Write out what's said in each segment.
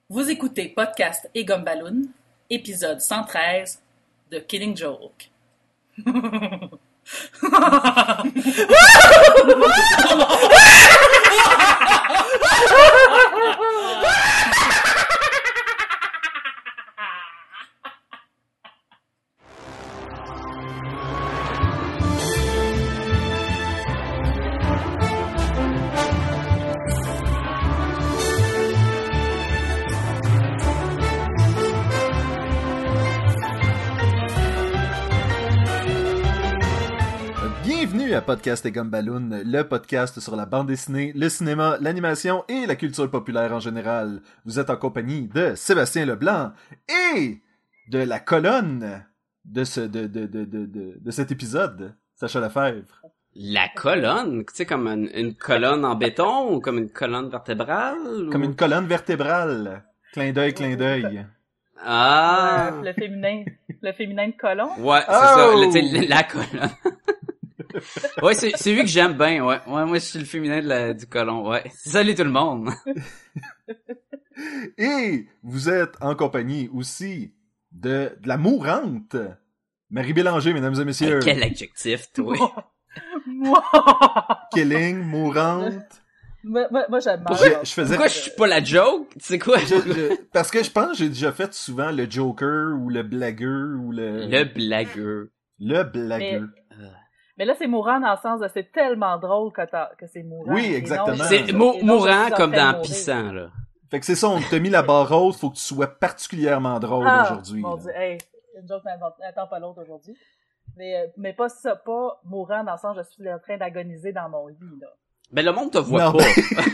Vous écoutez Podcast et Gumballoon, épisode 113 de Killing Joke. Bienvenue à Podcast et Gumballoon, le podcast sur la bande dessinée, le cinéma, l'animation et la culture populaire en général. Vous êtes en compagnie de Sébastien Leblanc et de la colonne de cet épisode, Sacha Lefebvre. La colonne? Tu sais, comme une colonne en béton ou comme une colonne vertébrale? Comme une colonne vertébrale. Clin d'œil, clin d'œil. Ah! Le féminin de colon. Ouais, c'est ça, tu sais, la colonne. Ouais, c'est lui que j'aime bien, ouais. Ouais, moi, je suis le féminin du colon, ouais. Salut tout le monde! Et vous êtes en compagnie aussi de la mourante Marie Bélanger, mesdames et messieurs. Quel adjectif, toi! Moi! Killing, mourante. Moi, j'aime mal. Pourquoi je suis pas la joke? Tu sais quoi? Parce que je pense que j'ai déjà fait souvent le Joker ou le blagueur ou Le blagueur. Le blagueur. Mais là, c'est mourant dans le sens de c'est tellement drôle que c'est mourant. Oui, exactement. C'est mourant comme dans Pissant, là. Fait que c'est ça, on t'a mis la barre haute, faut que tu sois particulièrement drôle aujourd'hui. Mon Dieu, hey, une joke n'attend pas l'autre aujourd'hui. Mais pas ça, pas mourant dans le sens je suis en train d'agoniser dans mon lit, là. Ben, le monde te voit pas.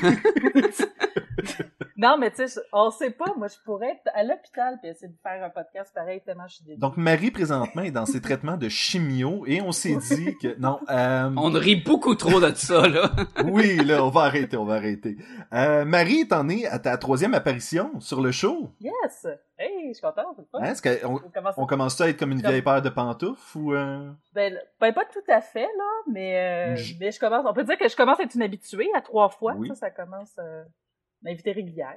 Non, mais tu sais, on sait pas. Moi, je pourrais être à l'hôpital puis essayer de faire un podcast pareil tellement je suis désolée. Donc, Marie, présentement, est dans ses traitements de chimio et on s'est dit que... Non, On rit beaucoup trop de ça, là. Oui, là, on va arrêter. Marie, t'en es à ta 3e apparition sur le show. Yes! Hey, je suis contente, c'est pas. Hein, est-ce qu'on commence à être comme une vieille paire de pantoufles ou... Ben, pas tout à fait, là, mais je commence... On peut dire que je commence à être une habituée à 3 fois. Oui. Ça commence... Invité régulière.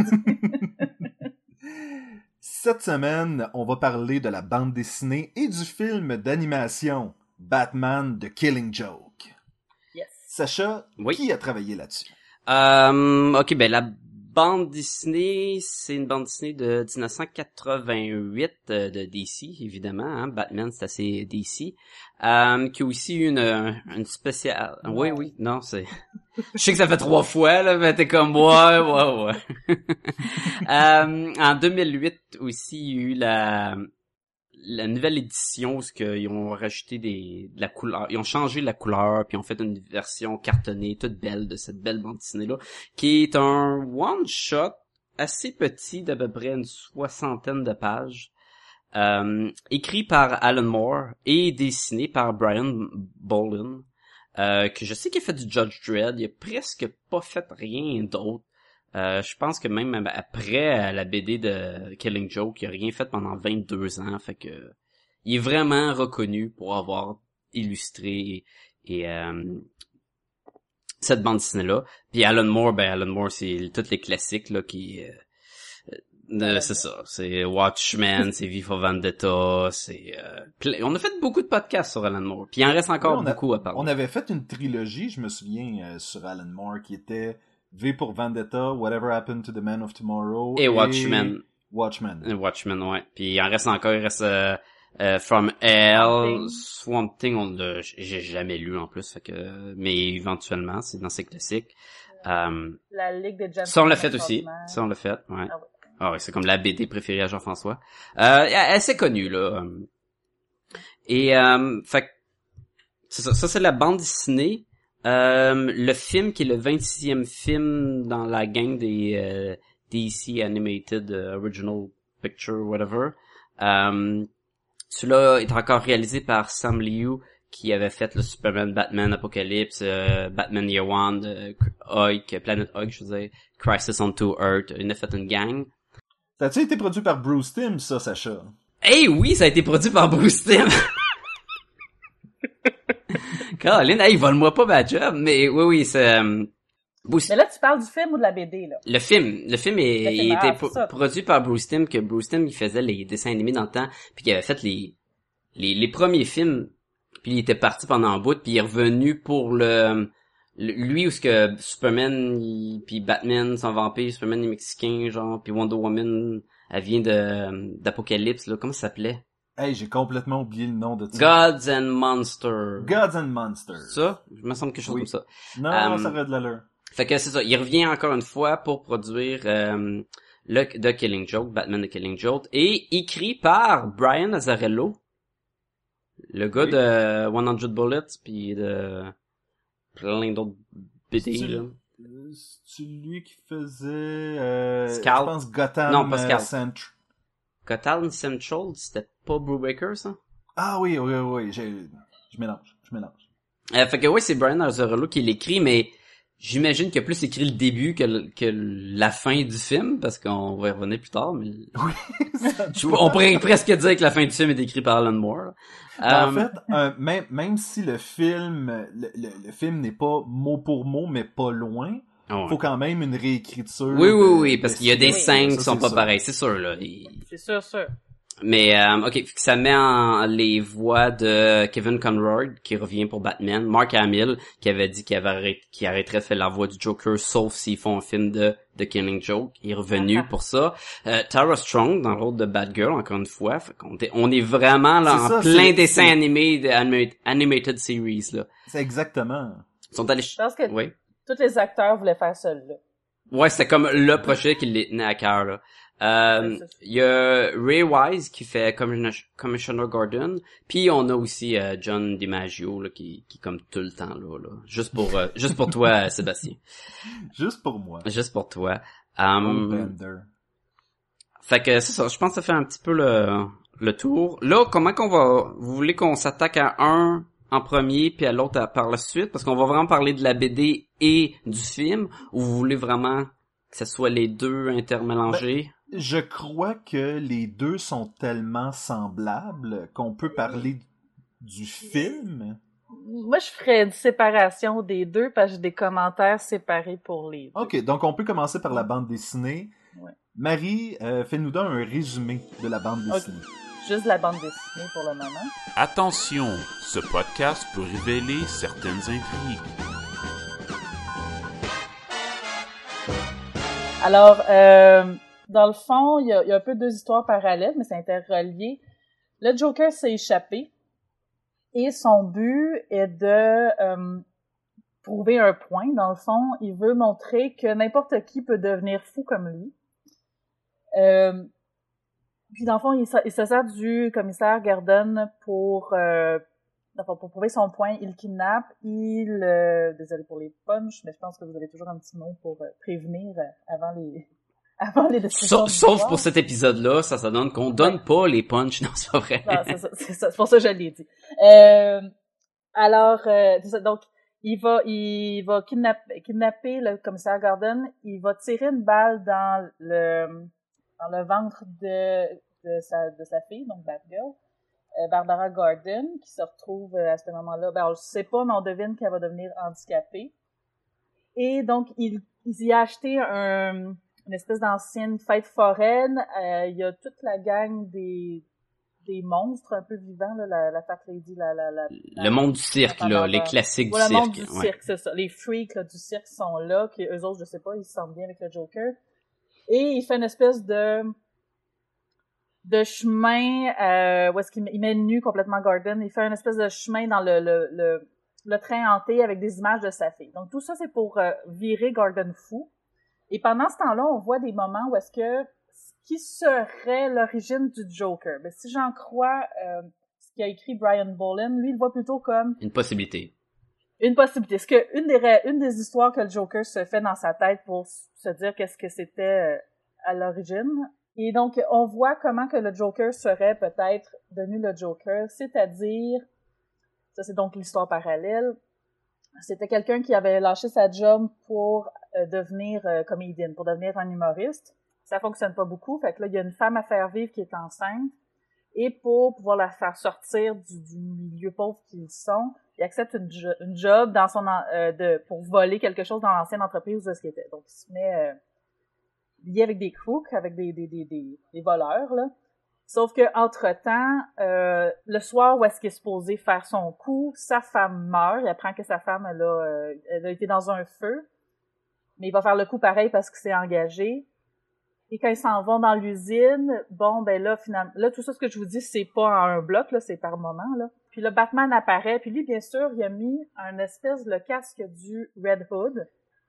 Cette semaine, on va parler de la bande dessinée et du film d'animation Batman The Killing Joke. Yes. Sacha, oui. Qui a travaillé là-dessus? Ok, ben la bande dessinée, c'est une bande dessinée de 1988 de DC, évidemment. Hein? Batman, c'est assez DC. Qui a aussi eu une spéciale... Oui, non, c'est... Je sais que ça fait 3 fois, là, mais t'es comme, ouais. En 2008 aussi, il y a eu la nouvelle édition où ils ont rajouté de la couleur, ils ont changé la couleur, puis ils ont fait une version cartonnée toute belle de cette belle bande dessinée-là, qui est un one-shot assez petit d'à peu près une 60aine de pages, écrit par Alan Moore et dessiné par Brian Bolland. Que je sais qu'il a fait du Judge Dredd, il a presque pas fait rien d'autre. Je pense que même après la BD de Killing Joke, il a rien fait pendant 22 ans, fait que il est vraiment reconnu pour avoir illustré et cette bande dessinée là. Puis Alan Moore c'est tous les classiques là qui c'est ça, c'est Watchmen, c'est V for Vendetta, c'est on a fait beaucoup de podcasts sur Alan Moore, puis il en reste encore beaucoup à parler. On avait fait une trilogie, je me souviens, sur Alan Moore qui était V pour Vendetta, Whatever Happened to the Man of Tomorrow et Watchmen. Watchmen, ouais. Puis il en reste encore, il reste From Hell, Swamp Thing, j'ai jamais lu en plus, fait que mais éventuellement, c'est dans ses classiques. La Ligue des Gentlemen. Ça on l'a fait aussi. Ça on l'a fait, ouais. Ah oui. Ah ouais, c'est comme la BD préférée à Jean-François. Assez connue, là. Et, fait c'est ça c'est la bande dessinée. Le film qui est le 26e film dans la gang des DC Animated Original Picture, whatever. Celui-là est encore réalisé par Sam Liu, qui avait fait le Superman, Batman, Apocalypse, Batman Year One, Planet Hulk, je veux dire, Crisis on Two Earth. Il en a fait une gang. Ça a-tu été produit par Bruce Timm, ça, Sacha? Eh oui, ça a été produit par Bruce Timm. Caroline, hey, vole-moi pas ma job, mais oui, c'est Mais là, tu parles du film ou de la BD, là? Le film, il était produit par Bruce Timm, que Bruce Timm, il faisait les dessins animés dans le temps, puis qu'il avait fait les premiers films, puis il était parti pendant un bout, puis il est revenu pour lui où ce que Superman puis Batman sont vampires, Superman est mexicain, genre, puis Wonder Woman, elle vient d'Apocalypse, là, comment ça s'appelait? Hey, j'ai complètement oublié le nom de ça. Gods and Monsters. Gods and Monsters. Ça? Je me semble quelque chose comme ça. Non, ça aurait de l'allure. Fait que c'est ça, il revient encore une fois pour produire The Killing Joke, Batman The Killing Joke, et écrit par Brian Azzarello, le gars de 100 Bullets, puis de plein d'autres BD, là. C'est lui qui faisait... Scout. Je pense Gotham... Non, pas Scout. Central. Gotham Central, c'était pas Brubaker, ça? Ah oui, je mélange. Fait que oui, c'est Brian Azzarello qui l'écrit, mais j'imagine qu'il a plus écrit le début que la fin du film, parce qu'on va y revenir plus tard, mais... Oui, on pourrait presque dire que la fin du film est écrite par Alan Moore. En fait, même si le film n'est pas mot pour mot, mais pas loin, faut quand même une réécriture. Oui, parce qu'il y a des scènes qui sont pas pareilles, c'est sûr, là. C'est sûr. Mais, ok, ça met en les voix de Kevin Conroy, qui revient pour Batman, Mark Hamill, qui avait dit qu'il arrêterait de faire la voix du Joker, sauf s'ils font un film de The Killing Joke. Il est revenu pour ça. Tara Strong, dans le rôle de Batgirl, encore une fois. Fait on est vraiment là en plein dessin animé de animated series, là. C'est exactement. Ils sont allés... Je pense que tous les acteurs voulaient faire ça, là. Ouais, c'était comme le projet qui les tenait à cœur, là. Il y a Ray Wise qui fait Commissioner Gordon, puis on a aussi John DiMaggio là, qui comme tout le temps là. Juste pour toi Sébastien. Juste pour moi. Juste pour toi. Bender. Fait que c'est ça, je pense que ça fait un petit peu le tour. Là, vous voulez qu'on s'attaque à un en premier puis à l'autre par la suite, parce qu'on va vraiment parler de la BD et du film, ou vous voulez vraiment que ce soit les deux intermélangés? Je crois que les deux sont tellement semblables qu'on peut parler du film. Moi, je ferais une séparation des deux parce que j'ai des commentaires séparés pour les deux. Ok, donc on peut commencer par la bande dessinée. Ouais. Marie, fais-nous donc un résumé de la bande dessinée. Okay. Juste la bande dessinée pour le moment. Attention, ce podcast peut révéler certaines intrigues. Alors, dans le fond, il y a un peu deux histoires parallèles, mais c'est interrelié. Le Joker s'est échappé et son but est de prouver un point. Dans le fond, il veut montrer que n'importe qui peut devenir fou comme lui. Puis dans le fond, il se sert du commissaire Gordon pour prouver son point. Il kidnappe, désolé pour les punchs, mais je pense que vous avez toujours un petit mot pour prévenir avant les décisions. Sauf pour cet épisode-là, ça donne qu'on donne pas les punchs, non, c'est pas vrai. Non, c'est ça, c'est pour ça que je l'ai dit. Alors, donc, il va kidnapper le commissaire Gordon, il va tirer une balle dans le ventre de sa fille, donc Batgirl, Barbara Gordon, qui se retrouve à ce moment-là, on le sait pas, mais on devine qu'elle va devenir handicapée. Et donc, il y a acheté une espèce d'ancienne fête foraine. Il y a toute la gang des monstres un peu vivants, là, la Fat Lady, le monde du cirque, là, les classiques du cirque. Le monde du cirque, c'est ça. Les freaks là, du cirque sont là, qui eux autres, je sais pas, ils se sentent bien avec le Joker. Et il fait une espèce de chemin où est-ce qu'il met nu complètement Gordon. Il fait une espèce de chemin dans le train hanté avec des images de sa fille. Donc tout ça, c'est pour virer Gordon fou. Et pendant ce temps-là, on voit des moments où est-ce que qui serait l'origine du Joker? Ben, si j'en crois ce qu'a écrit Brian Bolland, lui, il voit plutôt comme une possibilité. Une possibilité. Est-ce que une des histoires que le Joker se fait dans sa tête pour se dire qu'est-ce que c'était à l'origine. Et donc, on voit comment que le Joker serait peut-être devenu le Joker, c'est-à-dire, ça c'est donc l'histoire parallèle, c'était quelqu'un qui avait lâché sa job pour devenir comédienne, pour devenir un humoriste. Ça fonctionne pas beaucoup, fait que là, il y a une femme à faire vivre qui est enceinte, et pour pouvoir la faire sortir du milieu pauvre qu'ils sont, il accepte une job dans pour voler quelque chose dans l'ancienne entreprise où ce qu'il était. Donc, il se met lié avec des crooks, avec des voleurs, là. Sauf que entre-temps, le soir où est-ce qu'il est supposé faire son coup, sa femme meurt. Il apprend que sa femme, elle a été dans un feu. Mais il va faire le coup pareil parce qu'il s'est engagé. Et quand ils s'en vont dans l'usine, bon, ben là, finalement, là, tout ça, ce que je vous dis, c'est pas en un bloc, là, c'est par moment, là. Puis le Batman apparaît, puis lui, bien sûr, il a mis le casque du Red Hood,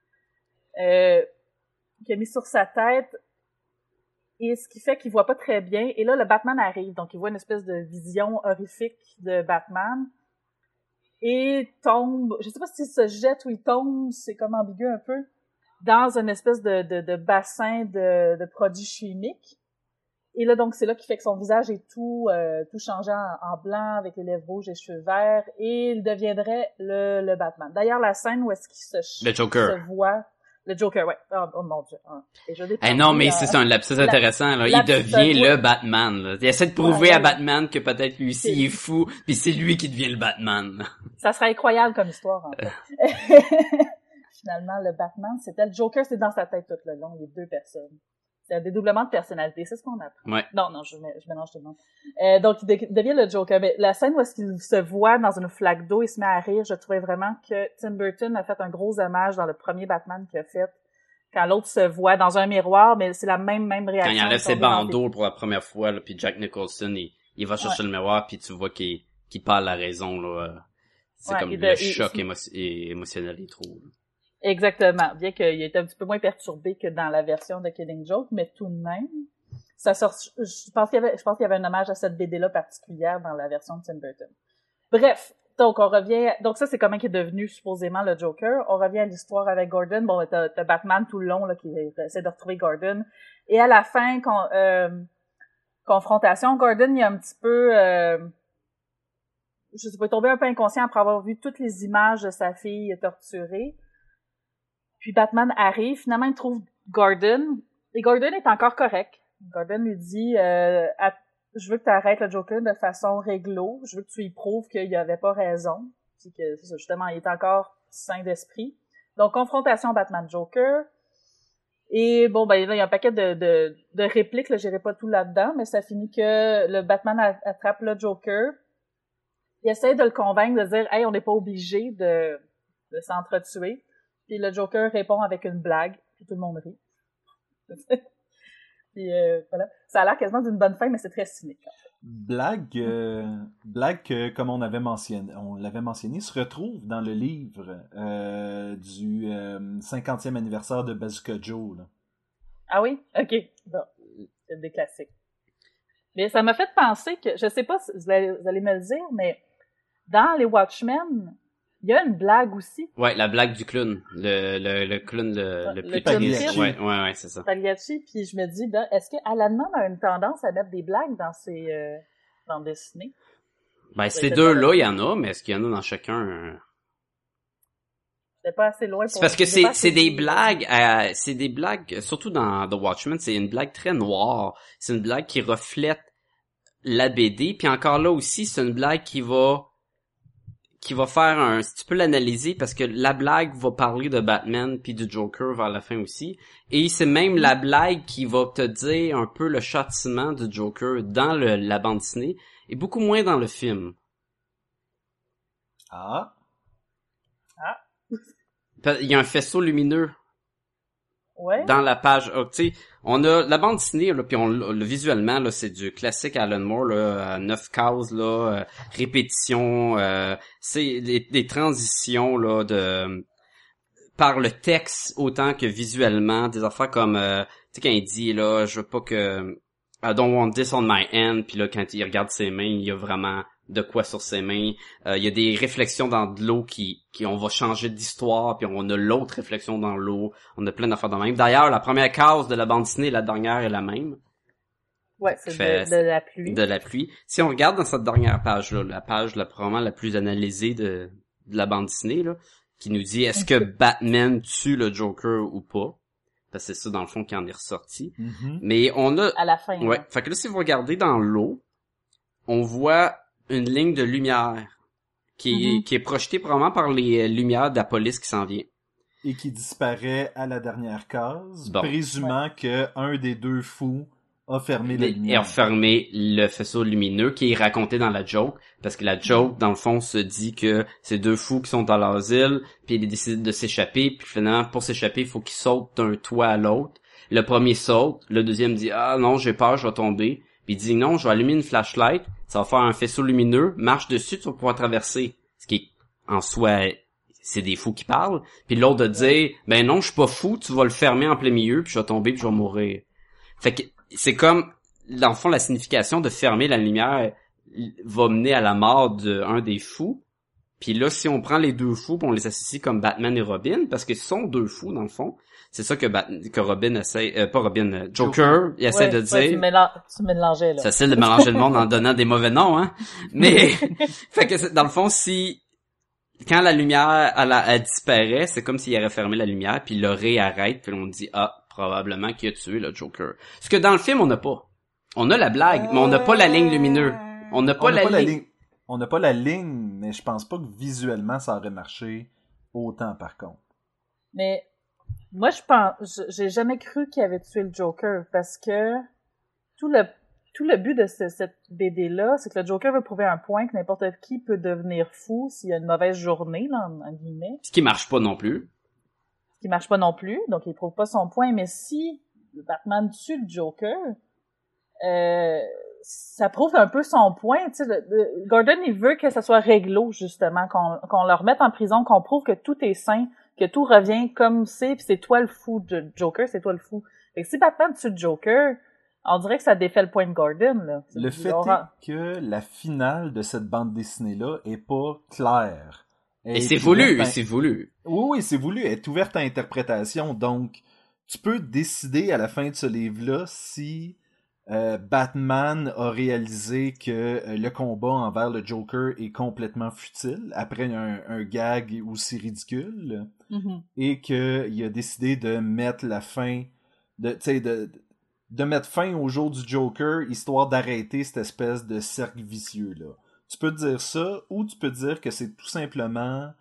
qu'il a mis sur sa tête, et ce qui fait qu'il voit pas très bien. Et là, le Batman arrive, donc il voit une espèce de vision horrifique de Batman, et tombe, je sais pas s'il se jette ou il tombe, c'est comme ambigu un peu, dans une espèce de bassin de produits chimiques. Et là, donc, c'est là qu'il fait que son visage est tout changé en blanc, avec les lèvres rouges et les cheveux verts, et il deviendrait le Batman. D'ailleurs, la scène où est-ce qu'il se voit... Le Joker, ouais. Oh mon Dieu. Non, mais c'est un lapsus intéressant, là. Il devient le Batman, là. Il essaie de prouver à Batman que peut-être lui aussi il est fou, puis c'est lui qui devient le Batman. Ça serait incroyable comme histoire, en fait. Finalement, le Batman, c'était le Joker, c'est dans sa tête tout le long, il y a deux personnes. C'est un dédoublement de personnalité, c'est ce qu'on apprend. Ouais. Non, je mélange tout le monde. Donc, il devient le Joker. Mais la scène où est-ce qu'il se voit dans une flaque d'eau, il se met à rire, je trouvais vraiment que Tim Burton a fait un gros hommage dans le premier Batman qu'il a fait, quand l'autre se voit dans un miroir, mais c'est la même réaction. Quand il enlève ses bandeaux pour la première fois, là, puis Jack Nicholson, il va chercher le miroir, puis tu vois qu'il parle la raison, là. C'est comme le choc émotionnel, il trouve. Exactement. Bien qu'il était un petit peu moins perturbé que dans la version de Killing Joke, mais tout de même, ça sort, je pense qu'il y avait un hommage à cette BD-là particulière dans la version de Tim Burton. Bref. Donc ça, c'est comment il est devenu supposément le Joker. On revient à l'histoire avec Gordon. Bon, t'as Batman tout le long, là, qui essaie de retrouver Gordon. Et à la fin, confrontation, Gordon, il est un petit peu, je sais pas, tombé un peu inconscient après avoir vu toutes les images de sa fille torturée. Puis Batman arrive, finalement il trouve Gordon, et Gordon est encore correct. Gordon lui dit je veux que tu arrêtes le Joker de façon réglo, je veux que tu y prouves qu'il avait pas raison, puis que c'est ça, justement il est encore sain d'esprit. Donc confrontation Batman-Joker, et bon ben là il y a un paquet de répliques, là, j'irai pas tout là-dedans, mais ça finit que le Batman attrape le Joker, il essaie de le convaincre de dire hey, on n'est pas obligé de s'entretuer. Puis le Joker répond avec une blague, puis tout le monde rit. Puis voilà. Ça a l'air quasiment d'une bonne fin, mais c'est très cynique. En fait. Blague que, comme on l'avait mentionné, se retrouve dans le livre du 50e anniversaire de Bazooka Joe. Là. Ah oui? OK. Bon. C'est des classiques. Mais ça m'a fait penser que, je sais pas si vous allez me le dire, mais dans les Watchmen, il y a une blague aussi. Ouais, la blague du clown. Le clown le plus Pagliacci. Ouais, c'est ça. Pagliacci, puis je me dis, ben, est-ce que Alan a une tendance à mettre des blagues dans ses bandes dessinées? Ben, ces deux-là, il y en a, mais est-ce qu'il y en a dans chacun? C'est pas assez loin pour... C'est parce que c'est des blagues, surtout dans The Watchmen, c'est une blague très noire. C'est une blague qui reflète la BD, puis encore là aussi, c'est une blague qui va faire si tu peux l'analyser, parce que la blague va parler de Batman puis du Joker vers la fin aussi, et c'est même la blague qui va te dire un peu le châtiment du Joker dans la bande dessinée, et beaucoup moins dans le film. Il y a un faisceau lumineux. Ouais. Dans la page, tu sais, on a la bande dessinée, là, puis visuellement, là, c'est du classique Alan Moore, là, 9 cases, là, répétition, c'est des transitions, là, par le texte autant que visuellement, des affaires comme, tu sais, quand il dit, là, je veux pas que, I don't want this on my hand, puis là, quand il regarde ses mains, il y a vraiment de quoi sur ses mains. Il y a des réflexions dans de l'eau qui on va changer d'histoire, puis on a l'autre réflexion dans l'eau. On a plein d'affaires de même. D'ailleurs, la première case de la bande dessinée et la dernière est la même. Ouais, c'est de la pluie. De la pluie. Si on regarde dans cette dernière page-là, la page probablement la plus analysée de la bande dessinée, là, qui nous dit est-ce que Batman tue le Joker ou pas? Parce que c'est ça, dans le fond, qui en est ressorti. Mm-hmm. Mais on a... À la fin. Ouais. Fait que là, si vous regardez dans l'eau, on voit une ligne de lumière qui est projeté probablement par les lumières de la police qui s'en vient. Et qui disparaît à la dernière case, Bon. présumant que un des deux fous a fermé la Et lumière. a fermé le faisceau lumineux qui est raconté dans la joke, parce que la joke, dans le fond, se dit que c'est deux fous qui sont dans l'asile, puis ils décident de s'échapper, puis finalement, pour s'échapper, il faut qu'ils sautent d'un toit à l'autre. Le premier saute, le deuxième dit « Ah non, j'ai peur, je vais tomber ». Puis il dit « Non, je vais allumer une flashlight, ça va faire un faisceau lumineux, marche dessus, tu vas pouvoir traverser ». Ce qui est, en soi, c'est des fous qui parlent. Puis l'autre de dire « Ben non, je suis pas fou, tu vas le fermer en plein milieu, puis je vais tomber, puis je vais mourir ». Fait que c'est comme, dans le fond, la signification de fermer la lumière va mener à la mort d'un des fous. Puis là, si on prend les deux fous, on les associe comme Batman et Robin, parce que ce sont deux fous, dans le fond. C'est ça que Robin essaie, pas Robin, Joker, il essaie de dire. Tu mélangeais, là. Ça essaie de mélanger le monde en donnant des mauvais noms, hein. Mais, fait que dans le fond, quand la lumière, elle disparaît, c'est comme s'il aurait fermé la lumière, puis il le réarrête, puis on dit, probablement qu'il a tué le Joker. Ce que dans le film, on n'a pas. On a la blague, mais on n'a pas la ligne lumineuse. On n'a pas la ligne. On n'a pas la ligne, mais je pense pas que visuellement ça aurait marché autant par contre. Mais moi j'ai jamais cru qu'il avait tué le Joker parce que tout le but de cette BD là, c'est que le Joker veut prouver un point que n'importe qui peut devenir fou s'il y a une mauvaise journée là, en guillemets. Ce qui marche pas non plus. Qui marche pas non plus, donc il prouve pas son point, mais si le Batman tue le Joker, ça prouve un peu son point, tu sais, Gordon, il veut que ça soit réglo, justement, qu'on le remette en prison, qu'on prouve que tout est sain, que tout revient comme c'est, pis c'est toi le fou, Joker, c'est toi le fou. Fait que si Batman tue le Joker, on dirait que ça défait le point de Gordon, là. Le fait est que la finale de cette bande dessinée-là est pas claire. Et c'est voulu, c'est voulu. Oui, c'est voulu. Elle est ouverte à interprétation. Donc, tu peux décider à la fin de ce livre-là si Batman a réalisé que le combat envers le Joker est complètement futile après un gag aussi ridicule et qu'il a décidé de mettre la fin de mettre fin au jour du Joker histoire d'arrêter cette espèce de cercle vicieux-là. Tu peux dire ça, ou tu peux dire que c'est tout simplement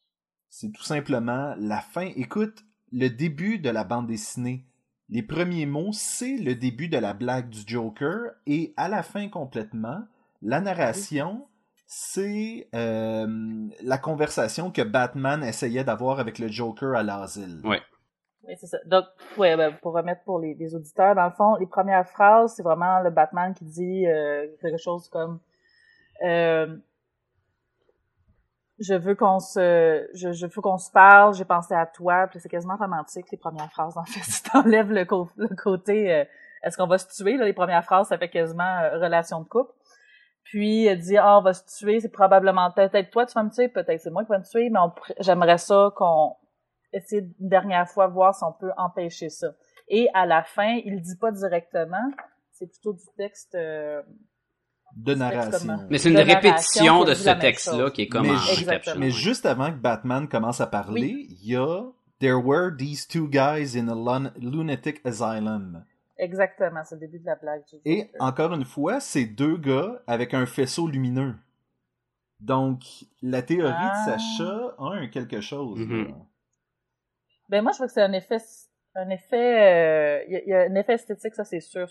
la fin. Écoute, le début de la bande dessinée, les premiers mots, c'est le début de la blague du Joker, et à la fin complètement, la narration, c'est la conversation que Batman essayait d'avoir avec le Joker à l'asile. Ouais. Oui, c'est ça. Donc, pour remettre pour les auditeurs, dans le fond, les premières phrases, c'est vraiment le Batman qui dit quelque chose comme je veux qu'on se parle, j'ai pensé à toi, puis c'est quasiment romantique les premières phrases en fait. Si t'enlèves le côté est-ce qu'on va se tuer là, les premières phrases ça fait quasiment relation de couple. Puis elle dit on va se tuer, c'est probablement peut-être toi tu vas me tuer, peut-être c'est moi qui va me tuer, mais j'aimerais ça qu'on essaie une dernière fois voir si on peut empêcher ça. Et à la fin, il le dit pas directement, c'est plutôt du texte de narration. Mais c'est une répétition de ce texte-là qui est comme mais juste avant que Batman commence à parler, il y a « There were these two guys in a lunatic asylum ». Exactement, c'est le début de la blague. Et encore une fois, c'est deux gars avec un faisceau lumineux. Donc, la théorie de Sacha a quelque chose. Ben moi, je vois que c'est un effet... Il y a un effet esthétique, ça c'est sûr.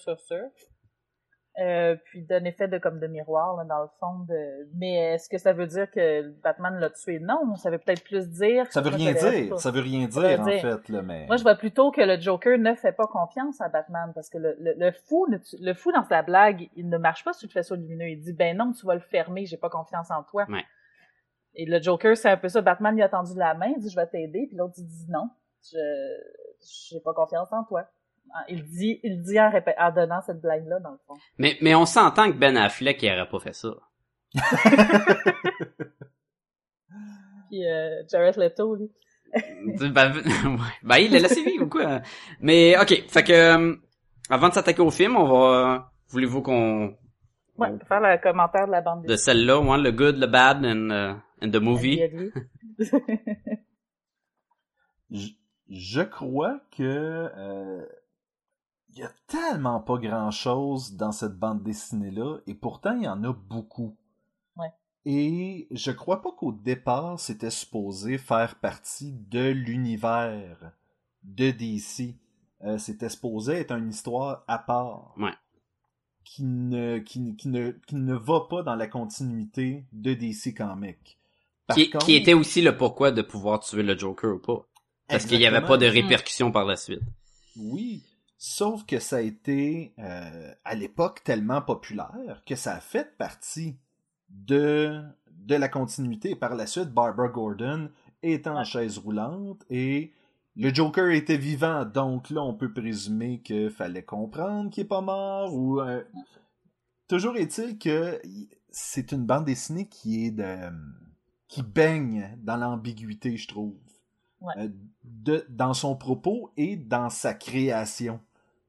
Puis d'un effet de miroir là, dans le fond mais est-ce que ça veut dire que Batman l'a tué? Non, ça veut peut-être plus dire ça veut rien dire en fait là, mais moi je vois plutôt que le Joker ne fait pas confiance à Batman parce que le fou dans sa blague il ne marche pas sur le faisceau lumineux, il dit ben non tu vas le fermer, j'ai pas confiance en toi. Ouais. Et le Joker c'est un peu ça, Batman lui a tendu la main, il dit je vais t'aider, puis l'autre il dit non, j'ai pas confiance en toi. Il dit en donnant cette blague-là, dans le fond. Mais on s'entend que Ben Affleck, il aurait pas fait ça. Puis Jared Leto, lui. Ben, il l'a laissé vivre ou quoi? Mais, ok. Fait que, avant de s'attaquer au film, voulez-vous qu'on... Ouais, on peut faire le commentaire de la bande de celle-là, ouais, le good, le bad, and the movie. Je crois que il y a tellement pas grand-chose dans cette bande dessinée-là, et pourtant il y en a beaucoup. Ouais. Et je crois pas qu'au départ, c'était supposé faire partie de l'univers de DC. C'était supposé être une histoire à part. Ouais. Qui ne va pas dans la continuité de DC Comics. Qui était aussi le pourquoi de pouvoir tuer le Joker ou pas. Parce qu'il n'y avait pas de répercussions par la suite. Oui, sauf que ça a été, à l'époque, tellement populaire que ça a fait partie de la continuité. Par la suite, Barbara Gordon est en chaise roulante et le Joker était vivant. Donc là, on peut présumer qu'il fallait comprendre qu'il est pas mort ou... Toujours est-il que c'est une bande dessinée qui baigne dans l'ambiguïté, je trouve. Ouais. Dans son propos et dans sa création.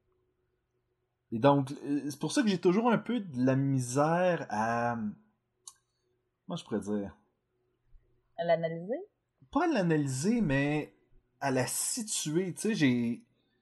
Et donc, c'est pour ça que j'ai toujours un peu de la misère à... Moi, je pourrais dire... À l'analyser? Pas à l'analyser, mais à la situer. Tu sais,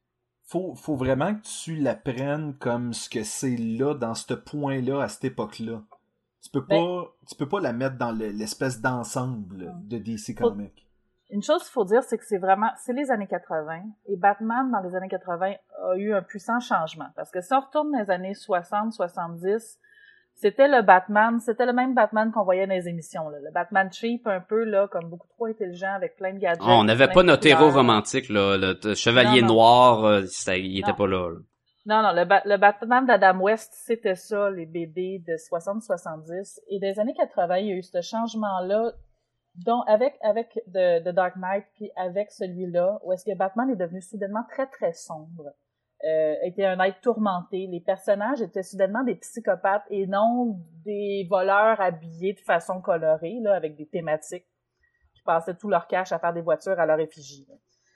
faut vraiment que tu la prennes comme ce que c'est là, dans ce point-là, à cette époque-là. Tu peux pas la mettre dans l'espèce d'ensemble de DC Comics. Une chose qu'il faut dire, c'est que c'est les années 80, et Batman, dans les années 80, a eu un puissant changement. Parce que si on retourne dans les années 60, 70, c'était le même Batman qu'on voyait dans les émissions, là. Le Batman cheap, un peu, là, comme beaucoup trop intelligent, avec plein de gadgets. On n'avait pas notre héros romantique, là, le chevalier noir, il était pas là. Non, le Batman d'Adam West, c'était ça, les BD de 60-70. Et des années 80, il y a eu ce changement-là, donc avec The Dark Knight, puis avec celui-là, où est-ce que Batman est devenu soudainement très, très sombre. Était un être tourmenté. Les personnages étaient soudainement des psychopathes et non des voleurs habillés de façon colorée, là, avec des thématiques qui passaient tout leur cash à faire des voitures à leur effigie.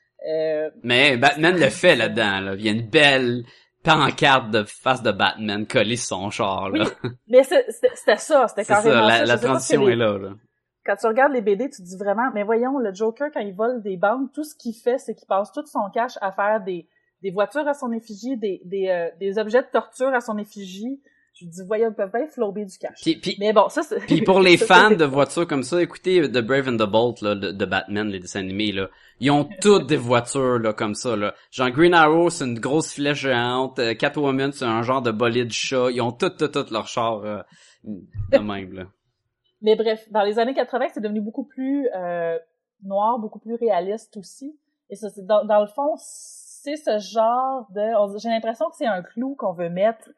Mais Batman le fait là-dedans, là. Il y a une belle pancarte de face de Batman collée sur son char, là. Oui, mais c'était ça, c'était carrément ça. La transition est là. Quand tu regardes les BD, tu te dis vraiment, mais voyons, le Joker, quand il vole des banques, tout ce qu'il fait, c'est qu'il passe tout son cash à faire des voitures à son effigie, des objets de torture à son effigie. Je dis, voyons, ils peuvent pas flouber du cash. Mais bon, ça, c'est... Puis pour les fans de voitures comme ça, écoutez The Brave and the Bold, là, de Batman, les dessins animés, là. Ils ont toutes des voitures, là, comme ça, là. Genre Green Arrow, c'est une grosse flèche géante. Catwoman, c'est un genre de bolide chat. Ils ont toutes leurs chars, de même, là. Mais bref, dans les années 80, c'est devenu beaucoup plus noir, beaucoup plus réaliste aussi. Et ça, c'est dans le fond, c'est ce genre de... J'ai l'impression que c'est un clou qu'on veut mettre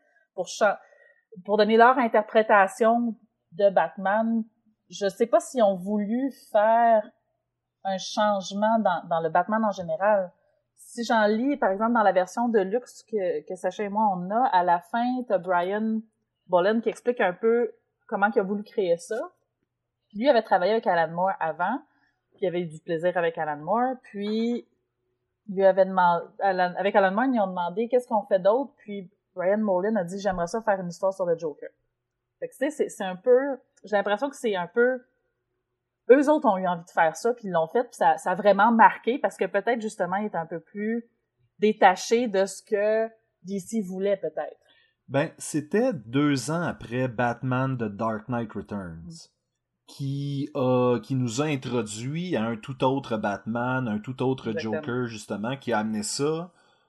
pour donner leur interprétation de Batman. Je sais pas s'ils ont voulu faire un changement dans le Batman en général. Si j'en lis, par exemple, dans la version de luxe que Sacha et moi, on a, à la fin, t'as Brian Bolland qui explique un peu comment il a voulu créer ça. Puis lui avait travaillé avec Alan Moore avant, puis il avait eu du plaisir avec Alan Moore, puis il lui avait demandé, avec Alan Moore, ils ont demandé qu'est-ce qu'on fait d'autre, puis Brian Bolland a dit j'aimerais ça faire une histoire sur le Joker. Fait que tu sais, c'est un peu, j'ai l'impression que c'est un peu, eux autres ont eu envie de faire ça, puis ils l'ont fait, puis ça a vraiment marqué, parce que peut-être justement il est un peu plus détaché de ce que DC voulait peut-être. Ben, c'était 2 ans après Batman The Dark Knight Returns qui nous a introduit à un tout autre Batman, un tout autre Exactement. Joker, justement, qui a amené ça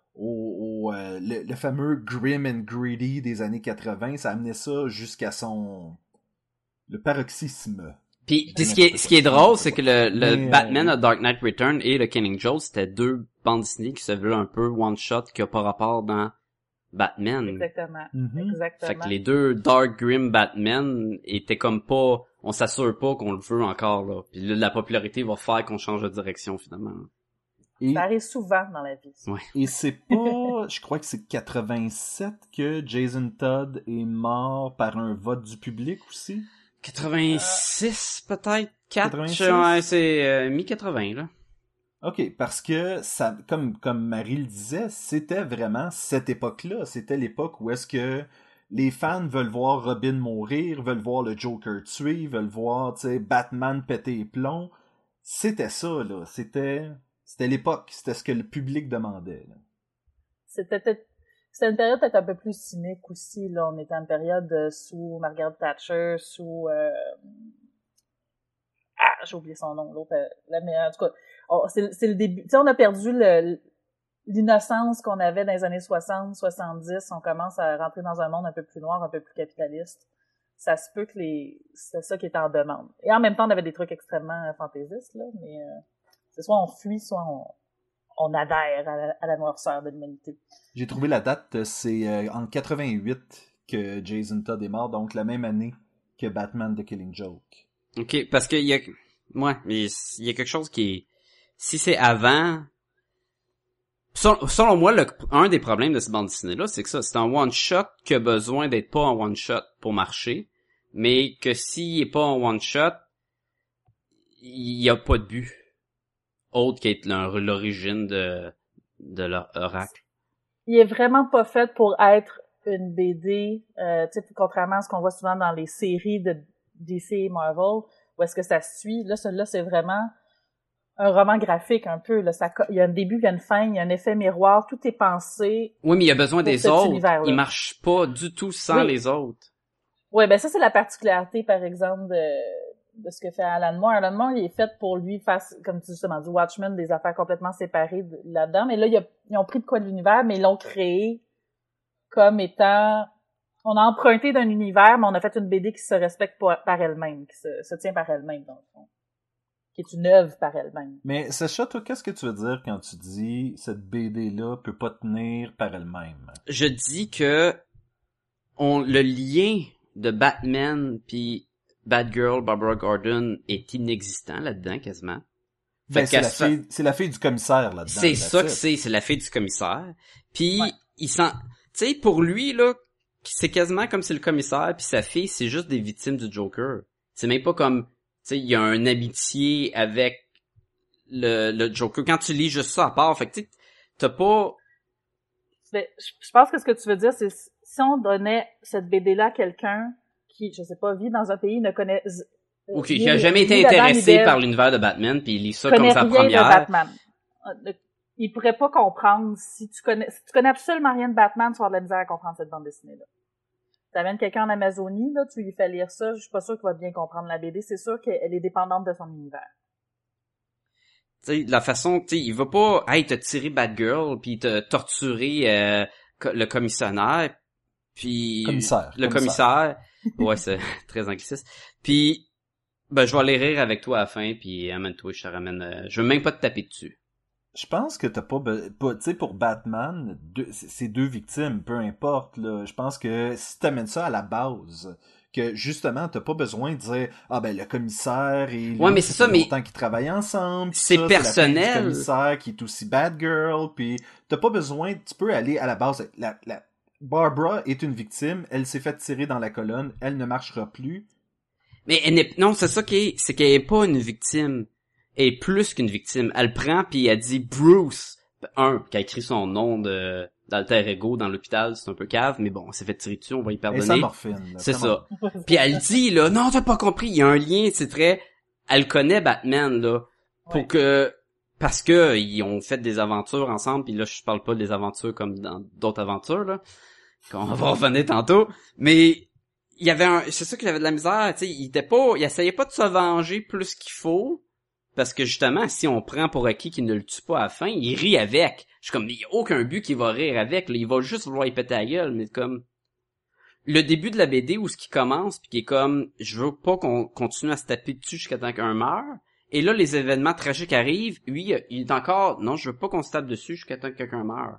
le fameux grim and greedy des années 80, ça a amené ça jusqu'à le paroxysme. Puis ce qui est drôle, c'est que le Batman A Dark Knight Return et le Killing Joke, c'était 2 bandes dessinées qui se veulent un peu one-shot, qui a pas rapport dans Batman. Exactement. Mm-hmm. Exactement. Fait que les 2 Dark Grim Batman étaient comme pas, on s'assure pas qu'on le veut encore, là. Puis là, la popularité va faire qu'on change de direction, finalement. Et, ça arrive souvent dans la vie. Ouais. Et c'est pas, je crois que c'est 87 que Jason Todd est mort par un vote du public aussi. 86 peut-être? 4? 86? Ouais, c'est mi-80, là. OK, parce que ça, comme Marie le disait, c'était vraiment cette époque-là. C'était l'époque où est-ce que les fans veulent voir Robin mourir, veulent voir le Joker tuer, veulent voir, tu sais, Batman péter les plombs. C'était ça, là. C'était l'époque. C'était ce que le public demandait, là. C'était une période peut-être un peu plus cynique aussi, là. On était en période sous Margaret Thatcher, sous j'ai oublié son nom, l'autre, mais en tout cas, c'est le début. Tu sais, on a perdu l'innocence qu'on avait dans les années 60, 70. On commence à rentrer dans un monde un peu plus noir, un peu plus capitaliste. Ça se peut que c'est ça qui est en demande. Et en même temps, on avait des trucs extrêmement fantaisistes, là, mais c'est soit on fuit, soit on adhère à la noirceur de l'humanité. J'ai trouvé la date, c'est en 88 que Jason Todd est mort, donc la même année que Batman The Killing Joke. Ok, parce que mais il y a quelque chose qui est, si c'est avant, selon moi, un des problèmes de cette bande dessinée-là, c'est que c'est un one-shot qui a besoin d'être pas un one-shot pour marcher, mais que s'il est pas un one-shot, il y a pas de but autre qu'être l'origine de leur oracle. Il est vraiment pas fait pour être une BD, tu sais, contrairement à ce qu'on voit souvent dans les séries de DC et Marvel, où est-ce que ça suit. Là, celui-là, c'est vraiment un roman graphique un peu. Là, il y a un début, il y a une fin, il y a un effet miroir, tout est pensé. Oui, mais il y a besoin des autres. Il marche pas du tout sans les autres. Oui, ben ça, c'est la particularité, par exemple, de ce que fait Alan Moore. Alan Moore, il est fait pour lui faire, comme tu dis justement, du Watchmen, des affaires complètement séparées là-dedans. Mais là, ils ont pris de quoi de l'univers, mais ils l'ont créé comme étant... On a emprunté d'un univers, mais on a fait une BD qui se respecte par elle-même, qui se tient par elle-même, dans le fond. Qui est une œuvre par elle-même. Mais Sacha, toi, qu'est-ce que tu veux dire quand tu dis cette BD-là peut pas tenir par elle-même? Je dis que le lien de Batman puis Batgirl, Barbara Gordon est inexistant là-dedans, quasiment. Ben, c'est la fille du commissaire là-dedans. C'est ça que c'est la fille du commissaire. Puis tu sais, pour lui là, c'est quasiment comme si le commissaire puis sa fille, c'est juste des victimes du Joker. C'est même pas comme, tu sais, il y a une amitié avec le Joker. Quand tu lis juste ça à part, fait que tu sais, t'as pas... Je pense que ce que tu veux dire, c'est si on donnait cette BD-là à quelqu'un qui, je sais pas, vit dans un pays, ne connaît... qui a jamais été intéressé par l'univers de Batman, puis il lit ça comme sa première. De Batman. Il pourrait pas comprendre si tu connais absolument rien de Batman, tu vas avoir de la misère à comprendre cette bande dessinée-là. T'amènes quelqu'un en Amazonie, là, tu lui fais lire ça, je suis pas sûr qu'il va bien comprendre la BD, c'est sûr qu'elle est dépendante de son univers. Tu sais, la façon, tu sais, il va pas, hey, te tirer Batgirl, puis te torturer le commissionnaire, puis le commissaire. Ouais, c'est très angliciste. Puis, ben, je vais aller rire avec toi à la fin, puis amène-toi, je te ramène. Je veux même pas te taper dessus. Je pense que t'as pas tu sais, pour Batman, c'est deux victimes, peu importe, là. Je pense que si t'amènes ça à la base, que justement, t'as pas besoin de dire, ah ben, le commissaire et lui, mais c'est ça, mais longtemps qu'ils travaillent ensemble. C'est ça, personnel. C'est la fille du commissaire qui est aussi Batgirl, puis t'as pas besoin, tu peux aller à la base. Barbara est une victime, elle s'est fait tirer dans la colonne, elle ne marchera plus. Mais non, c'est ça c'est qu'elle est pas une victime. Elle est plus qu'une victime. Elle prend puis elle dit Bruce. Qui a écrit son nom d'alter ego dans l'hôpital, c'est un peu cave, mais bon, on s'est fait tirer dessus, on va y pardonner. C'est ça. Puis elle dit, là, non, t'as pas compris, il y a un lien, c'est très, elle connaît Batman, là, parce que ils ont fait des aventures ensemble, puis là, je parle pas des aventures comme dans d'autres aventures, là, qu'on va revenir tantôt, mais il y avait c'est ça qu'il avait de la misère, tu sais, il essayait pas de se venger plus qu'il faut, parce que justement, si on prend pour acquis qu'il ne le tue pas à la fin, il rit avec. Je suis comme, il y a aucun but qu'il va rire avec, là. Il va juste vouloir y péter la gueule, mais comme... Le début de la BD où ce qui commence, puis qui est comme, je veux pas qu'on continue à se taper dessus jusqu'à temps qu'un meurt. Et là, les événements tragiques arrivent. Lui, il est encore, non, je veux pas qu'on se tape dessus jusqu'à temps que quelqu'un meurt.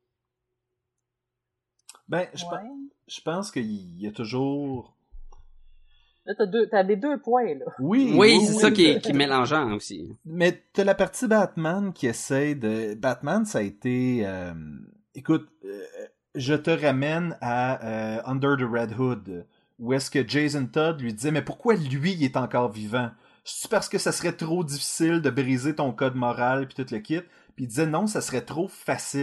Ben, je pense qu'il y a toujours... Là, t'as des deux points, là. Oui, c'est ça qui est mélangeant aussi. Mais t'as la partie Batman qui essaie de... Batman, ça a été... Écoute, je te ramène à Under the Red Hood, où est-ce que Jason Todd lui disait « Mais pourquoi lui, il est encore vivant? C'est parce que ça serait trop difficile de briser ton code moral puis tout le kit? » Puis il disait « Non, ça serait trop facile. »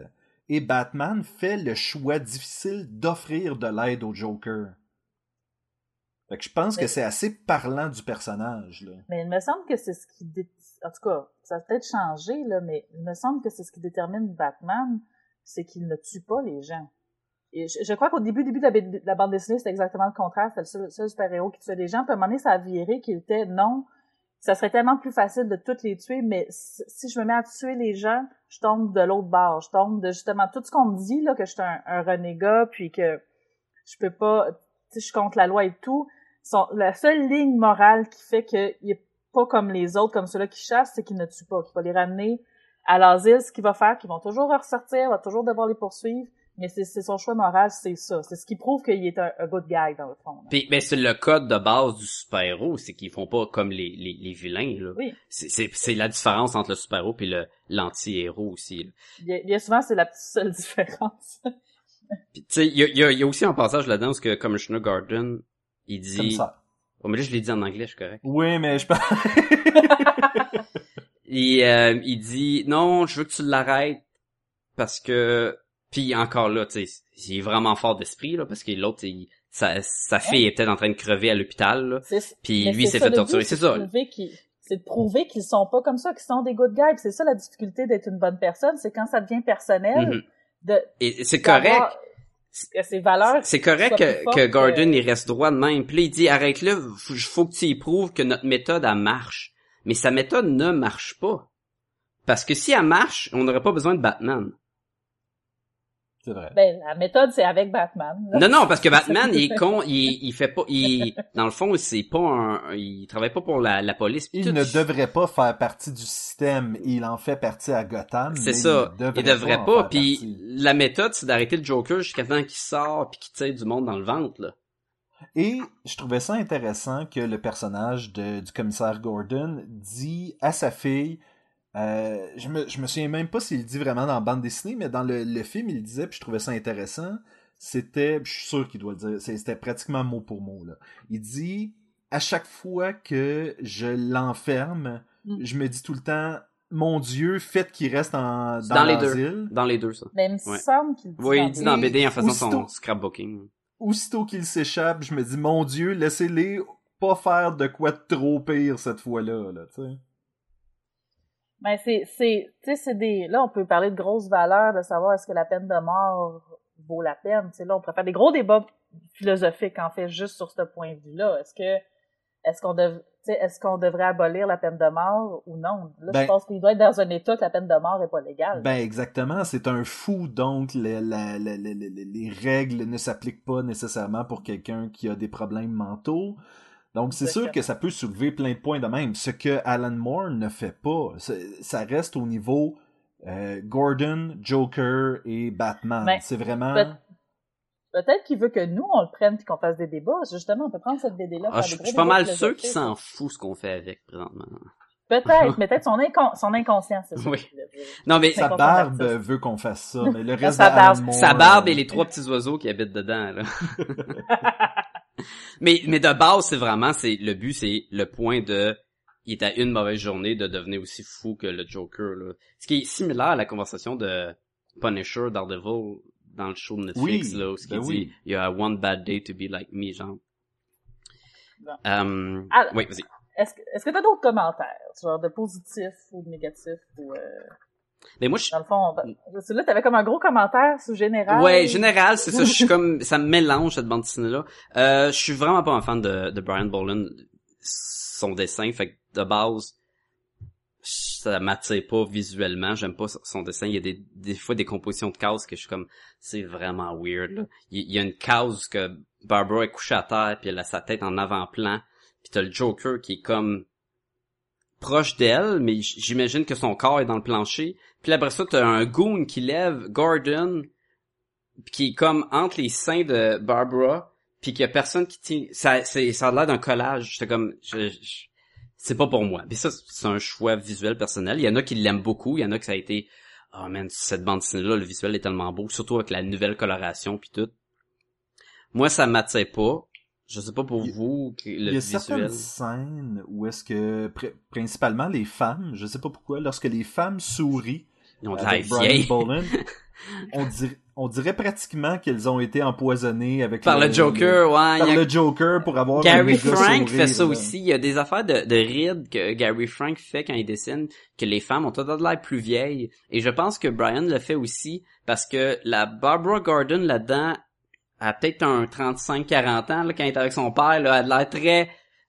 Et Batman fait le choix difficile d'offrir de l'aide au Joker. Fait que je pense que c'est assez parlant du personnage, là. Mais il me semble que c'est ce qui... En tout cas, ça a peut-être changé, là, mais il me semble que c'est ce qui détermine Batman, c'est qu'il ne tue pas les gens. Et je crois qu'au début de la bande dessinée, c'était exactement le contraire. C'était le seul super-héros qui tuait les gens. Puis à un moment donné, ça a viré qu'il était, non, ça serait tellement plus facile de toutes les tuer, mais si je me mets à tuer les gens, je tombe de l'autre bord. Je tombe de justement tout ce qu'on me dit, là, que je suis un renégat, puis que je peux pas, tu sais, je suis contre la loi et tout. La seule ligne morale qui fait qu'il est pas comme les autres, comme ceux-là qui chassent, c'est qu'il ne tue pas, qu'il va les ramener à l'asile. Ce qu'il va faire, qu'ils vont toujours ressortir, va toujours devoir les poursuivre. Mais c'est son choix moral, c'est ça. C'est ce qui prouve qu'il est un good guy, dans le fond. Là. Puis, ben, c'est le code de base du super-héros, c'est qu'ils font pas comme les vilains, là. Oui. C'est la différence entre le super-héros puis l'anti-héros aussi, là. Bien souvent, c'est la seule différence. Puis, tu sais, il y a aussi un passage là-dedans où que Commissioner Gordon, il dit... Comme ça. Oh, mais là, je l'ai dit en anglais, je suis correct. Oui, mais je parle... Il dit, non, je veux que tu l'arrêtes, parce que... Puis encore là, tu sais, il est vraiment fort d'esprit, là, parce que l'autre, sa fille était en train de crever à l'hôpital, là. Puis lui, il s'est fait torturer. C'est ça. C'est de prouver qu'ils sont pas comme ça, qu'ils sont des good guys. C'est ça la difficulté d'être une bonne personne, c'est quand ça devient personnel. Et c'est correct. Ses valeurs. C'est correct que Gordon, il reste droit de même. Puis là, il dit, arrête-le, faut que tu y prouves que notre méthode, elle marche. Mais sa méthode ne marche pas. Parce que si elle marche, on n'aurait pas besoin de Batman. C'est vrai. Ben, la méthode, c'est avec Batman. Là. Non, parce que Batman, il est con, il fait pas, dans le fond, c'est pas il travaille pas pour la police. Il ne devrait pas faire partie du système. Il en fait partie à Gotham. C'est ça. Il devrait pas. Puis partie. la méthode, c'est d'arrêter le Joker jusqu'à temps qu'il sort puis qu'il tire du monde dans le ventre, là. Et je trouvais ça intéressant que le personnage du commissaire Gordon dit à sa fille, je me souviens même pas s'il le dit vraiment dans la bande dessinée, mais dans le film, il le disait, puis je trouvais ça intéressant. C'était, je suis sûr qu'il doit le dire, c'était pratiquement mot pour mot, là. Il dit, à chaque fois que je l'enferme, je me dis tout le temps, mon Dieu, faites qu'il reste dans l'asile. Dans les deux, ça. Mais il me semble qu'il dit oui, il dit dans BD en faisant son aussitôt, scrapbooking. Aussitôt qu'il s'échappe, je me dis, mon Dieu, laissez-les pas faire de quoi de trop pire cette fois-là, là, tu sais. Ben, tu sais, là, on peut parler de grosses valeurs, de savoir est-ce que la peine de mort vaut la peine, tu sais, là, on pourrait faire des gros débats philosophiques, en fait, juste sur ce point de vue-là. Est-ce qu'on devrait abolir la peine de mort ou non? Là, je pense qu'il doit être dans un état que la peine de mort est pas légale. Ben, exactement. C'est un fou, donc les règles ne s'appliquent pas nécessairement pour quelqu'un qui a des problèmes mentaux. Donc, c'est sûr que ça peut soulever plein de points de même. Ce que Alan Moore ne fait pas, ça reste au niveau Gordon, Joker et Batman. Ben, c'est vraiment... Peut-être qu'il veut que nous, on le prenne et qu'on fasse des débats. Justement, on peut prendre cette BD-là. Je suis pas mal sûr qu'il s'en fout ce qu'on fait avec, présentement. Peut-être son inconscient, c'est ça. Oui. Non, mais sa barbe veut qu'on fasse ça, mais le reste sa barbe et les 3 petits oiseaux qui habitent dedans, là. mais de base, le but, c'est le point de, il est à une mauvaise journée de devenir aussi fou que le Joker, là. Ce qui est similaire à la conversation de Punisher, Daredevil, dans le show de Netflix, là, où il dit, il y a one bad day to be like me, genre. Oui, vas-y. Est-ce que t'as d'autres commentaires, genre de positifs ou de négatifs ou Mais moi, dans le fond, là, t'avais comme un gros commentaire sous général. Ouais, général, c'est ça, je suis comme, ça me mélange cette bande dessinée-là. Je suis vraiment pas un fan de Brian Boland, son dessin, fait que de base, ça m'attire pas visuellement, j'aime pas son dessin, il y a des fois des compositions de cases que je suis comme, c'est vraiment weird, là. Il y a une case que Barbara est couchée à terre, puis elle a sa tête en avant-plan, puis t'as le Joker qui est comme proche d'elle, mais j'imagine que son corps est dans le plancher. Puis après ça, t'as un goon qui lève Gordon, qui est comme entre les seins de Barbara, puis qu'il y a personne qui tient... Ça a l'air d'un collage. J'étais comme... c'est pas pour moi. Puis ça, c'est un choix visuel personnel. Il y en a qui l'aiment beaucoup, il y en a que ça a été... Oh man, cette bande dessinée-là, le visuel est tellement beau, surtout avec la nouvelle coloration puis tout. Moi, ça m'attire pas. Je sais pas pour vous, le visuel... Il y a certaines scènes où est-ce que, principalement les femmes, je sais pas pourquoi, lorsque les femmes sourient avec Brian Boland, on dirait pratiquement qu'elles ont été empoisonnées avec par le Joker, le Joker pour avoir Gary Frank sourire, fait ça là. aussi. Il y a des affaires de rides que Gary Frank fait quand il dessine, que les femmes ont tout de l'air plus vieilles. Et je pense que Brian le fait aussi parce que la Barbara Gordon là-dedans a peut-être un 35-40 ans, là, quand elle est avec son père, là, elle a l'air très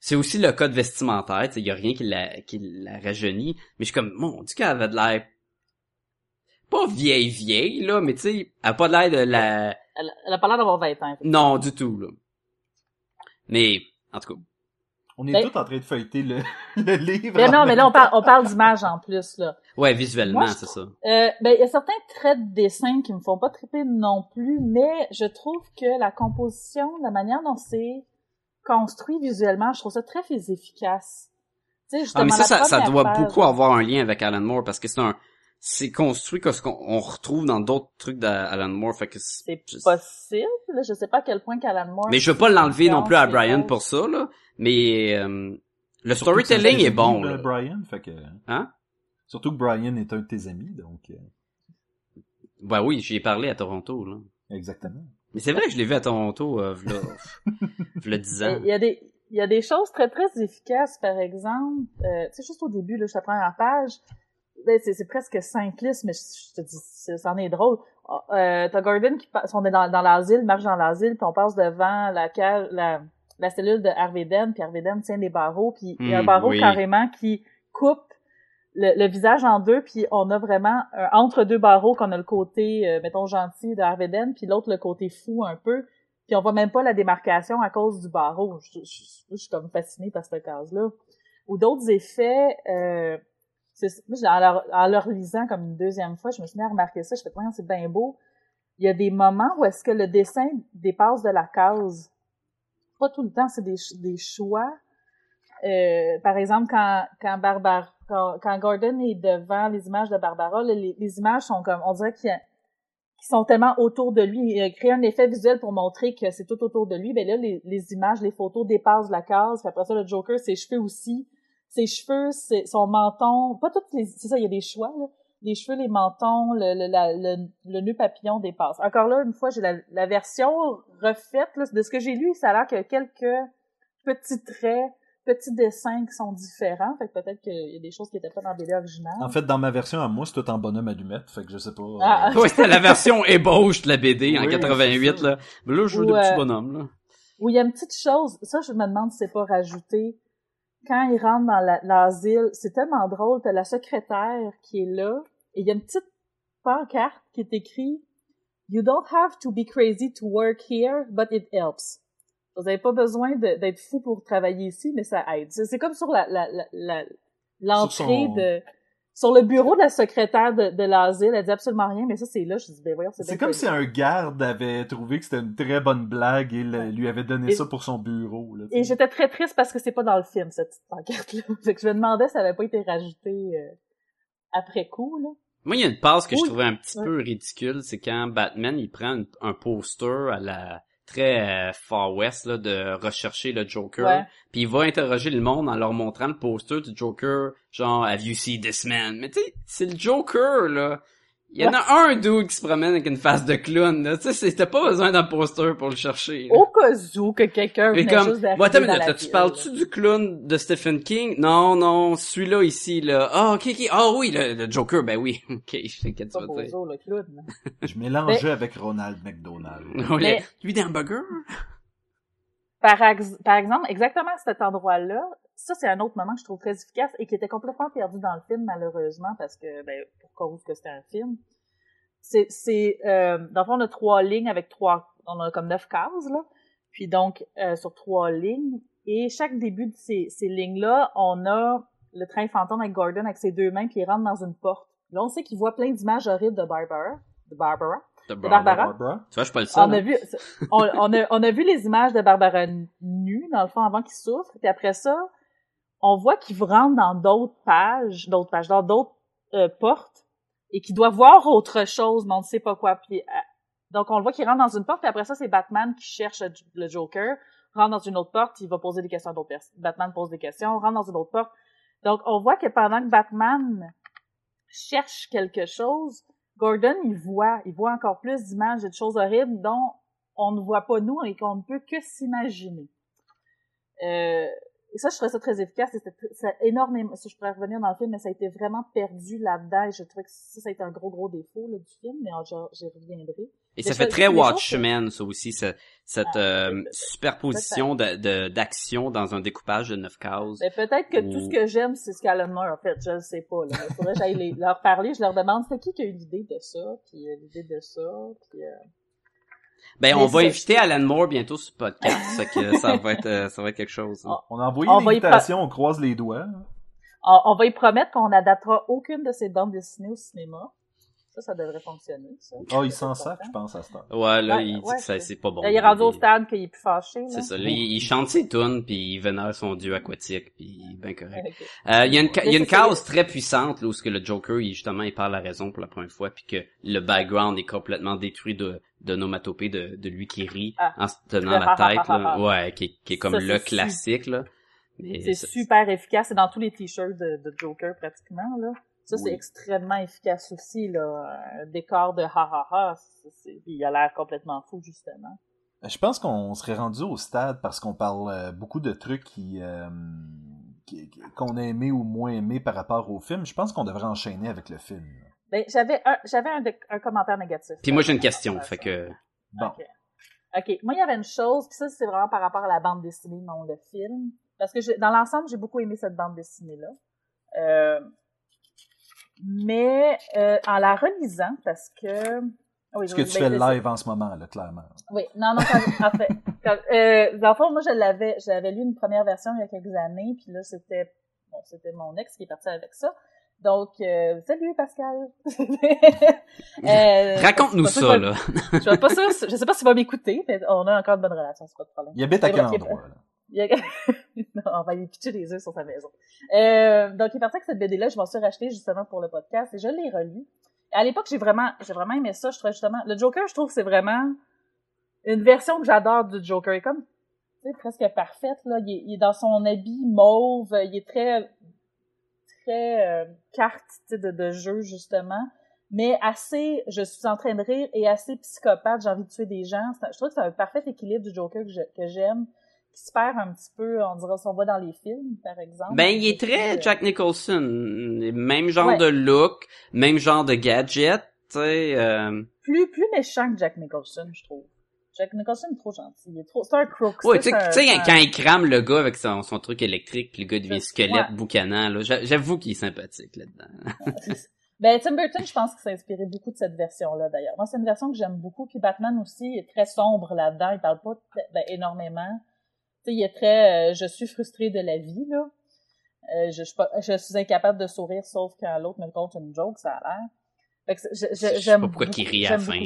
C'est aussi le code vestimentaire, tu sais, y a rien qui la rajeunit, mais je suis comme, mon Dieu, qu'elle avait de l'air pas vieille, là, mais tu sais, elle a pas de l'air de la... Elle a pas l'air d'avoir 20 ans. Non, du tout, là. Mais, en tout cas. On est tous en train de feuilleter le livre. Mais non, mais là, on parle d'image en plus, là. Ouais, visuellement, Moi, c'est ça. Il y a certains traits de dessin qui me font pas triper non plus, mais je trouve que la composition, la manière dont c'est construit visuellement, je trouve ça très efficace. Tu sais, justement, Mais ça première doit page, beaucoup avoir un lien avec Alan Moore, parce que c'est construit comme ce qu'on retrouve dans d'autres trucs d'Alan Moore, fait que c'est possible, là, je sais pas à quel point qu'Alan Moore... Mais je veux pas l'enlever non plus à Brian pour ça, là, mais le storytelling est bon, là. Brian, fait que... Hein? Surtout que Brian est un de tes amis, donc... Ben oui, j'y ai parlé à Toronto, là. Exactement. Mais c'est vrai que je l'ai vu à Toronto, v'là 10 ans. Il y a des choses très efficaces, par exemple, tu sais, juste au début, là, je te prends la page, ben, c'est presque simpliste, mais je te dis, c'en est drôle. T'as Gordon qui passe, on est dans l'asile, marche dans l'asile, puis on passe devant la cellule de Harvey Dent, puis Harvey Dent tient des barreaux, puis il y a un barreau carrément qui coupe le visage en deux, puis on a vraiment entre deux barreaux qu'on a le côté, mettons, gentil de Harvey Dent, puis l'autre le côté fou un peu, puis on voit même pas la démarcation à cause du barreau. Je suis comme fascinée par cette case-là. Ou d'autres effets... en leur lisant comme une deuxième fois, je me suis mis à remarquer ça. Je fais, c'est bien beau. Il y a des moments où est-ce que le dessin dépasse de la case. Pas tout le temps, c'est des choix. Par exemple, quand Gordon est devant les images de Barbara, les images sont comme, on dirait qu'ils sont tellement autour de lui. Il a créé un effet visuel pour montrer que c'est tout autour de lui. Ben là, les images, les photos dépassent la case. Puis après ça, le Joker, ses cheveux aussi. Ses cheveux, son menton, pas toutes c'est ça, il y a des choix, là. Les cheveux, les mentons, le nœud papillon dépassent. Encore là, une fois, j'ai la version refaite, là, de ce que j'ai lu, ça a l'air qu'il y a quelques petits traits, petits dessins qui sont différents, fait que peut-être qu'il y a des choses qui étaient pas dans la BD originale. En fait, dans ma version à moi, c'est tout en bonhomme allumette, fait que je sais pas. Ouais, c'était la version ébauche de la BD en 88, là. Mais là, je joue des petits bonhommes, là. Où il y a une petite chose, ça, je me demande si c'est pas rajouté. Quand il rentre dans l'asile, c'est tellement drôle, t'as la secrétaire qui est là, et il y a une petite pancarte qui est écrite « You don't have to be crazy to work here, but it helps ». Vous avez pas besoin d'être fou pour travailler ici, mais ça aide. C'est comme sur l'entrée sur le bureau de la secrétaire de l'asile, elle dit absolument rien, mais ça, c'est là, je dis, ben voyons, c'est comme si un garde avait trouvé que c'était une très bonne blague et lui avait donné ça pour son bureau, là. Et j'étais très triste parce que c'est pas dans le film, cette petite pancarte-là. Fait que je me demandais si ça avait pas été rajouté après coup, là. Moi, il y a une passe que je trouvais un petit peu ridicule, c'est quand Batman, il prend un poster à la très Far West, là, de rechercher le Joker, puis il va interroger le monde en leur montrant le poster du Joker, genre « Have you seen this man? » Mais tu sais, c'est le Joker, là. Il y en a un dude qui se promène avec une face de clown, là. Tu sais, t'as pas besoin d'un poster pour le chercher, là. Au cas où que quelqu'un venait juste d'arriver attends, dans la tu parles-tu du clown de Stephen King? Non, celui-là ici, là. Ah, ok. Ah oui, le Joker, ben oui. Ok, je sais qu'est-ce que tu vas dire. Le clown. Je mélangeais avec Ronald McDonald. Lui d'hamburger? Par exemple, exactement à cet endroit-là, ça, c'est un autre moment que je trouve très efficace et qui était complètement perdu dans le film, malheureusement, parce que, pour cause que c'était un film. Dans le fond, on a 3 lignes on a comme 9 cases, là. Puis donc, sur 3 lignes. Et chaque début de ces lignes-là, on a le train fantôme avec Gordon avec ses 2 mains, puis il rentre dans une porte. Là, on sait qu'il voit plein d'images horribles de Barbara. Tu vois, je suis pas le seul. On a vu les images de Barbara nue, dans le fond, avant qu'il souffre. Puis après ça, on voit qu'il rentre dans d'autres pages, dans d'autres portes, et qu'il doit voir autre chose, mais on ne sait pas quoi. Puis, donc, on le voit qu'il rentre dans une porte, puis après ça, c'est Batman qui cherche le Joker, rentre dans une autre porte, il va poser des questions à d'autres personnes. Batman pose des questions, rentre dans une autre porte. Donc, on voit que pendant que Batman cherche quelque chose, Gordon, il voit encore plus d'images et de choses horribles dont on ne voit pas nous et qu'on ne peut que s'imaginer. Et ça, je trouvais ça très efficace. C'est énormément, si je pourrais revenir dans le film, mais ça a été vraiment perdu là-dedans et je trouvais que ça a été un gros défaut, là, du film, mais j'y reviendrai. Et ça fait très Watchmen, ça aussi. cette superposition d'action dans un découpage de 9 cases. Mais peut-être que tout ce que j'aime, c'est ce qu'Alan Moore a fait. Je le sais pas, là. Il faudrait que j'aille leur parler. Je leur demande, c'est qui a eu l'idée de ça, puis l'idée de ça, puis... Ben, on va inviter Alan Moore bientôt sur le podcast, fait que ça va être quelque chose. Hein. On a envoyé l'invitation, on croise les doigts. On va y promettre qu'on n'adaptera aucune de ces bandes dessinées au cinéma. Ça devrait fonctionner, ça. Il s'en sert, je pense, à ce temps. Ouais, là, il dit que c'est pas bon. Là, il est rendu au stade qu'il est plus fâché, là. C'est ça. Là, il chante ses tunes, puis il vénère son dieu aquatique, puis il est bien correct. Okay. Il y a une case très puissante, là, où ce que le Joker, il parle la raison pour la première fois, puis que le background est complètement détruit d'onomatopée de lui qui rit en se tenant la tête, là. Ouais, qui est comme le classique, là. C'est super efficace. C'est dans tous les t-shirts de Joker, pratiquement, là. Ça, c'est extrêmement efficace aussi, là. Un décor de ha-ha-ha. Il a l'air complètement fou, justement. Je pense qu'on serait rendu au stade parce qu'on parle beaucoup de trucs qu'on a aimé ou moins aimé par rapport au film. Je pense qu'on devrait enchaîner avec le film. Ben, j'avais un commentaire négatif. Puis moi, j'ai une question, fait que... Bon. OK. Moi, il y avait une chose, puis ça, c'est vraiment par rapport à la bande dessinée, non le film. Parce que dans l'ensemble, j'ai beaucoup aimé cette bande dessinée-là. Mais en la relisant, parce que... Oui, ce que tu fais live en ce moment, là, clairement. Oui, non, en fait, dans le fond, moi, j'avais lu une première version il y a quelques années, puis là, c'était mon ex qui est parti avec ça. Donc, salut Pascal! Raconte-nous ça, là! Je sais pas s'il va m'écouter, mais on a encore de bonnes relations, c'est pas de problème. Il habite à quel endroit, là? Non, on va aller pitcher des œufs sur sa maison. Donc, il est parti avec cette BD-là, je m'en suis racheté justement pour le podcast, et je l'ai relu. À l'époque, j'ai vraiment aimé ça, je trouvais justement, le Joker, je trouve que c'est vraiment une version que j'adore du Joker, il est comme, tu sais, presque parfaite, là, il est dans son habit mauve, il est très carte, tu sais, de jeu, justement, mais assez, je suis en train de rire, et assez psychopathe, j'ai envie de tuer des gens. Je trouve que c'est un parfait équilibre du Joker que j'aime, qui se perd un petit peu, on dirait, si on voit dans les films, par exemple. Ben, il est très Jack Nicholson. Même genre de look, même genre de gadget, tu sais. Plus méchant que Jack Nicholson, je trouve. Jack Nicholson est trop gentil. C'est un crook. Ouais, tu sais, quand il crame le gars avec son truc électrique, pis le gars devient squelette boucanant, là, j'avoue qu'il est sympathique là-dedans. Ben, Tim Burton, je pense qu'il s'est inspiré beaucoup de cette version-là, d'ailleurs. Moi, c'est une version que j'aime beaucoup, puis Batman aussi est très sombre là-dedans, il parle pas énormément. Tu sais, il est très je suis frustré de la vie, là. Je suis incapable de sourire, sauf quand l'autre me compte une joke, ça a l'air. Fait que j'aime je sais pas pourquoi qu'il rit à la fin.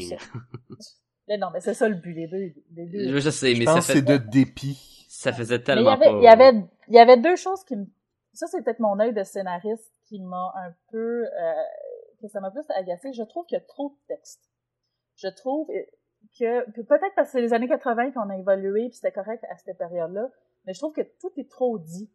Mais non, mais c'est ça le but, les deux. Je sais, mais je pense que c'est de dépit. Ça faisait tellement il y avait deux choses qui me... Ça, c'est peut-être mon œil de scénariste qui m'a un peu... que ça m'a plus agacé. Je trouve qu'il y a trop de texte. Je trouve que... Peut-être parce que c'est les années 80 qu'on a évolué, puis c'était correct à cette période-là, mais je trouve que tout est trop dit.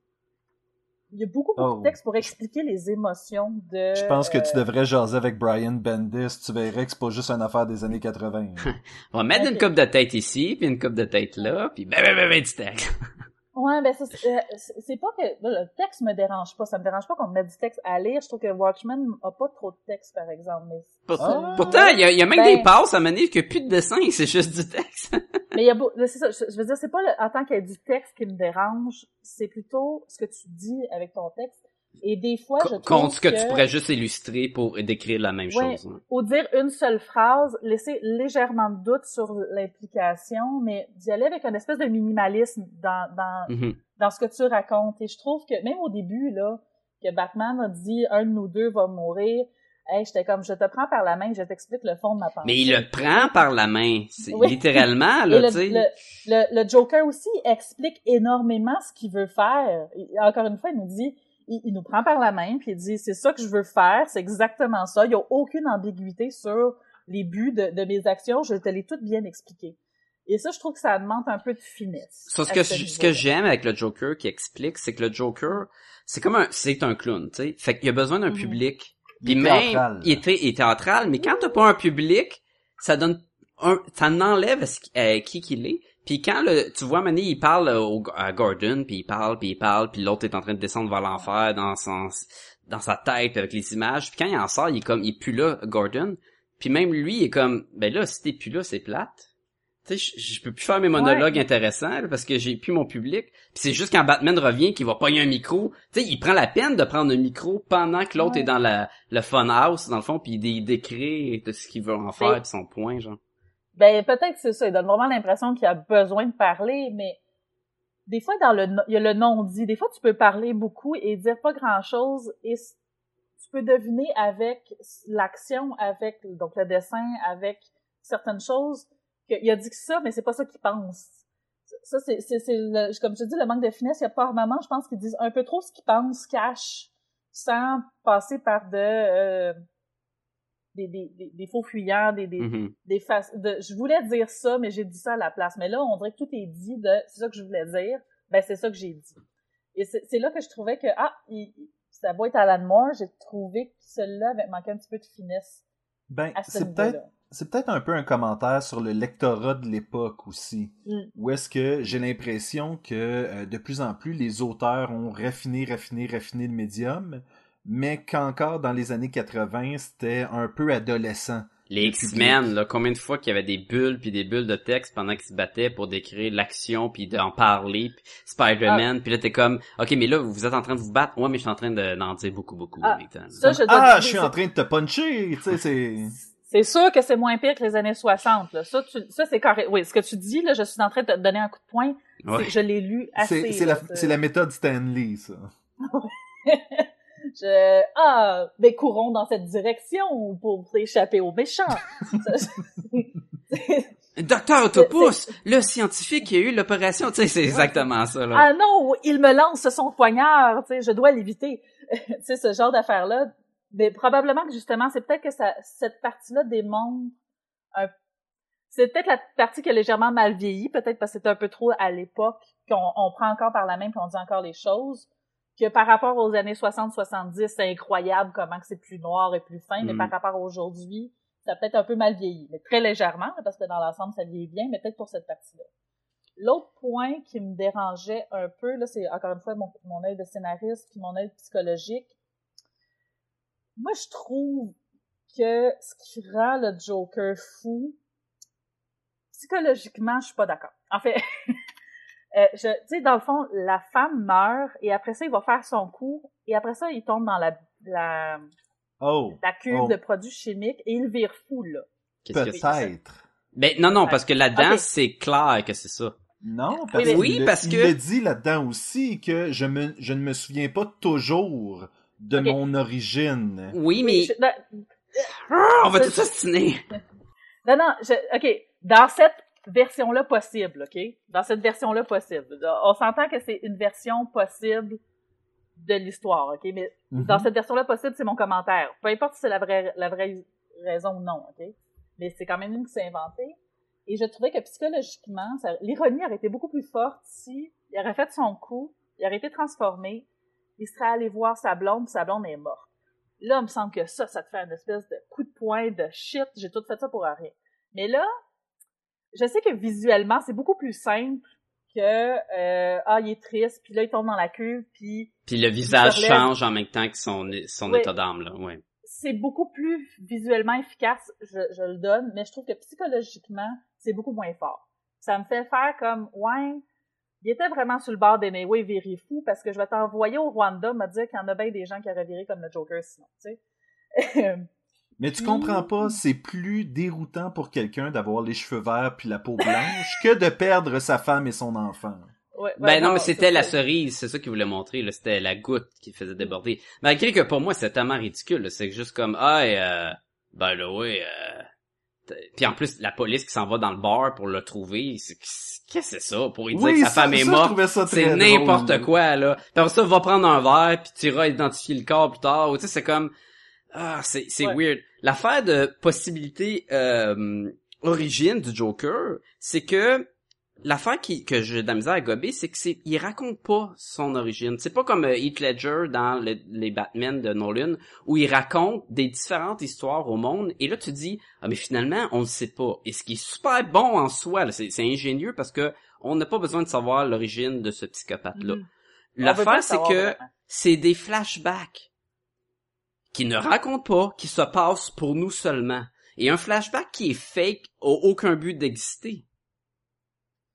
Il y a beaucoup de textes pour expliquer les émotions de... Je pense que tu devrais jaser avec Brian Bendis. Tu verrais que c'est pas juste une affaire des années 80. On va mettre une coupe de tête ici, puis une coupe de tête là, puis du texte. Ouais, ben c'est pas que le texte me dérange pas. Ça me dérange pas qu'on me mette du texte à lire. Je trouve que Watchmen a pas trop de texte, par exemple. Mais pourtant, il y a même des passes à mener qu'il n'y a plus de dessin, c'est juste du texte. Mais c'est ça. Je veux dire, c'est pas en tant qu'il y a du texte qui me dérange. C'est plutôt ce que tu dis avec ton texte. Et des fois, je trouve contre ce que tu pourrais juste illustrer pour décrire la même chose. Hein. Ou dire une seule phrase, laisser légèrement de doute sur l'implication, mais d'y aller avec une espèce de minimalisme dans ce que tu racontes. Et je trouve que, même au début, là, que Batman a dit « un de nous deux va mourir », hey, j'étais comme « je te prends par la main, je t'explique le fond de ma pensée ». Mais il le prend par la main, littéralement, là, tu sais. Le Joker aussi explique énormément ce qu'il veut faire. Et encore une fois, il nous dit... Il nous prend par la main, puis il dit « c'est ça que je veux faire, c'est exactement ça. Il n'y a aucune ambiguïté sur les buts de mes actions, je te l'ai toutes bien expliqué. » Et ça, je trouve que ça demande un peu de finesse. Ça, ce que j'aime avec le Joker qui explique, c'est que le Joker, c'est un clown, tu sais. Fait qu'il a besoin d'un public. Puis même, il est théâtral, mais quand t'as pas un public, ça enlève qui qu'il est. Puis quand tu vois Mané, il parle à Gordon, puis il parle, puis l'autre est en train de descendre vers l'enfer dans sa tête avec les images. Puis quand il en sort, il est plus là, Gordon. Puis même lui, il est comme, ben là, si t'es plus là, c'est plate. Tu sais, je peux plus faire mes monologues intéressants là, parce que j'ai plus mon public. Puis c'est juste quand Batman revient qu'il va pogner un micro. Tu sais, il prend la peine de prendre un micro pendant que l'autre est dans le fun house dans le fond, puis il décrit de ce qu'il veut en faire, puis son point genre. Ben peut-être c'est ça. Il donne vraiment l'impression qu'il a besoin de parler, mais des fois il y a le non-dit. Des fois tu peux parler beaucoup et dire pas grand-chose et tu peux deviner avec l'action, avec donc le dessin, avec certaines choses. Il a dit que ça, mais c'est pas ça qu'il pense. Ça, c'est comme je te dis, le manque de finesse. Il y a par moments, je pense qu'ils disent un peu trop ce qu'ils pensent, cash, sans passer par des faux fuyants, des faces. Je voulais dire ça, mais j'ai dit ça à la place. Mais là, on dirait que tout est dit c'est ça que je voulais dire. Ben, c'est ça que j'ai dit. Et c'est là que je trouvais que, ça doit être Alan Moore, j'ai trouvé que celui-là avait manqué un petit peu de finesse. Ben, c'est peut-être un peu un commentaire sur le lectorat de l'époque aussi. Où est-ce que j'ai l'impression que de plus en plus les auteurs ont raffiné le médium, mais qu'encore dans les années 80, c'était un peu adolescent. Les X-Men, là, combien de fois qu'il y avait des bulles puis des bulles de texte pendant qu'ils se battaient pour décrire l'action puis d'en parler, puis Spider-Man, puis là t'es comme, ok, mais là vous êtes en train de vous battre, ouais, mais je suis en train d'en dire beaucoup en même temps. Je suis en train de te puncher, tu sais, c'est sûr que c'est moins pire que les années 60, là. Ça c'est correct. Oui, ce que tu dis, là, je suis en train de te donner un coup de poing. Ouais. Je l'ai lu assez. C'est la méthode Stanley, ça. Mais courons dans cette direction pour échapper aux méchants. Docteur Octopus, le scientifique qui a eu l'opération, tu sais, c'est exactement ça, là. Ah non, il me lance son poignard, tu sais, je dois l'éviter. Tu sais, ce genre d'affaires-là. Mais probablement que justement, c'est peut-être que cette partie-là démontre c'est peut-être la partie qui a légèrement mal vieilli, peut-être parce que c'était un peu trop à l'époque, qu'on prend encore par la main puis on dit encore les choses, que par rapport aux années 60-70, c'est incroyable comment que c'est plus noir et plus fin, mais par rapport à aujourd'hui, ça a peut-être un peu mal vieilli, mais très légèrement, parce que dans l'ensemble, ça vieillit bien, mais peut-être pour cette partie-là. L'autre point qui me dérangeait un peu, là, c'est encore une fois mon œil de scénariste puis mon œil psychologique. Moi, je trouve que ce qui rend le Joker fou, psychologiquement, je suis pas d'accord. En fait, tu sais, dans le fond, la femme meurt et après ça, il va faire son coup et après ça, il tombe dans la cuve de produits chimiques et il vire fou, là. Peut-être. Ben, non, parce que là-dedans, c'est clair que c'est ça. Non, parce qu'il le dit là-dedans aussi que je ne me souviens pas toujours de mon origine. Oui, mais... on va tout s'ostiner. Non, dans cette version-là possible, OK? Dans cette version-là possible. On s'entend que c'est une version possible de l'histoire, OK? Mais dans cette version-là possible, c'est mon commentaire. Peu importe si c'est la vraie raison ou non, OK? Mais c'est quand même une qui s'est inventée. Et je trouvais que psychologiquement, l'ironie aurait été beaucoup plus forte si il aurait fait son coup, il aurait été transformé, il serait allé voir sa blonde, puis sa blonde est morte. Là, il me semble que ça te fait une espèce de coup de poing, de shit, j'ai tout fait ça pour rien. Mais là, je sais que visuellement, c'est beaucoup plus simple que il est triste, puis là, il tombe dans la cuve, puis le visage change en même temps que son état d'âme, là, ouais. C'est beaucoup plus visuellement efficace, je le donne, mais je trouve que psychologiquement, c'est beaucoup moins fort. Ça me fait faire comme, il était vraiment sur le bord d'anyway, virer fou, parce que je vais t'envoyer au Rwanda, me dire qu'il y en a bien des gens qui auraient viré comme le Joker sinon, tu sais. Mais tu comprends pas, c'est plus déroutant pour quelqu'un d'avoir les cheveux verts puis la peau blanche que de perdre sa femme et son enfant. Non, mais c'était la cerise, c'est ça qu'il voulait montrer, là, c'était la goutte qui faisait déborder. Malgré que pour moi, c'est tellement ridicule, là, c'est juste comme, puis en plus, la police qui s'en va dans le bar pour le trouver, qu'est-ce que c'est ça? Pour lui dire que sa femme est morte, c'est n'importe quoi, là. Puis après ça, va prendre un verre, puis tu iras identifier le corps plus tard, ou tu sais, c'est comme, c'est weird. L'affaire de possibilité, origine du Joker, c'est que, l'affaire que j'ai de la misère à gober, c'est que il raconte pas son origine. C'est pas comme Heath Ledger dans les Batman de Nolan, où il raconte des différentes histoires au monde, et là tu dis, mais finalement, on ne sait pas. Et ce qui est super bon en soi, là, c'est ingénieux parce que on n'a pas besoin de savoir l'origine de ce psychopathe-là. L'affaire, c'est que c'est des flashbacks qui ne racontent pas, qui se passent pour nous seulement. Et un flashback qui est fake a aucun but d'exister.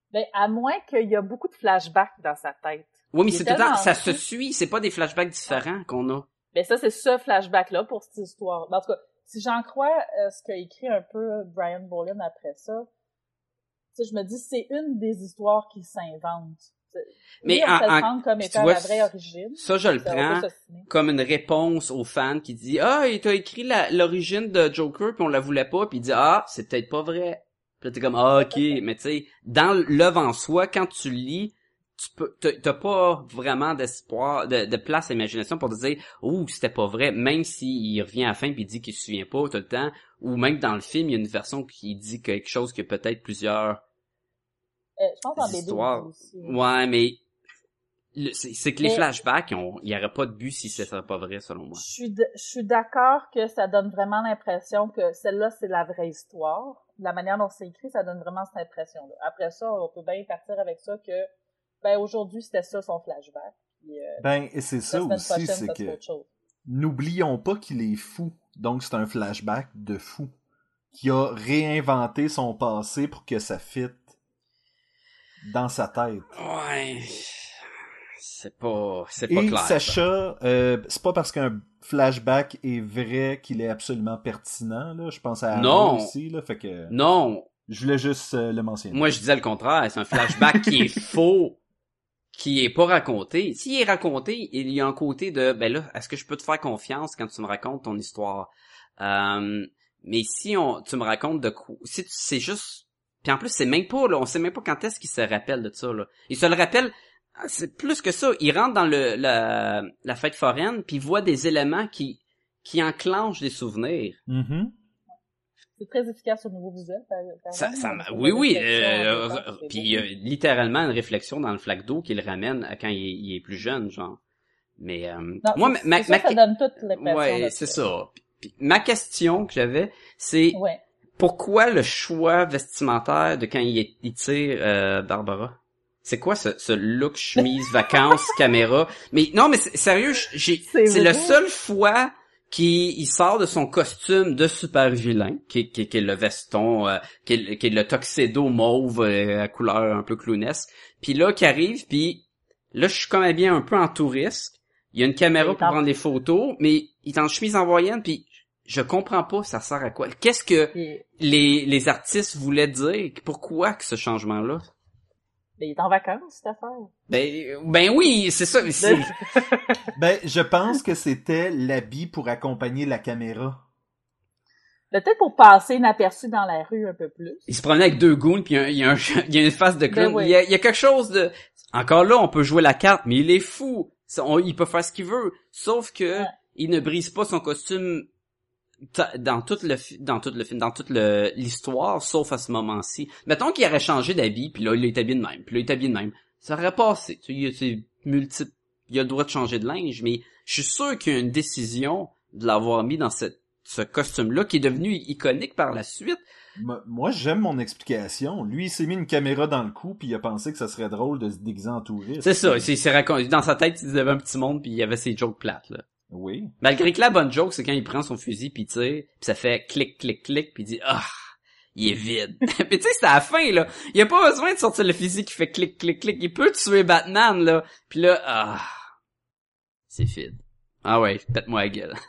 Ben, à moins qu'il y a beaucoup de flashbacks dans sa tête. Oui, mais Il est c'est tout le temps, tellement ça fou. se suit, c'est pas des flashbacks différents qu'on a. Ben, ça, c'est ce flashback-là pour cette histoire. En tout cas, si j'en crois ce qu'a écrit un peu Brian Bolin après ça, tu sais, je me dis, c'est une des histoires qui s'invente. Mais on peut le prendre comme tu étant vois, la vraie origine. ça, je le Ça, on prends peut s'ostiner. comme une réponse aux fans qui dit, il t'a écrit l'origine de Joker puis on la voulait pas, puis il dit, c'est peut-être pas vrai. Puis là, t'es comme, ok, mais tu sais, dans l'œuvre en soi, quand tu lis, t'as pas vraiment d'espoir, de place à l'imagination pour te dire, c'était pas vrai, même s'il revient à la fin puis il dit qu'il se souvient pas tout le temps, ou même dans le film, il y a une version qui dit quelque chose que peut-être plusieurs Je pense en BD histoires. aussi. Ouais, mais c'est que les Mais- flashbacks, il y aurait pas de but si ce serait pas vrai, selon moi. Je suis d'accord que ça donne vraiment l'impression que celle-là, c'est la vraie histoire. La manière dont c'est écrit, ça donne vraiment cette impression-là. Après ça, on peut bien partir avec ça que, ben, aujourd'hui, c'était ça son flashback. Puis, Ben, et c'est la ça semaine aussi, prochaine, c'est ça sera que autre chose. n'oublions pas qu'il est fou. Donc, c'est un flashback de fou qui a réinventé son passé pour que ça fitte dans sa tête. Ouais. C'est pas Et clair. Sacha, c'est pas parce qu'un flashback est vrai qu'il est absolument pertinent, là. Je pense à Arrow Non. aussi, là. Fait que Non. je voulais juste le mentionner. Moi, je disais le contraire. C'est un flashback qui est faux, qui est pas raconté. S'il est raconté, il y a un côté de, ben là, est-ce que je peux te faire confiance quand tu me racontes ton histoire? Mais si tu me racontes de quoi, si c'est juste, puis en plus, c'est même pas, là, on sait même pas quand est-ce qu'il se rappelle de ça, là. Il se le rappelle, c'est plus que ça. Il rentre dans la fête foraine, puis il voit des éléments qui enclenchent des souvenirs. Mm-hmm. C'est très efficace au niveau visuel, par exemple. Oui. Puis, Puis il y a littéralement une réflexion dans le flaque d'eau qui le ramène à quand il est plus jeune, genre. Mais non, moi, ça donne toute l'impression. Ouais, c'est ça. Puis, ma question que j'avais, c'est pourquoi le choix vestimentaire de quand il tire Barbara? C'est quoi ce look chemise vacances caméra? Mais non, mais sérieux, c'est la seule fois qu'il sort de son costume de super vilain, qui est le veston, qui est le tuxedo mauve à couleur un peu clownesque. Puis là, qui arrive, puis là, je suis comme habillé un peu en touriste. Il y a une caméra pour prendre des photos, mais il est en chemise hawaïenne, puis je comprends pas ça sert à quoi. Qu'est-ce que les artistes voulaient dire? Pourquoi que ce changement-là? Ben, il est en vacances, cette affaire. Ben oui, c'est ça. Ben, je pense que c'était l'habit pour accompagner la caméra. Peut-être pour passer inaperçu dans la rue un peu plus. Il se promenait avec deux goons, puis il y a une face de clown. Ben oui. Il y a quelque chose de... Encore là, on peut jouer la carte, mais il est fou. Il peut faire ce qu'il veut. Sauf que il ne brise pas son costume dans tout le film, dans toute l'histoire, sauf à ce moment-ci. Mettons qu'il aurait changé d'habit, puis là, il est habillé de même, puis là, il est habillé de même. Ça aurait passé. Tu sais, c'est multiple. Il a le droit de changer de linge, mais je suis sûr qu'il y a une décision de l'avoir mis dans ce costume-là, qui est devenu iconique par la suite. Moi, j'aime mon explication. Lui, il s'est mis une caméra dans le cou, puis il a pensé que ça serait drôle de se déguiser en touriste. C'est ça, c'est raconté. Dans sa tête, il avait un petit monde, puis il y avait ses jokes plates, là. Oui. Malgré que la bonne joke, c'est quand il prend son fusil, puis il tire, puis ça fait clic, clic, clic, puis il dit « Ah, il est vide. » Puis tu sais, c'est à la fin, là. Il a pas besoin de sortir le fusil qui fait clic, clic, clic. Il peut tuer Batman, là. Puis là, c'est vide. Ah ouais, pète-moi la gueule.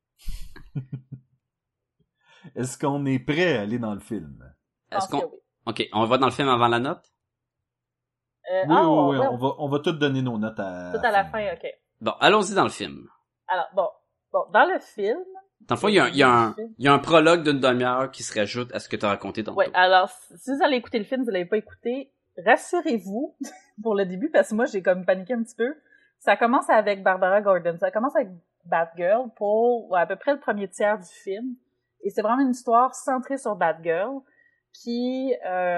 Est-ce qu'on est prêt à aller dans le film? Est-ce qu'on... Ok, on va dans le film avant la note? Oui, on va tout donner nos notes à... Tout à la fin, ok. Bon, allons-y dans le film. Alors, bon, dans le film... Dans le fond, il y a un prologue d'une demi-heure qui se rajoute à ce que tu as raconté tantôt. Ouais, alors, si vous allez écouter le film, vous l'avez pas écouté, rassurez-vous pour le début, parce que moi, j'ai comme paniqué un petit peu. Ça commence avec Barbara Gordon. Ça commence avec Batgirl pour à peu près le premier tiers du film. Et c'est vraiment une histoire centrée sur Batgirl qui...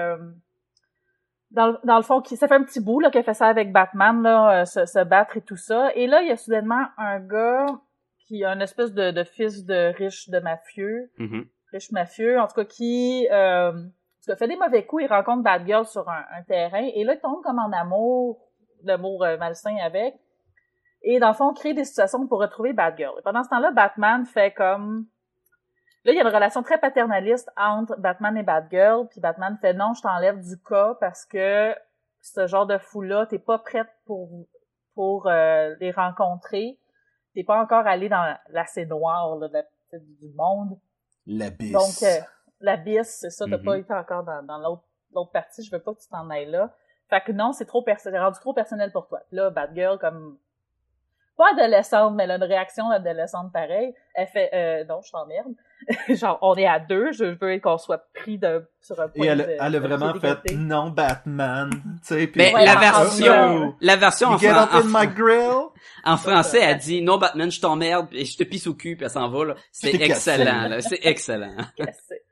Dans le fond, ça fait un petit bout là qu'elle fait ça avec Batman, là, se battre et tout ça. Et là, il y a soudainement un gars qui a une espèce de fils de riche, de mafieux, riche mafieux, en tout cas qui fait des mauvais coups. Il rencontre Batgirl sur un terrain et là, il tombe comme en amour, l'amour malsain avec. Et dans le fond, crée des situations pour retrouver Batgirl. Et pendant ce temps-là, Batman fait comme... Là, il y a une relation très paternaliste entre Batman et Batgirl, puis Batman fait non, je t'enlève du cas parce que ce genre de fou-là, t'es pas prête pour les rencontrer. T'es pas encore allé dans l'assez noir là, du monde. L'abysse. Donc, l'abysse, c'est ça, t'as Mhm. pas été encore dans l'autre partie, je veux pas que tu t'en ailles là. Fait que non, c'est rendu trop personnel pour toi. Puis là, Batgirl, comme pas adolescente, mais elle a une réaction d'adolescente pareille. Elle fait non, je t'emmerde. Genre, on est à deux, je veux qu'on soit pris sur un point Et elle de a vraiment pied fait d'égalité. non Batman, tu sais, puis Mais Ouais, la en version, anglais. la version You get up in my grill. en français, elle dit non Batman, je t'emmerde et je te pisse au cul puis elle s'en va là. C'est Je t'ai excellent cassé. là, c'est excellent. Cassé.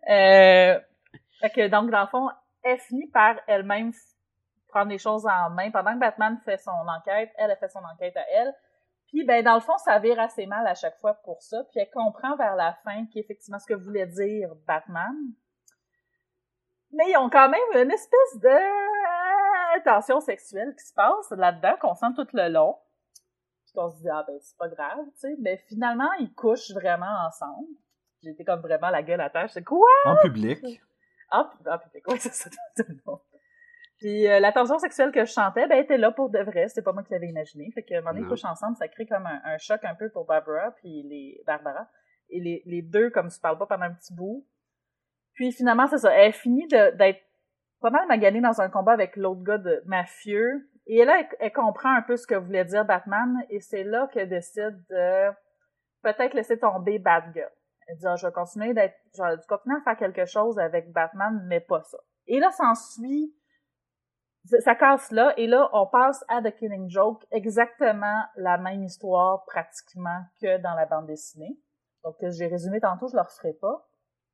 Fait que donc, dans le fond, elle finit par elle-même prendre les choses en main. Pendant que Batman fait son enquête, elle a fait son enquête à elle. Puis, ben, dans le fond, ça vire assez mal à chaque fois pour ça. Puis, elle comprend vers la fin qu'effectivement ce que voulait dire Batman. Mais ils ont quand même une espèce de tension sexuelle qui se passe là-dedans, qu'on sent tout le long. Puis qu'on se dit, ah ben, c'est pas grave, tu sais. Mais finalement, ils couchent vraiment ensemble. J'étais comme vraiment la gueule à terre. J'étais quoi? En public. Ah, public, oui, c'est ça, tout le monde. Puis la tension sexuelle que je chantais, ben, elle était là pour de vrai. C'était pas moi qui l'avais imaginé. Fait que, un moment donné, ils couchent ensemble, ça crée comme un choc un peu pour Barbara, puis Barbara. Et les deux, comme tu parles pas pendant un petit bout. Puis finalement, c'est ça. Elle finit d'être pas mal maganée dans un combat avec l'autre gars de mafieux. Et là, elle comprend un peu ce que voulait dire Batman. Et c'est là qu'elle décide de peut-être laisser tomber Batgirl. Elle dit, je vais continuer continuer à faire quelque chose avec Batman, mais pas ça. Et là, s'ensuit, ça casse là, et là, on passe à The Killing Joke, exactement la même histoire, pratiquement, que dans la bande dessinée. Donc, j'ai résumé tantôt, je le referai pas.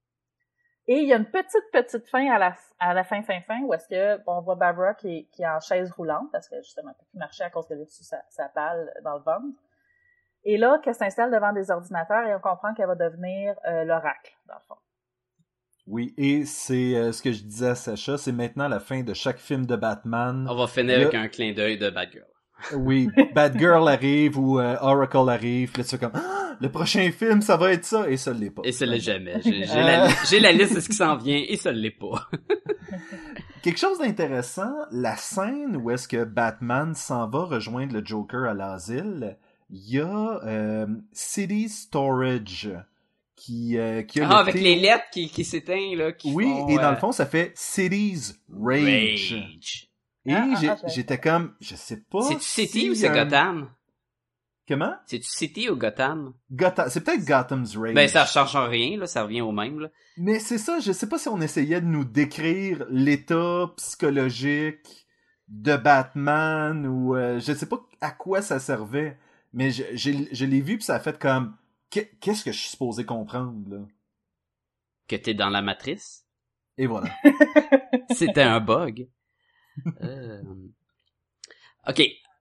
Et il y a une petite fin à la fin, où est-ce que, on voit Barbara qui est en chaise roulante, parce que, justement, elle peut plus marcher à cause qu'elle a reçu sa balle dans le ventre. Et là, qu'elle s'installe devant des ordinateurs et on comprend qu'elle va devenir l'oracle, dans le fond. Oui, et c'est ce que je disais à Sacha, c'est maintenant la fin de chaque film de Batman. On va finir avec un clin d'œil de Batgirl. Oui, Batgirl arrive ou Oracle arrive, là tu fais comme le prochain film ça va être ça, et ça l'est pas. Et ça l'est jamais. J'ai la liste de ce qui s'en vient et ça l'est pas. Quelque chose d'intéressant, la scène où est-ce que Batman s'en va rejoindre le Joker à l'asile, il y a City Storage qui a avec les lettres qui s'éteignent là. Oui, font, et dans le fond ça fait Cities Rage. Et j'étais comme, je sais pas. C'est-tu City ou c'est Gotham? Comment? C'est-tu City ou Gotham? C'est peut-être Gotham's Rage. Ben, ça change rien, là, ça revient au même, là. Mais c'est ça, je sais pas si on essayait de nous décrire l'état psychologique de Batman ou je sais pas à quoi ça servait, mais je l'ai vu pis ça a fait comme, qu'est-ce que je suis supposé comprendre, là? Que t'es dans la matrice? Et voilà. C'était un bug. Ok.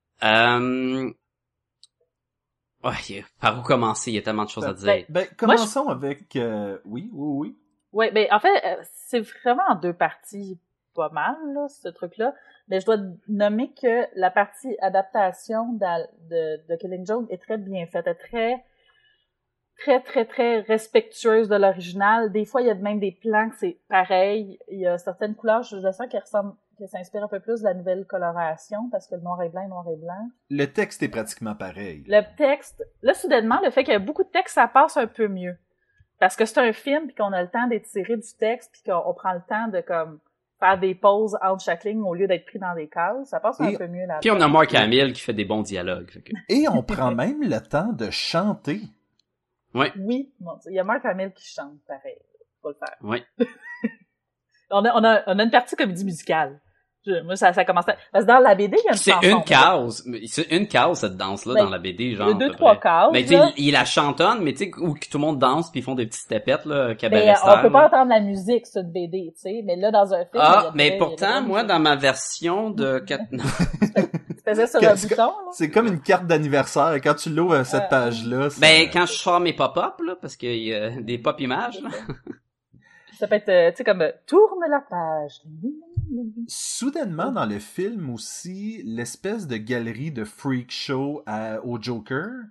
Ouais, par où commencer? Il y a tellement de choses à dire. Ben, commençons avec... Oui. Ouais, ben en fait, c'est vraiment en deux parties, pas mal, là, ce truc-là. Mais je dois nommer que la partie adaptation de Killing Joke est très bien faite, est très respectueuse de l'original. Des fois, il y a même des plans que c'est pareil. Il y a certaines couleurs, je sens qu'elles s'inspirent un peu plus de la nouvelle coloration, parce que le noir et blanc. Le texte est pratiquement pareil. Le texte, là, soudainement, le fait qu'il y a beaucoup de texte, ça passe un peu mieux. Parce que c'est un film, puis qu'on a le temps d'étirer du texte, puis qu'on prend le temps de, comme, faire des pauses entre chaque ligne au lieu d'être pris dans des cases. Ça passe un peu mieux là. Puis on a Mark Hamill qui fait des bons dialogues. Fait que... Et on prend même le temps de chanter. Ouais. Oui, bon, il y a Mark Hamill qui chante, pareil. Faut le faire. Ouais. On a une partie comédie musicale. Moi, ça commence parce que dans la BD, il y a une chanson. C'est une case, cette danse-là, ben, dans la BD, genre. Il y a 2-3 cases. Mais tu sais, il la chantonne, mais tu sais, où tout le monde danse puis ils font des petites tapettes, là, cabaret Mais on peut pas là. entendre la musique sur une BD, tu sais. Mais là, dans un film. Ah, mais pourtant, moi, dans ma version de tu faisais sur un bouton, là. C'est comme une carte d'anniversaire. Quand tu l'ouvres cette page-là, Ben, quand je sors mes pop-up, là, parce qu'il y a des pop-images, là. Ça peut être, tu sais, comme, tourne la page. Soudainement, dans le film aussi, l'espèce de galerie de freak show au Joker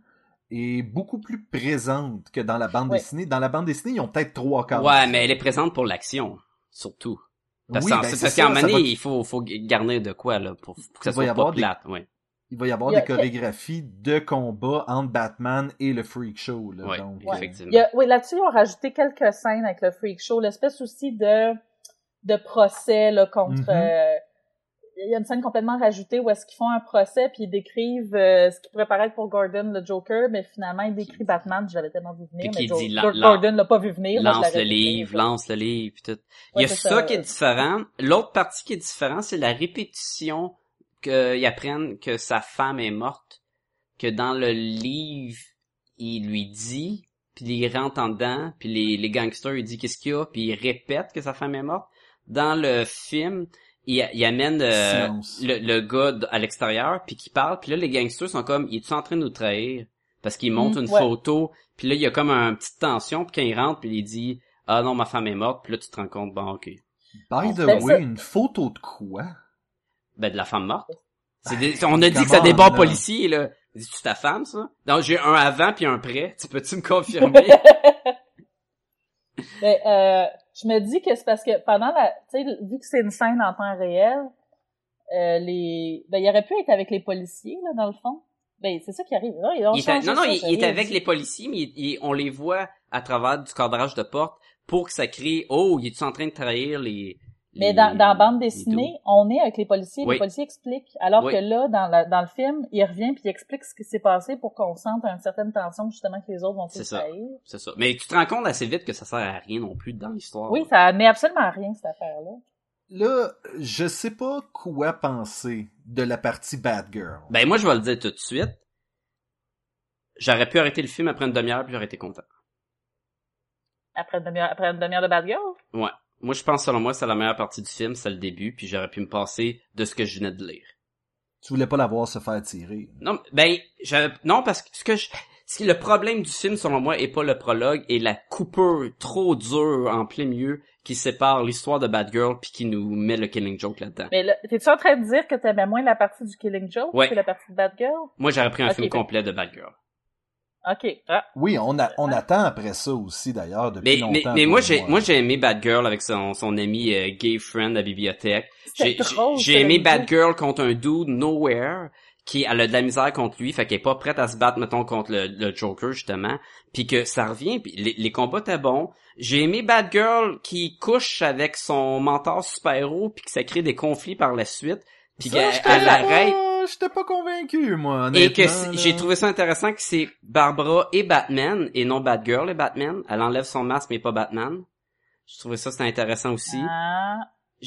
est beaucoup plus présente que dans la bande Ouais. dessinée. Dans la bande dessinée, ils ont peut-être 3 quarts. Ouais, mais elle est présente pour l'action, surtout. Parce Oui, qu'en ben, c'est parce ça, qu'à un moment ça donné, va- il faut garnir de quoi, là, pour que ça Il va y soit pas avoir des- plate, ouais. Il va y avoir Il y a- des chorégraphies de combat entre Batman et le Freak Show. Là, Ouais, donc, effectivement. Oui, là-dessus, ils ont rajouté quelques scènes avec le Freak Show, l'espèce aussi de procès là, contre... Mhm. Il y a une scène complètement rajoutée où est-ce qu'ils font un procès puis ils décrivent ce qui pourrait paraître pour Gordon le Joker, mais finalement il décrit Batman, je l'avais tellement vu venir, Puis mais qui dit, Gordon l'a pas vu venir. moi, je lance le l'aurais vu venir, livre, quoi. lance le livre, puis tout. Il Ouais, y a c'est ça ça. qui est différent. L'autre partie qui est différente, c'est la répétition qu'ils apprennent que sa femme est morte, que dans le livre, il lui dit, puis il rentre en dedans, puis les gangsters, il dit qu'est-ce qu'il y a, puis il répète que sa femme est morte. Dans le film, il amène Silence. le gars à l'extérieur, puis qui parle, puis là, les gangsters sont comme, il est-tu en train de nous trahir? Parce qu'il montre une ouais. photo, puis là, il y a comme une petite tension, puis quand il rentre, puis il dit, ah non, ma femme est morte, puis là, tu te rends compte, bon, ok. By the Ben, way, ça- une photo de quoi? Ben, de la femme morte. Ben, On a dit que come ça on, débat là. policier, là. Dis-tu ta femme, ça? Non, j'ai un avant puis un après. Tu peux-tu me confirmer? Mais, je me dis que c'est parce que pendant tu sais, vu que c'est une scène en temps réel, il aurait pu être avec les policiers, là, dans le fond. Ben, c'est ça qui arrive. Là, ils ont changé ça, il est j'avais avec dit. les policiers, mais on les voit à travers du cadrage de porte pour que ça crée, oh, il est en train de trahir Mais dans la bande les dessinée, dos. on est avec les policiers, Oui. les policiers expliquent. Alors Oui. que là, dans le film, il revient puis il explique ce qui s'est passé pour qu'on sente une certaine tension, justement, que les autres vont C'est se ça. trahir. C'est ça. Mais tu te rends compte assez vite que ça sert à rien non plus dans l'histoire. Oui, ça met absolument à rien, cette affaire-là. Là, je sais pas quoi penser de la partie Batgirl. Ben, moi, je vais le dire tout de suite. J'aurais pu arrêter le film après une demi-heure puis j'aurais été content. Après une demi-heure de Bad Girl. Ouais. Moi, je pense, selon moi, c'est la meilleure partie du film, c'est le début, puis j'aurais pu me passer de ce que je venais de lire. Tu voulais pas la voir se faire tirer. Non, ben, non, parce que le problème du film, selon moi, est pas le prologue, et la coupure trop dure en plein milieu qui sépare l'histoire de Batgirl puis qui nous met le Killing Joke là-dedans. Mais là, t'es-tu en train de dire que t'aimais moins la partie du Killing Joke Ouais. que la partie de Bad Girl? Moi, j'aurais pris un Ok, film ben- complet de Batgirl. OK. Ah. Oui, on attend après ça aussi, d'ailleurs, depuis Mais longtemps. moi, pour j'ai aimé Batgirl avec son ami gay friend à la bibliothèque. C'était drôle, J'ai ça, aimé le Batgirl contre un dude nowhere elle a de la misère contre lui, fait qu'elle est pas prête à se battre, mettons, contre le Joker, justement, puis que ça revient, puis les combats étaient bons. J'ai aimé Batgirl qui couche avec son mentor super-héros, puis que ça crée des conflits par la suite, puis Ça, qu'elle arrête. J'étais pas convaincu, moi, Et que honnêtement, là. j'ai trouvé ça intéressant que c'est Barbara et Batman, et non Batgirl et Batman. Elle enlève son masque, mais pas Batman. Je trouvais ça, c'était intéressant aussi. Ah.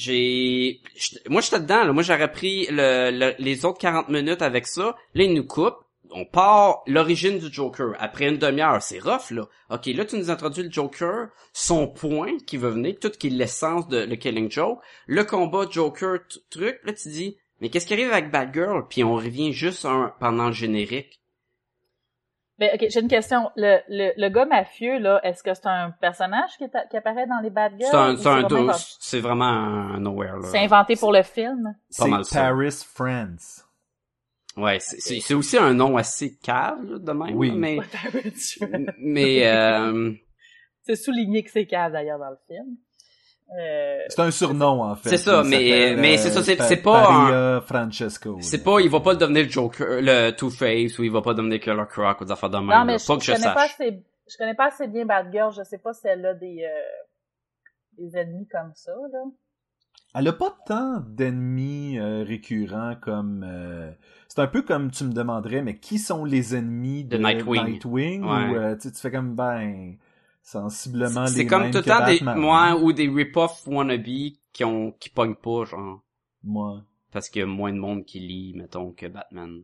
Moi, j'étais dedans, là. Moi, j'aurais pris les autres 40 minutes avec ça. Là, il nous coupe. On part l'origine du Joker. Après une demi-heure, c'est rough, là. OK, là, tu nous introduis le Joker, son point qui va venir, tout qui est l'essence de le Killing Joke, le combat Joker, truc. Là, tu dis, mais qu'est-ce qui arrive avec Batgirl? Puis on revient juste pendant le générique. Ben, OK, j'ai une question. Le gars mafieux, là, est-ce que c'est un personnage qui apparaît dans les Bad Girls? C'est vraiment un nowhere, là. C'est inventé pour le film? C'est mal ça. Paris France. Ouais, c'est aussi un nom assez cave, là, de même. Oui. Là, mais C'est souligné que c'est cave, d'ailleurs, dans le film. C'est un surnom, en fait. C'est ça, Il mais s'appelle, c'est ça, c'est pas Paria Francesco. c'est pas, il va pas devenir le Joker, le Two-Face, ou il va pas devenir Killer Croc, ou des affaires de même. Non, mais là. Pas que je sache. je connais pas assez bien Bad Girl. Je sais pas si elle a des ennemis comme ça, là. Elle a pas tant d'ennemis récurrents comme... c'est un peu comme tu me demanderais, mais qui sont les ennemis de Nightwing? Ouais. Ou tu fais comme, sensiblement les C'est comme mêmes tout le que temps Batman. ou des rip-off wannabe qui pognent pas, genre. Moi. Parce qu'il y a moins de monde qui lit, mettons, que Batman.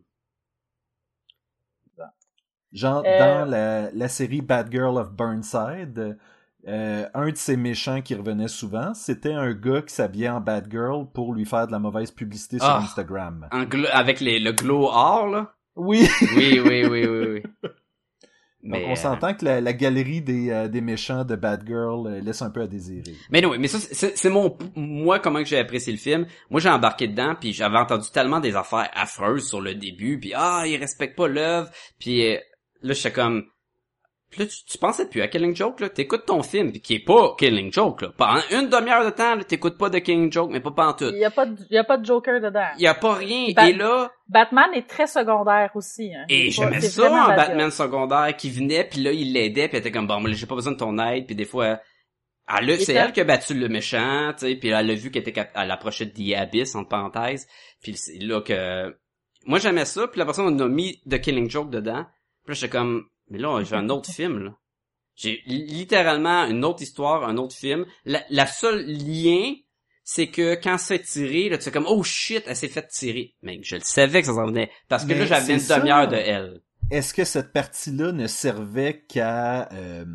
Genre, dans la série Bad Girl of Burnside, un de ces méchants qui revenait souvent, c'était un gars qui s'habillait en Bad Girl pour lui faire de la mauvaise publicité sur Instagram. Avec le glow or, là. Oui! Oui. Donc, Mais, on s'entend que la galerie des méchants de Bad Girl laisse un peu à désirer. Mais non, mais ça, c'est moi, comment que j'ai apprécié le film. Moi, j'ai embarqué dedans, puis j'avais entendu tellement des affaires affreuses sur le début, puis il respecte pas l'œuvre, puis là, j'étais comme... Puis là, tu pensais plus à Killing Joke, là. T'écoutes ton film, pis qui est pas Killing Joke, là. Pendant une demi-heure de temps, là, t'écoutes pas de Killing Joke, mais pas pantoute. Il y a pas de Joker dedans. Il y a pas rien. Ba- Et là... Batman est très secondaire aussi, hein. Et j'aimais ça, un Batman secondaire qui venait, puis là, il l'aidait, puis elle était comme, bon, moi, j'ai pas besoin de ton aide, puis des fois... c'est elle qui a battu le méchant, tu sais, puis elle a vu qu'elle était elle approchait de The Abyss, entre parenthèses, puis c'est là que... Moi, j'aimais ça, puis la personne on a mis The Killing Joke dedans, puis là, j'étais comme... Mais là, j'ai un autre film, là. J'ai littéralement une autre histoire, un autre film. La seule lien, c'est que quand c'est tiré, là, tu fais comme, oh shit, elle s'est fait tirer. Mais je le savais que ça s'en venait. Parce que là, j'avais une demi-heure de elle. Est-ce que cette partie-là ne servait qu'à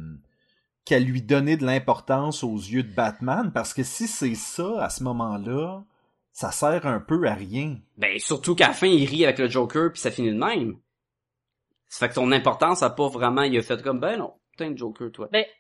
lui donner de l'importance aux yeux de Batman? Parce que si c'est ça, à ce moment-là, ça sert un peu à rien. Ben, surtout qu'à la fin, il rit avec le Joker, puis ça finit de même. Ça fait que son importance a pas vraiment, il a fait comme, ben non, t'es un Joker, toi. Ben,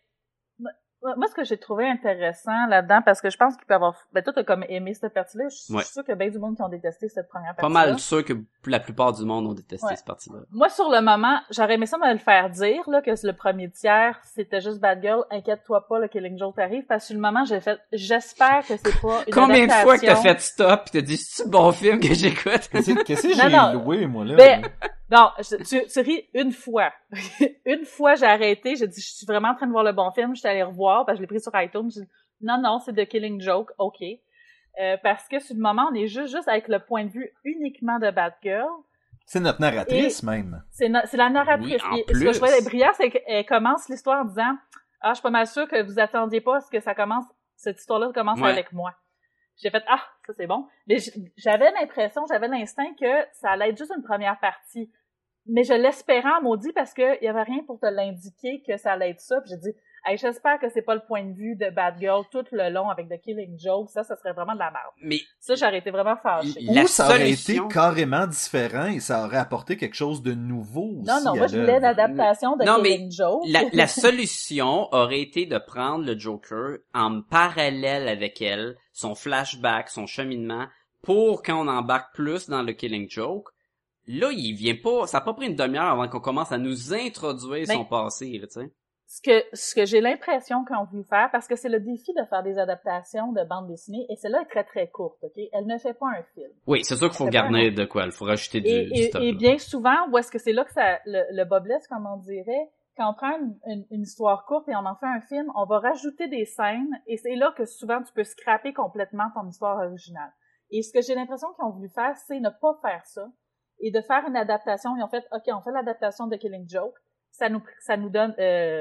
moi, ce que j'ai trouvé intéressant là-dedans, parce que je pense qu'il peut avoir... Ben, toi, t'as comme aimé cette partie-là. Je suis sûre qu'il y a bien du monde qui ont détesté cette première partie-là. Pas mal sûr que la plupart du monde ont détesté cette partie-là. Moi, sur le moment, j'aurais aimé ça me le faire dire, là, que le premier tiers, c'était juste Batgirl. Inquiète-toi pas, le Killing Joke t'arrive. Parce que sur le moment, j'ai fait, j'espère que c'est pas une Combien adaptation... de fois que t'as fait stop pis t'as dit, c'est-tu le bon film que j'écoute? Qu'est-ce que j'ai loué, moi, là? Ben, non, tu ris une fois. Une fois, j'ai arrêté, j'ai dit, je suis vraiment en train de voir le bon film, je suis allée revoir, parce que je l'ai pris sur iTunes, j'ai dit, non, c'est The Killing Joke, ok. Parce que sur le moment, on est juste avec le point de vue uniquement de Batgirl. C'est notre narratrice, même. C'est la narratrice. Oui, en Et plus. ce que je trouvais brillant, c'est qu'elle commence l'histoire en disant, je suis pas mal sûre que vous attendiez pas à ce que cette histoire-là commence avec moi. J'ai fait, ça c'est bon. Mais j'avais l'instinct que ça allait être juste une première partie. Mais je l'espérais en maudit parce que il y avait rien pour te l'indiquer que ça allait être ça. Puis j'ai dit, j'espère que c'est pas le point de vue de Batgirl tout le long avec The Killing Joke. Ça serait vraiment de la merde. Mais ça, j'aurais été vraiment fâchée. Ou ça aurait été carrément différent et ça aurait apporté quelque chose de nouveau aussi. Non, moi je voulais l'adaptation de Killing Joke. La solution aurait été de prendre le Joker en parallèle avec elle, son flashback, son cheminement, pour quand on embarque plus dans le Killing Joke. Là, il vient pas, ça a pas pris une demi-heure avant qu'on commence à nous introduire son passé, là, tu sais. Ce que j'ai l'impression qu'on veut faire, parce que c'est le défi de faire des adaptations de bande dessinée, et celle-là est très très courte, ok? Elle ne fait pas un film. Oui, c'est sûr qu'il faut garnir de quoi, il faut rajouter du stock. Et bien souvent, où est-ce que c'est là que le bas blesse, comme on dirait, quand on prend une histoire courte et on en fait un film, on va rajouter des scènes, et c'est là que souvent tu peux scraper complètement ton histoire originale. Et ce que j'ai l'impression qu'ils ont voulu faire, c'est ne pas faire ça, et de faire une adaptation. Ils ont fait, OK, on fait l'adaptation de Killing Joke. Ça nous donne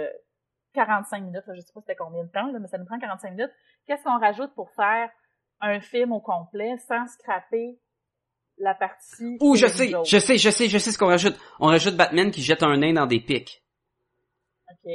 45 minutes. Là, je sais pas c'était combien de temps, là, mais ça nous prend 45 minutes. Qu'est-ce qu'on rajoute pour faire un film au complet sans scraper la partie... Je sais ce qu'on rajoute. On rajoute Batman qui jette un nain dans des pics. OK.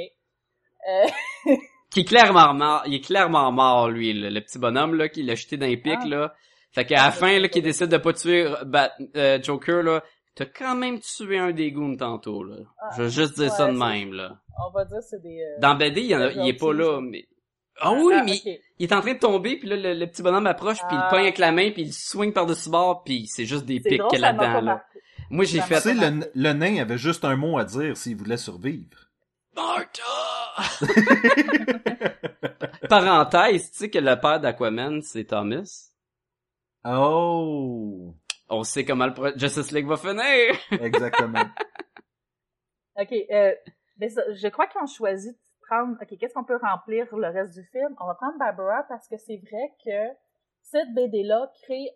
Qui est clairement mort. Il est clairement mort, lui, le petit bonhomme, là, qui l'a jeté dans les pics, là. Fait qu'à la fin, là, qu'il décide de pas tuer Joker, là, t'as quand même tué un des goons tantôt, là. Je veux juste dire ça de même, là. On va dire c'est des... Dans BD, il est pas là, mais... Okay. Il est en train de tomber, puis là, le petit bonhomme approche, puis il pogne avec la main, puis il swing par-dessus bord, puis c'est juste des pics qu'il y a là-dedans, là. Moi, j'ai fait... Tu sais, le nain avait juste un mot à dire s'il voulait survivre. Martha! Parenthèse, tu sais que le père d'Aquaman, c'est Thomas? Oh! On sait comment le Justice League va finir! Exactement. OK, mais je crois qu'ils ont choisi de prendre... OK, qu'est-ce qu'on peut remplir le reste du film? On va prendre Barbara parce que c'est vrai que cette BD-là crée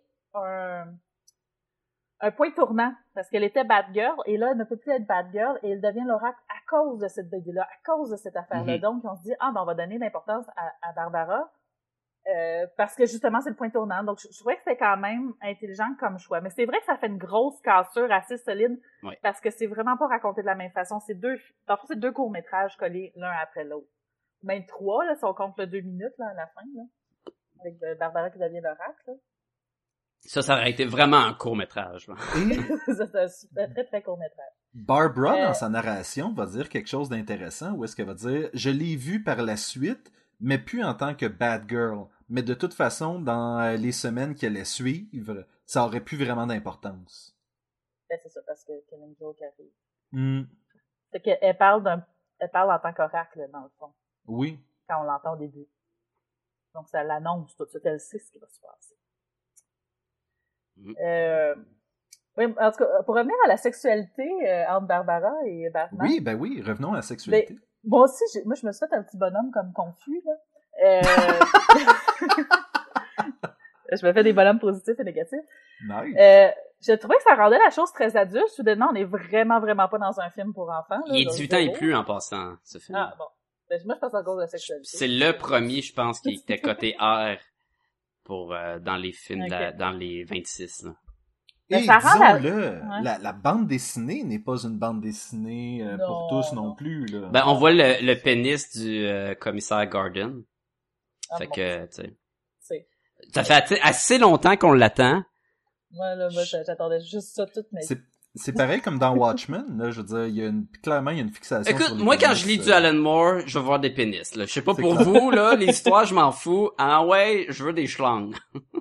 un point tournant, parce qu'elle était Batgirl, et là, elle ne peut plus être Batgirl, et elle devient l'oracle à cause de cette BD-là, à cause de cette affaire-là. Mm-hmm. Donc, on se dit, on va donner l'importance à Barbara, parce que justement, c'est le point tournant. Donc, je trouvais que c'était quand même intelligent comme choix. Mais c'est vrai que ça fait une grosse cassure assez solide, parce que c'est vraiment pas raconté de la même façon. C'est deux courts-métrages collés l'un après l'autre. Même 3, là, si on compte le 2 minutes, là, à la fin, là, avec Barbara qui devient l'oracle, là. Ça aurait été vraiment un court-métrage. C'est un très, très court-métrage. Barbara, dans sa narration, va dire quelque chose d'intéressant, où est-ce qu'elle va dire « Je l'ai vu par la suite, mais plus en tant que Batgirl. Mais de toute façon, dans les semaines qui allaient suivre, ça aurait plus vraiment d'importance. » Ben, c'est ça, parce que Killing Joke arrive. C'est qu'elle parle elle parle en tant qu'oracle, dans le fond, Oui. quand on l'entend au début. Donc, ça l'annonce tout de suite, elle sait ce qui va se passer. Oui, en tout cas, pour revenir à la sexualité entre Barbara et Batman. Oui, ben oui, revenons à la sexualité. Ben, moi aussi, moi, je me suis fait un petit bonhomme comme confus, là. Je me fais des bonhommes positifs et négatifs. Nice. Je trouvais que ça rendait la chose très adulte. Soudainement, on est vraiment, vraiment pas dans un film pour enfants. Il est 18 ans et plus en passant, ce film. Ah, bon. Ben, moi, je pense à cause de la sexualité. C'est le premier, je pense, qui était coté R pour, dans les films, dans les 26, là. Et ça rend disons-le, la bande dessinée n'est pas une bande dessinée pour tous non plus. Là. Ben, on voit le pénis du commissaire Gordon. Fait que, tu sais. Ça fait assez longtemps qu'on l'attend. Moi, là, j'attendais juste ça toute ma vie. C'est pareil comme dans Watchmen, là, je veux dire, clairement, il y a une fixation. Écoute, sur les moi, pénis, quand je lis du Alan Moore, je veux voir des pénis, là. Je sais pas pour vous, là, l'histoire, je m'en fous. Ah ouais, je veux des schlangs.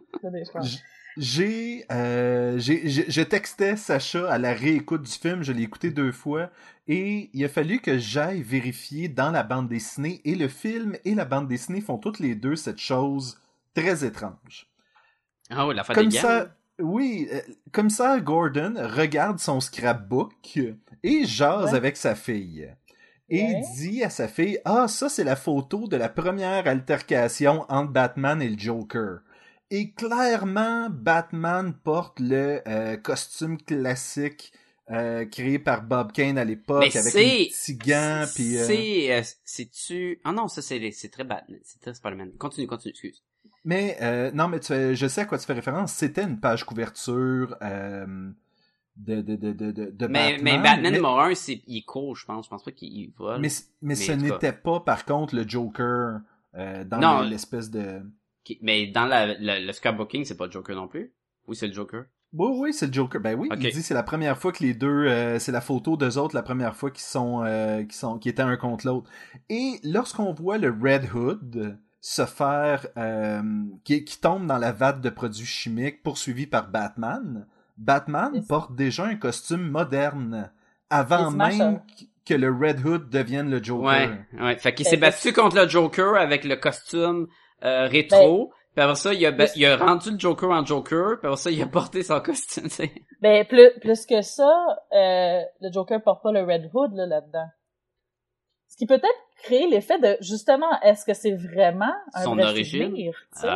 Je textais Sacha à la réécoute du film, je l'ai écouté 2 fois, et il a fallu que j'aille vérifier dans la bande dessinée, et le film et la bande dessinée font toutes les deux cette chose très étrange. Ah oui, la fin des gammes. Oui, comme ça, Gordon regarde son scrapbook et jase avec sa fille. Et dit à sa fille, « Ah, ça c'est la photo de la première altercation entre Batman et le Joker. » Et clairement, Batman porte le costume classique créé par Bob Kane à l'époque, avec les petits gants. C'est-tu... Ah non, ça c'est très Batman, c'est très Spider-Man. Continue, excuse. Mais, non, mais je sais à quoi tu fais référence. C'était une page couverture de Batman. Mais Batman numéro 1, il est court, je pense. Je pense pas qu'il vole. Mais ce n'était pas, par contre, le Joker dans l'espèce de... Mais dans le scrapbooking, c'est pas le Joker non plus? Ou c'est le Joker? Oui, c'est le Joker. Ben oui, il dit c'est la première fois que les deux, c'est la photo d'eux autres, la première fois qui étaient un contre l'autre. Et lorsqu'on voit le Red Hood se faire, qui tombe dans la vat de produits chimiques poursuivi par Batman porte déjà un costume moderne avant même que le Red Hood devienne le Joker. Ouais. Fait qu'il s'est battu contre le Joker avec le costume rétro. Puis après ça, il a rendu le Joker en Joker. Puis après ça, il a porté son costume, t'sais. Ben, plus que ça, le Joker porte pas le Red Hood, là-dedans. Ce qui peut-être créer l'effet de, justement, est-ce que c'est vraiment un son vrai origine? souvenir,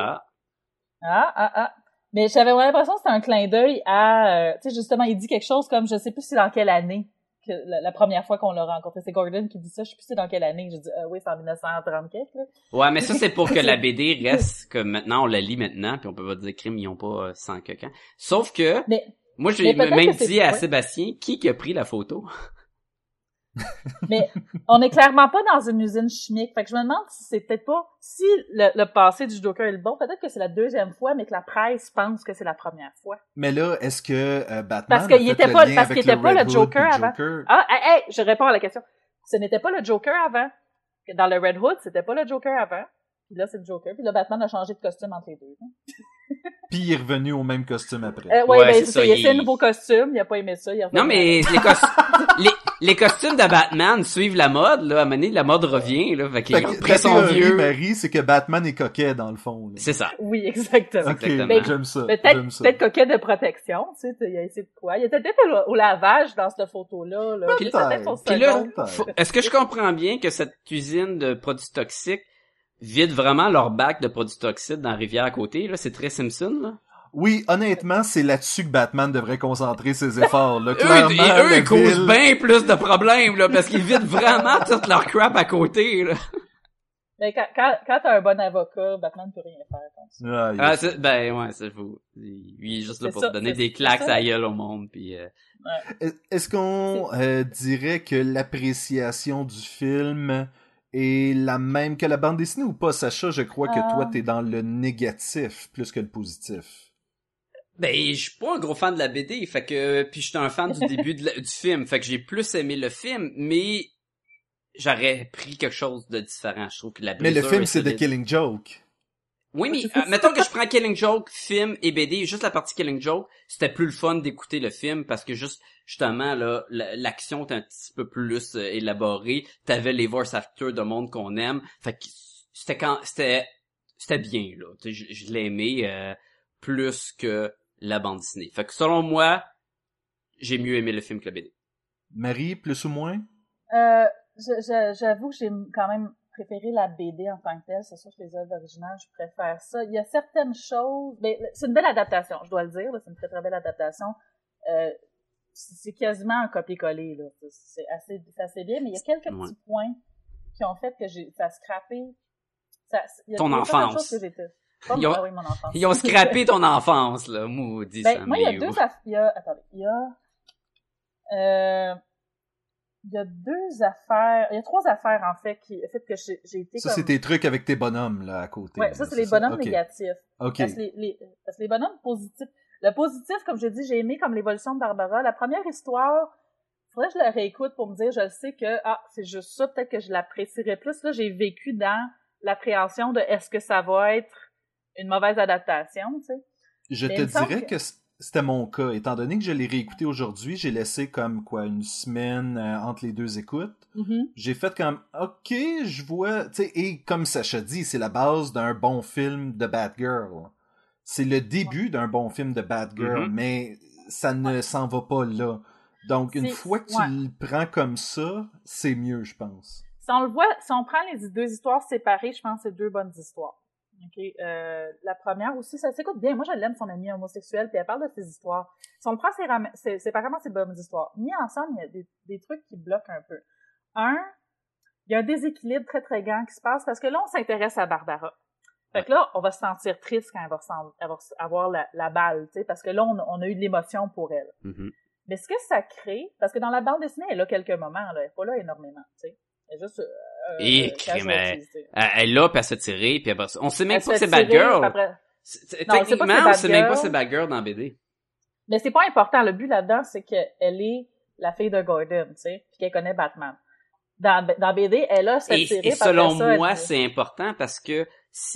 Ah. Mais j'avais vraiment l'impression que c'était un clin d'œil à, tu sais, justement, il dit quelque chose comme, je sais plus c'est dans quelle année, que la première fois qu'on l'a rencontré. C'est Gordon qui dit ça, je sais plus c'est dans quelle année. Je dis, oui, c'est en 1930 quelque, là. Ouais, mais ça, c'est pour que la BD reste, que maintenant, on la lit maintenant, puis on peut pas dire crime, ils ont pas 100 ans. Sauf que, moi, j'ai même dit à Sébastien, qui a pris la photo? Mais on est clairement pas dans une usine chimique. Fait que je me demande si c'est peut-être pas, si le passé du Joker est le bon, peut-être que c'est la deuxième fois, mais que la presse pense que c'est la première fois. Mais là, est-ce que Batman parce qu'il était pas le Joker avant. Ah, hey, je réponds à la question. Ce n'était pas le Joker avant. Dans le Red Hood, c'était pas le Joker avant. Puis là, c'est le Joker. Puis là, Batman a changé de costume entre les deux. Puis il est revenu au même costume après. Ouais, c'est ça. Il a essayé un nouveau costume. Il a pas aimé ça. Non, mais les costumes de Batman suivent la mode, là. À un moment donné, la mode revient, là. Fait qu'il reprend son vieux. Marie, c'est que Batman est coquet, dans le fond. Là. C'est ça. Oui, exactement. Okay, j'aime ça. Peut-être coquet de protection, tu sais. Il a essayé de quoi. Il était peut-être au lavage dans cette photo-là, là. Puis là, est-ce que je comprends bien que cette cuisine de produits toxiques vide vraiment leur bac de produits toxiques dans la rivière à côté, là? C'est très Simpson, là? Oui, honnêtement, c'est là-dessus que Batman devrait concentrer ses efforts, là. Clairement, eux ils causent bien plus de problèmes, là, parce qu'ils vident vraiment toute leur crap à côté, là. Mais quand t'as un bon avocat, Batman peut rien faire. C'est vous. Lui, il est juste là pour donner des claques à la gueule au monde, puis Est-ce qu'on dirait que l'appréciation du film est la même que la bande dessinée ou pas, Sacha? Je crois que toi, t'es dans le négatif plus que le positif. Ben, je suis pas un gros fan de la BD, fait que, puis j'étais un fan du début du film, fait que j'ai plus aimé le film, mais j'aurais pris quelque chose de différent. Je trouve que la mais le film, c'est The Killing Joke. Oui, mais mettons que je prends Killing Joke, film et BD, juste la partie Killing Joke, c'était plus le fun d'écouter le film parce que justement là, l'action était un petit peu plus élaborée. T'avais les voice actors de monde qu'on aime. Fait que c'était bien là. Je l'ai aimé plus que la bande dessinée. Fait que selon moi, j'ai mieux aimé le film que la BD. Marie, plus ou moins? J'avoue que j'ai quand même préféré la BD en tant que telle. C'est sûr que les œuvres originales, je préfère ça. Il y a certaines choses... Mais c'est une belle adaptation, je dois le dire. Là, c'est une très, très belle adaptation. C'est quasiment un copier-coller. Là. C'est assez bien, mais il y a quelques petits points qui ont fait que ça a scrappé... Ton enfance. Ils ont scrappé ton enfance, là, maudit. Moi, il y a deux affaires... Attendez, il y a deux affaires, il y a trois affaires, en fait, qui fait que j'ai été ça, c'est tes trucs avec tes bonhommes, là, à côté. Ouais, ça, c'est les bonhommes négatifs. OK. Parce que les bonhommes positifs... Le positif, comme j'ai dit, j'ai aimé comme l'évolution de Barbara. La première histoire, faudrait que je la réécoute pour me dire, je sais que, c'est juste ça, peut-être que je l'apprécierais plus. Là, j'ai vécu dans l'appréhension de est-ce que ça va être une mauvaise adaptation, tu sais. Je te dirais que c'était mon cas. Étant donné que je l'ai réécouté aujourd'hui, j'ai laissé comme une semaine entre les deux écoutes. Mm-hmm. J'ai fait comme OK, je vois, tu sais, et comme Sacha dit, c'est la base d'un bon film de Batgirl. C'est le début d'un bon film de Batgirl, mais ça ne s'en va pas là. Donc une fois que tu le prends comme ça, c'est mieux, je pense. Si on prend les deux histoires séparées, je pense que c'est deux bonnes histoires. Okay. La première aussi, ça s'écoute bien. Moi, je l'aime, son amie homosexuelle, puis elle parle de ses histoires. Si on le prend séparément, c'est bonnes histoires. Mis ensemble, il y a des trucs qui bloquent un peu. Il y a un déséquilibre très, très grand qui se passe parce que là, on s'intéresse à Barbara. Fait que là, on va se sentir triste quand elle va avoir la balle, tu sais, parce que là, on a eu de l'émotion pour elle. Mm-hmm. Mais ce que ça crée, parce que dans la bande dessinée, elle a quelques moments, là, elle est pas là énormément, tu sais. Elle est juste... elle est là, puis elle se tirer, puis on sait même pas que c'est Batgirl. Techniquement, on sait même pas que c'est Batgirl dans BD. Mais c'est pas important. Le but là-dedans, c'est qu'elle est la fille de Gordon, tu sais, puis qu'elle connaît Batman. Dans BD, elle a se fait tirer. Et selon moi, c'est important parce que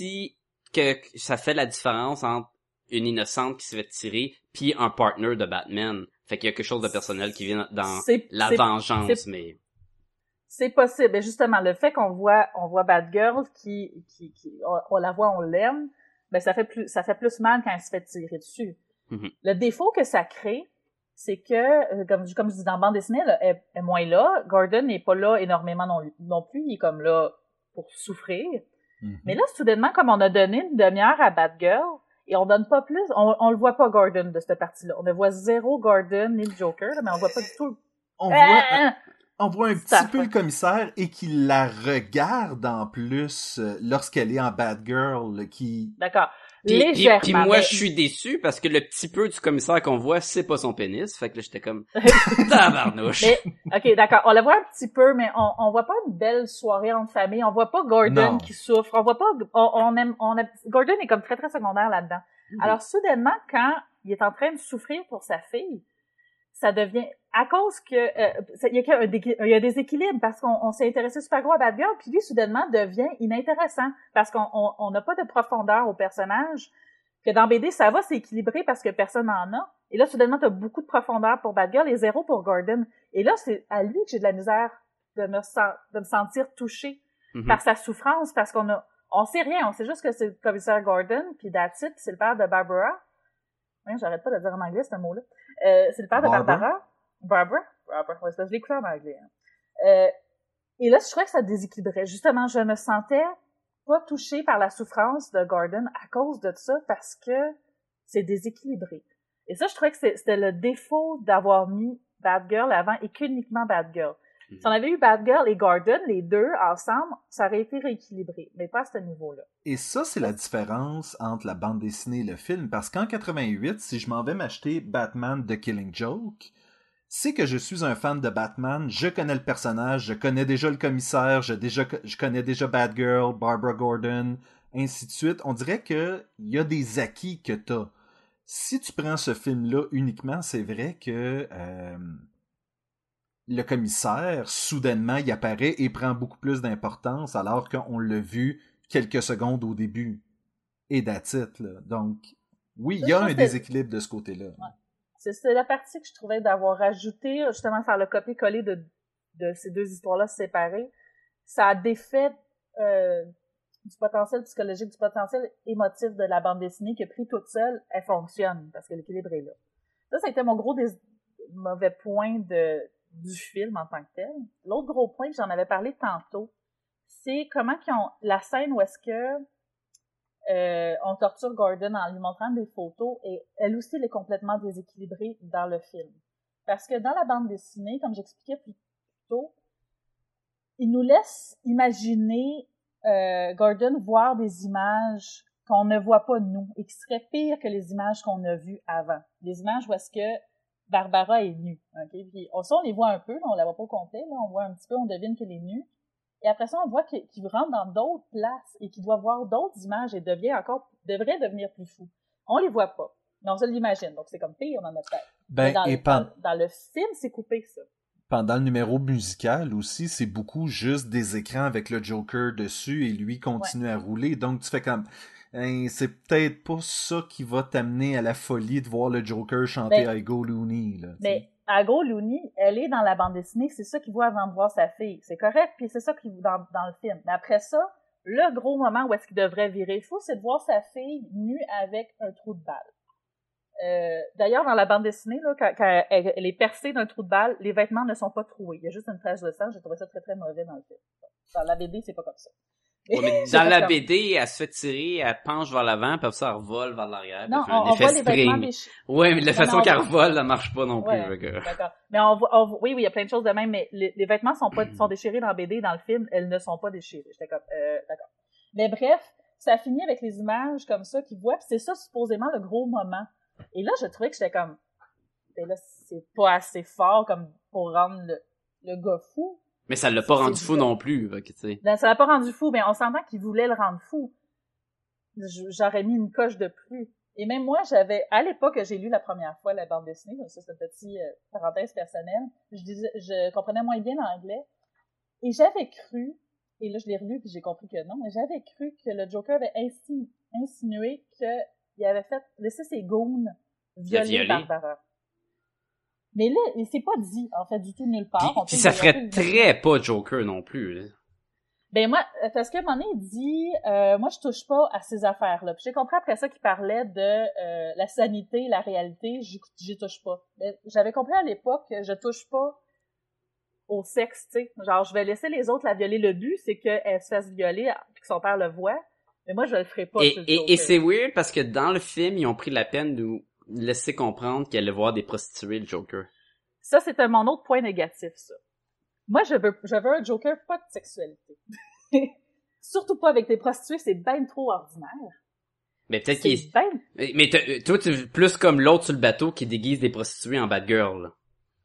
ça fait la différence entre une innocente qui se fait tirer puis un partner de Batman. Fait qu'il y a quelque chose de personnel qui vient dans la vengeance, mais... C'est possible. Et justement, le fait qu'on voit Batgirl on la voit, on l'aime, ben ça fait plus mal quand elle se fait tirer dessus. Mm-hmm. Le défaut que ça crée, c'est que, comme je dis dans la bande dessinée, là, elle est moins là. Gordon n'est pas là énormément non plus. Il est comme là pour souffrir. Mm-hmm. Mais là, soudainement, comme on a donné une demi-heure à Batgirl, et on donne pas plus, on le voit pas Gordon de cette partie-là. On ne voit zéro Gordon ni le Joker, là, mais on voit pas du tout. On voit un petit peu le commissaire et qu'il la regarde en plus lorsqu'elle est en Batgirl qui... D'accord. Légèrement. Puis moi, je suis déçu parce que le petit peu du commissaire qu'on voit, c'est pas son pénis. Fait que là, j'étais comme tabarnouche. OK, d'accord. On la voit un petit peu, mais on voit pas une belle soirée entre famille. On voit pas Gordon qui souffre. On voit pas... Gordon est comme très, très secondaire là-dedans. Mm-hmm. Alors, soudainement, quand il est en train de souffrir pour sa fille, ça devient... À cause que il y a des équilibres parce qu'on s'est intéressé super gros à Batgirl, puis lui, soudainement, devient inintéressant parce qu'on n'a pas de profondeur au personnage. Que dans BD, ça va s'équilibrer parce que personne n'en a. Et là, soudainement, t'as beaucoup de profondeur pour Batgirl et zéro pour Gordon. Et là, c'est à lui que j'ai de la misère de me sentir touchée par sa souffrance parce on sait rien. On sait juste que c'est le commissaire Gordon, puis that's it, puis c'est le père de Barbara. J'arrête pas de dire en anglais ce mot-là. C'est le père de Barbara. Barbara, ouais, je l'ai écouté en anglais. Et là, je trouvais que ça déséquilibrait. Justement, je me sentais pas touchée par la souffrance de Gordon à cause de ça parce que c'est déséquilibré. Et ça, je trouvais que c'était le défaut d'avoir mis Batgirl avant et qu'uniquement Batgirl. Si on avait eu Batgirl et Gordon, les deux ensemble, ça aurait été rééquilibré, mais pas à ce niveau-là. Et ça, c'est la différence entre la bande dessinée et le film, parce qu'en 88, si je m'en vais m'acheter Batman The Killing Joke, c'est que je suis un fan de Batman, je connais le personnage, je connais déjà le commissaire, je connais déjà Batgirl, Barbara Gordon, ainsi de suite. On dirait qu'il y a des acquis que t'as. Si tu prends ce film-là uniquement, c'est vrai que le commissaire, soudainement, il apparaît et prend beaucoup plus d'importance alors qu'on l'a vu quelques secondes au début. et that's it, là. Donc, oui, il y a un déséquilibre de ce côté-là. Ouais. C'est la partie que je trouvais d'avoir ajouté, justement, faire le copier-coller de ces deux histoires-là séparées. Ça a défait du potentiel psychologique, du potentiel émotif de la bande dessinée que pris toute seule, elle fonctionne, parce que l'équilibre est là. Ça a été mon gros mauvais point du film en tant que tel. L'autre gros point, j'en avais parlé tantôt, c'est comment qu'ils ont la scène où est-ce que on torture Gordon en lui montrant des photos, et elle aussi, elle est complètement déséquilibrée dans le film. Parce que dans la bande dessinée, comme j'expliquais plus tôt, il nous laisse imaginer Gordon voir des images qu'on ne voit pas nous, et qui seraient pires que les images qu'on a vues avant. Les images où est-ce que Barbara est nue. Okay? Puis, on les voit un peu, là, on la voit pas au complet, là, on voit un petit peu, on devine qu'elle est nue. Et après ça, on voit qu'il rentre dans d'autres places et qu'il doit voir d'autres images et devrait devenir plus fou. On les voit pas, mais on se l'imagine. Donc, c'est comme pire dans notre tête. Dans le film, c'est coupé, ça. Pendant le numéro musical aussi, c'est beaucoup juste des écrans avec le Joker dessus et lui continue à rouler. Donc, tu fais comme... c'est peut-être pas ça qui va t'amener à la folie de voir le Joker chanter I Go Loony. Là, mais I Go Loony, elle est dans la bande dessinée, c'est ça qu'il voit avant de voir sa fille. C'est correct, puis c'est ça qu'il voit dans le film. Mais après ça, le gros moment où est-ce qu'il devrait virer fou, c'est de voir sa fille nue avec un trou de balle. D'ailleurs, dans la bande dessinée, là, quand elle est percée d'un trou de balle, les vêtements ne sont pas troués. Il y a juste une tache de sang. J'ai trouvé ça très, très mauvais dans le film. Dans la BD, c'est pas comme ça. Ouais, mais dans la BD, elle se fait tirer, elle penche vers l'avant, puis après ça, elle revole vers l'arrière. Non, on voit les vêtements déchirés. Ouais, mais de la façon qu'elle revole, ça marche pas non plus. Ouais, d'accord. Mais oui, il y a plein de choses de même, mais les vêtements sont déchirés dans la BD, dans le film, elles ne sont pas déchirées. J'étais comme, d'accord. Mais bref, ça finit avec les images comme ça qu'ils voient, puis c'est ça supposément le gros moment. Et là, je trouvais que j'étais comme, ben là, c'est pas assez fort comme pour rendre le gars fou. Mais ça l'a pas rendu fou non plus, tu sais. Ben, ça l'a pas rendu fou, mais on s'entend qu'il voulait le rendre fou. J'aurais mis une coche de plus. Et même moi, à l'époque, j'ai lu la première fois la bande dessinée, donc ça, c'est une petite parenthèse personnelle. Je comprenais moins bien l'anglais. Et j'avais cru, et là, je l'ai relu puis j'ai compris que non, mais j'avais cru que le Joker avait insinué qu'il avait laissé ses goons violer Barbara. Mais là, c'est pas dit, en fait, du tout nulle part. Puis ça ferait très pas Joker non plus, là. Ben moi, parce qu'à un moment donné, il dit moi je touche pas à ces affaires-là. Puis j'ai compris après ça qu'il parlait de la sanité, la réalité, j'y touche pas. Mais j'avais compris à l'époque que je touche pas au sexe, tu sais. Genre, je vais laisser les autres la violer. Le but, c'est qu'elle se fasse violer puis que son père le voit. Mais moi, je le ferai pas. Et c'est weird parce que dans le film, ils ont pris la peine de laisser comprendre qu'elle allait voir des prostituées, le Joker. Ça, c'était mon autre point négatif, ça. Moi, je veux un Joker, pas de sexualité. Surtout pas avec des prostituées, c'est ben trop ordinaire. Mais peut-être qu'il est... Mais toi, tu es plus comme l'autre sur le bateau qui déguise des prostituées en bad girl, là.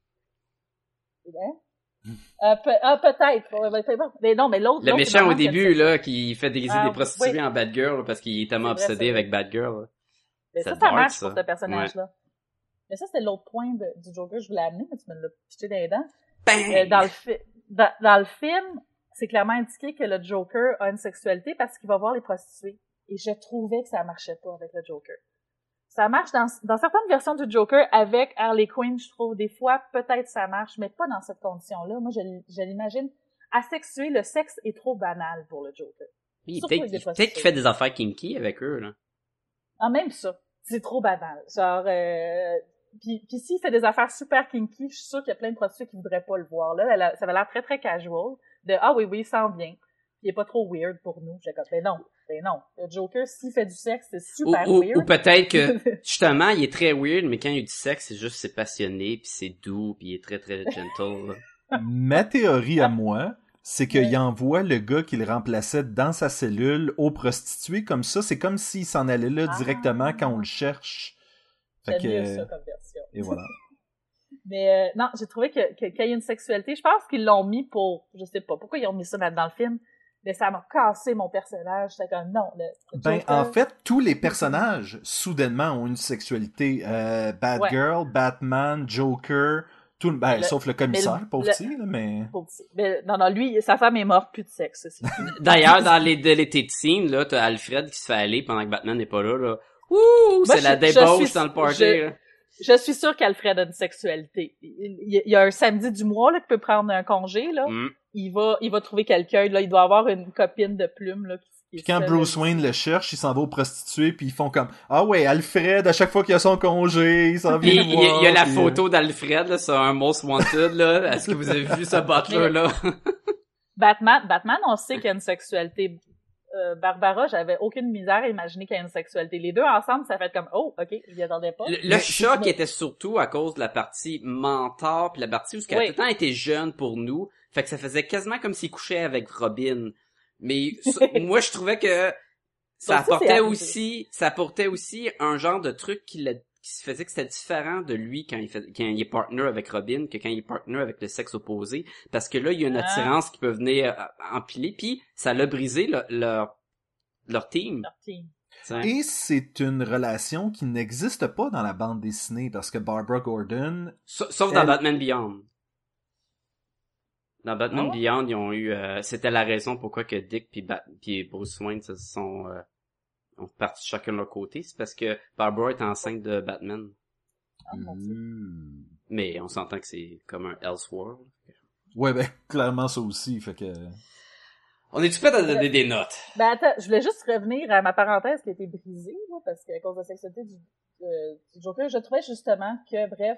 Peut-être. Mais non, mais l'autre... Le méchant au début, là, qui fait déguiser des prostituées en bad girl parce qu'il est tellement obsédé avec bad girl. Mais ça marche pour ce personnage-là. Ouais. Mais ça, c'était l'autre point du Joker que je voulais amener, mais tu me l'as pitché dans les dents. Dans le film, c'est clairement indiqué que le Joker a une sexualité parce qu'il va voir les prostituées. Et je trouvais que ça marchait pas avec le Joker. Ça marche dans certaines versions du Joker avec Harley Quinn, je trouve. Des fois, peut-être ça marche, mais pas dans cette condition-là. Moi, je l'imagine asexué. Le sexe est trop banal pour le Joker. Oui, peut-être qu'il fait des affaires kinky avec eux, là. Ah, même ça. C'est trop banal. Genre, Puis s'il fait des affaires super kinky, je suis sûre qu'il y a plein de prostituées qui voudraient pas le voir. Là, ça avait l'air très, très casual. Oui, il sent bien. Il est pas trop weird pour nous. J'ai comme, ben non. Le Joker, s'il fait du sexe, c'est super weird. Ou peut-être que, justement, il est très weird, mais quand il y a du sexe, c'est passionné, puis c'est doux, puis il est très, très gentle. Ma théorie à moi, c'est qu'il envoie le gars qui le remplaçait dans sa cellule aux prostituées comme ça. C'est comme s'il s'en allait là directement quand on le cherche. J'aime mieux ça comme version. Et voilà. Mais non, j'ai trouvé qu'il y a une sexualité. Je pense qu'ils l'ont mis pour... Je sais pas pourquoi ils ont mis ça dans le film, mais ça m'a cassé mon personnage. J'étais comme, non. En fait, tous les personnages, soudainement, ont une sexualité. Batgirl, Batman, Joker, Sauf le commissaire, pauvre petit, là, mais... Mais non, lui, sa femme est morte, plus de sexe. D'ailleurs, dans les deleted scenes, là, t'as Alfred qui se fait aller pendant que Batman n'est pas là, là. Ouh, c'est la débauche dans le party, là. Je suis sûre qu'Alfred a une sexualité. Il y a un samedi du mois, là, qu'il peut prendre un congé, là. Il va trouver quelqu'un, là. Il doit avoir une copine de plume, là, puis quand Bruce Wayne le cherche, il s'en va aux prostituées, puis ils font comme « Ah ouais, Alfred, à chaque fois qu'il a son congé, il s'en vient le voir. » Il y a la photo d'Alfred, là, sur un Most Wanted, là. Est-ce que vous avez vu ce butler-là? Batman, on sait qu'il y a une sexualité. Barbara, j'avais aucune misère à imaginer qu'il y a une sexualité. Les deux ensemble, ça fait comme « Oh, ok, je m'y attendais pas. » Le choc était surtout à cause de la partie mentor, puis la partie où ce qu'elle a tout le temps été jeune pour nous. Fait que ça faisait quasiment comme s'il couchait avec Robin. Mais moi, je trouvais que ça apportait aussi un genre de truc qui se faisait que c'était différent de lui quand il est partner avec Robin que quand il est partner avec le sexe opposé. Parce que là, il y a une attirance qui peut venir empiler, puis ça l'a brisé leur team. Et c'est une relation qui n'existe pas dans la bande dessinée, parce que Barbara Gordon... Sauf dans Batman Beyond. Dans Batman Beyond, ils ont eu, c'était la raison pourquoi que Dick puis Bruce Wayne ont parti chacun de leur côté. C'est parce que Barbara est enceinte de Batman. Mais on s'entend que c'est comme un Elseworld. Ouais, ben, clairement ça aussi, fait que... On est-tu prêt à donner des notes? Ben attends, je voulais juste revenir à ma parenthèse qui a été brisée, là, parce qu'à cause de la sexualité du Joker, je trouvais justement que, bref,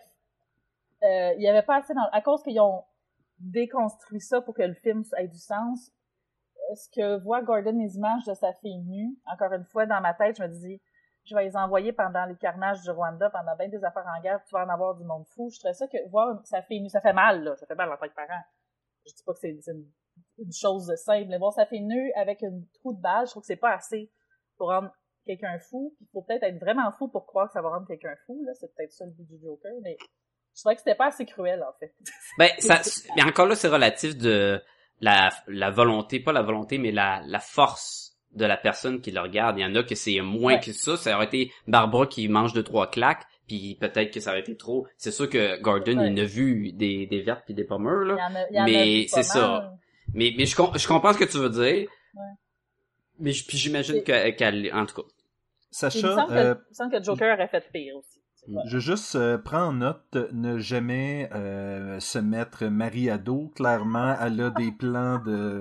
il y avait pas assez à cause qu'ils ont déconstruit ça pour que le film ait du sens. Ce que voit Gordon, les images de sa fille nue, encore une fois, dans ma tête, je me dis, je vais les envoyer pendant les carnages du Rwanda, pendant bien des affaires en guerre, tu vas en avoir du monde fou. Je trouvais ça que voir sa fille nue, ça fait mal, là. Ça fait mal en tant que parent. Je dis pas que c'est une chose simple, mais voir sa fille nue avec une trou de balle, je trouve que c'est pas assez pour rendre quelqu'un fou. Puis il faut peut-être être vraiment fou pour croire que ça va rendre quelqu'un fou, là. C'est peut-être ça le but du Joker, mais je trouvais que c'était pas assez cruel, en fait. Ben, mais encore là, c'est relatif de la volonté, pas la volonté, mais la force de la personne qui le regarde. Il y en a que c'est moins que ça. Ça aurait été Barbara qui mange 2-3 claques, puis peut-être que ça aurait été trop. C'est sûr que Gordon, il a vu des vertes puis des pommeurs, là. Mais c'est ça. Mais je comprends ce que tu veux dire. Ouais. Mais puis j'imagine qu'elle, en tout cas. Sacha, il me semble que Joker aurait fait pire aussi. Je veux juste prendre en note, ne jamais se mettre Marie à dos. Clairement, elle a des plans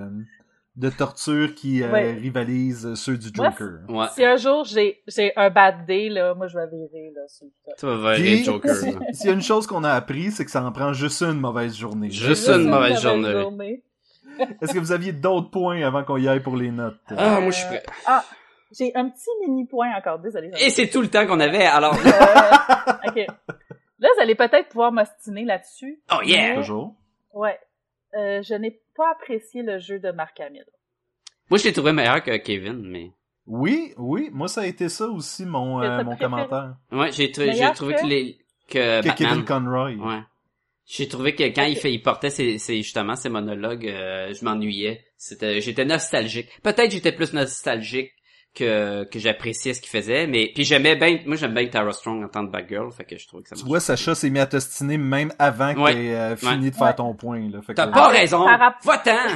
de torture qui rivalisent ceux du Joker. Moi, si un jour j'ai un bad day, là, moi je vais virer là, sur le top. Tu vas virer Joker. S'il y a une chose qu'on a appris, c'est que ça en prend juste une mauvaise journée. Juste une mauvaise journée. Est-ce que vous aviez d'autres points avant qu'on y aille pour les notes? Moi je suis prêt. J'ai un petit mini point encore, désolé. Et c'est tout le temps qu'on avait, alors. Ok. Là, vous allez peut-être pouvoir m'ostiner là-dessus. Oh yeah! Toujours. Ouais. Je n'ai pas apprécié le jeu de Marc Hamill. Moi, je l'ai trouvé meilleur que Kevin, mais... Oui, moi ça a été ça aussi mon commentaire. Ouais, j'ai trouvé que Batman... Kevin Conroy. Ouais. J'ai trouvé que quand il portait justement ses monologues, je m'ennuyais. J'étais nostalgique. Peut-être j'étais plus nostalgique que j'appréciais ce qu'il faisait, mais puis j'aime bien Tara Strong en tant que Batgirl, fait que je trouve que ça marche. Tu vois, Sacha s'est mis à t'ostiner même avant que t'aies fini de faire ton point, là. T'as pas raison! Va-t'en!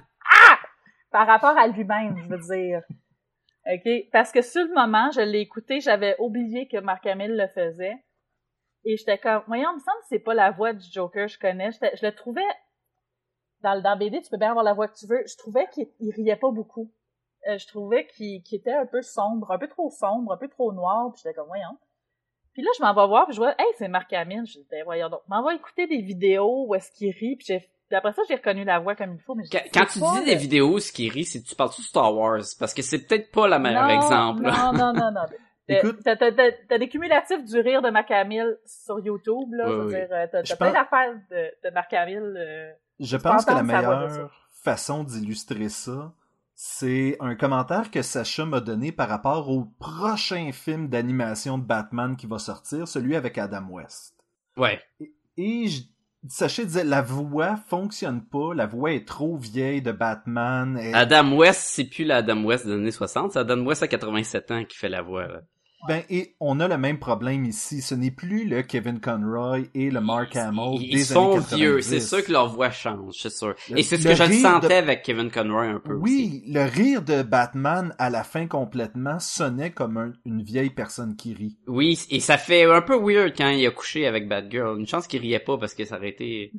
Par rapport à lui-même, je veux dire. OK? Parce que sur le moment, je l'ai écouté, j'avais oublié que Marc Hamill le faisait. Et j'étais comme, voyons, il me semble que c'est pas la voix du Joker que je connais. Je le trouvais, dans BD, tu peux bien avoir la voix que tu veux. Je trouvais qu'il riait pas beaucoup. Je trouvais qu'il était un peu sombre, un peu trop noir, puis j'étais comme, voyons. Puis là, je m'en vais voir, puis je vois, hey, c'est Marc Hamill. Je dis, voyons donc, je m'en vais écouter des vidéos où est-ce qu'il rit, puis après ça, j'ai reconnu la voix comme il faut. Mais quand tu dis des vidéos où est-ce qu'il rit, tu parles-tu de Star Wars? Parce que c'est peut-être pas le meilleur exemple. Non. Écoute, t'as des cumulatifs du rire de Marc Hamill sur YouTube, là. Je veux dire, t'as plein d'affaires de Marc Hamill. Je pense que la meilleure façon d'illustrer ça, c'est un commentaire que Sacha m'a donné par rapport au prochain film d'animation de Batman qui va sortir, celui avec Adam West. Ouais. Et Sacha disait, la voix fonctionne pas, la voix est trop vieille de Batman. Adam West, c'est plus l'Adam West des années 60, c'est Adam West à 87 ans qui fait la voix, là. Ben, et on a le même problème ici. Ce n'est plus le Kevin Conroy et le Mark Hamill Ils des sont années 90. vieux, c'est sûr que leur voix change, c'est sûr. Le- Et c'est ce le que je le rire sentais de- avec Kevin Conroy un peu aussi. Oui, le rire de Batman à la fin complètement sonnait comme une vieille personne qui rit. Oui, et ça fait un peu weird quand il a couché avec Batgirl. Une chance qu'il riait pas parce que ça aurait été...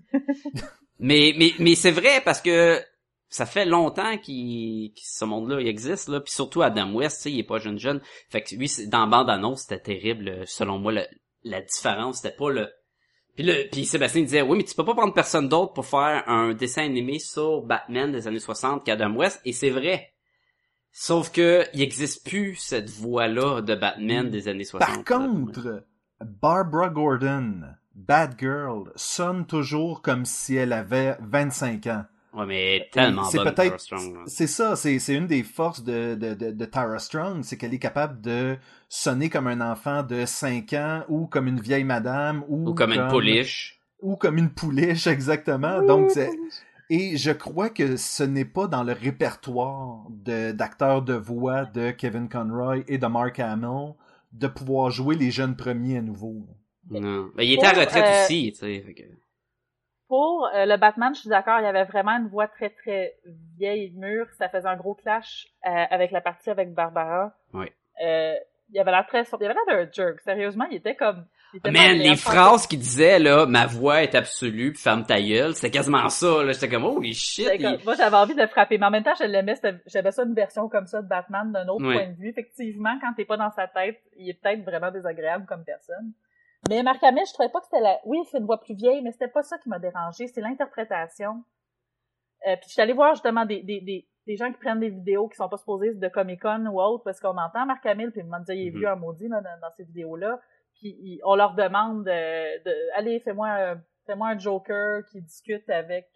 mais c'est vrai parce que ça fait longtemps que ce monde-là il existe là, puis surtout Adam West, tu sais, il est pas jeune. Fait que lui dans la bande-annonce, c'était terrible selon moi la différence, c'était pas le puis Sébastien disait oui, mais tu peux pas prendre personne d'autre pour faire un dessin animé sur Batman des années 60 qu'Adam West et c'est vrai. Sauf que il existe plus cette voix-là de Batman des années 60. Par contre, Barbara Gordon, Batgirl, sonne toujours comme si elle avait 25 ans. Ouais, mais tellement C'est bonne, peut-être, Tara Strong, là. c'est ça, c'est une des forces de Tara Strong, c'est qu'elle est capable de sonner comme un enfant de 5 ans ou comme une vieille madame Ou comme une pouliche. ou comme une pouliche, exactement. Donc, et je crois que ce n'est pas dans le répertoire d'acteurs de voix de Kevin Conroy et de Mark Hamill de pouvoir jouer les jeunes premiers à nouveau. Non. Ben, il était à retraite aussi, tu sais. Fait que... Pour le Batman, je suis d'accord, il y avait vraiment une voix très très vieille, mûre. Ça faisait un gros clash avec la partie avec Barbara. Oui. Il avait l'air très fort. Il avait l'air d'un jerk. Sérieusement, il était comme... Man, les phrases qu'il disait, là, ma voix est absolue, pis ferme ta gueule, c'était quasiment ça, là. J'étais comme, holy shit. Moi, j'avais envie de le frapper. Mais en même temps, je l'aimais. J'avais ça une version comme ça de Batman d'un autre point de vue. Effectivement, quand t'es pas dans sa tête, il est peut-être vraiment désagréable comme personne. Mais Mark Hamill, je trouvais pas que c'était Oui, c'est une voix plus vieille, mais c'était pas ça qui m'a dérangé. C'est l'interprétation. Puis je suis allée voir justement des gens qui prennent des vidéos qui sont pas supposées de Comic-Con ou autre, parce qu'on entend Mark Hamill, puis il est vieux un maudit là, dans ces vidéos-là. Puis on leur demande allez, fais-moi un Joker qui discute avec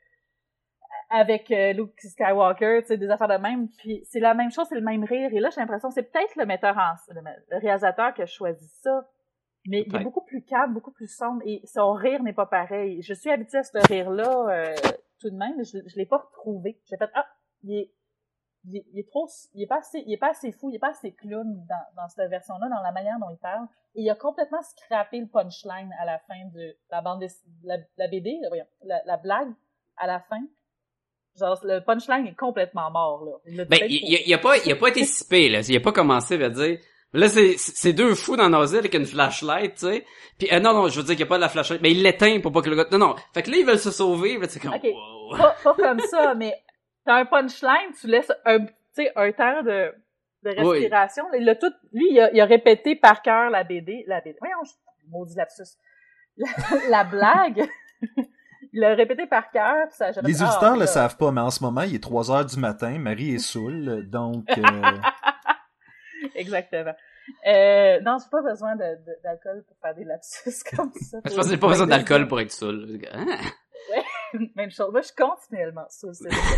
Luke Skywalker, tu sais, des affaires de même. Puis c'est la même chose, c'est le même rire. Et là, j'ai l'impression que c'est peut-être le réalisateur qui a choisi ça. Mais il est beaucoup plus calme, beaucoup plus sombre, et son rire n'est pas pareil. Je suis habituée à ce rire-là tout de même, mais je l'ai pas retrouvé. J'ai fait il est trop, il est pas assez fou, il est pas assez clown dans cette version-là, dans la manière dont il parle. Et il a complètement scrappé le punchline à la fin de la bande la BD, là, voyons, la blague à la fin. Genre, le punchline est complètement mort, là. Il a pas été sipé, là. Il a pas commencé à dire, là, c'est deux fous dans nos îles avec une flashlight, tu sais. Puis, non, je veux dire qu'il y a pas de la flashlight, mais il l'éteint pour pas que le gars, non. Fait que là, ils veulent se sauver, là, c'est comme, okay. Wow. Pas comme ça, mais t'as un punchline, tu laisses un temps de respiration. Oui. Il a répété par cœur la BD. Voyons, maudit lapsus. La blague. Il l'a répété par cœur. Les auditeurs le savent pas, mais en ce moment, il est 3h du matin, Marie est saoule, donc... Exactement. Non, j'ai pas besoin d'alcool pour faire des lapsus comme ça. Je pense que j'ai pas besoin d'alcool pour être saoul. Hein? Ouais, même chose. Moi, je suis continuellement saoul.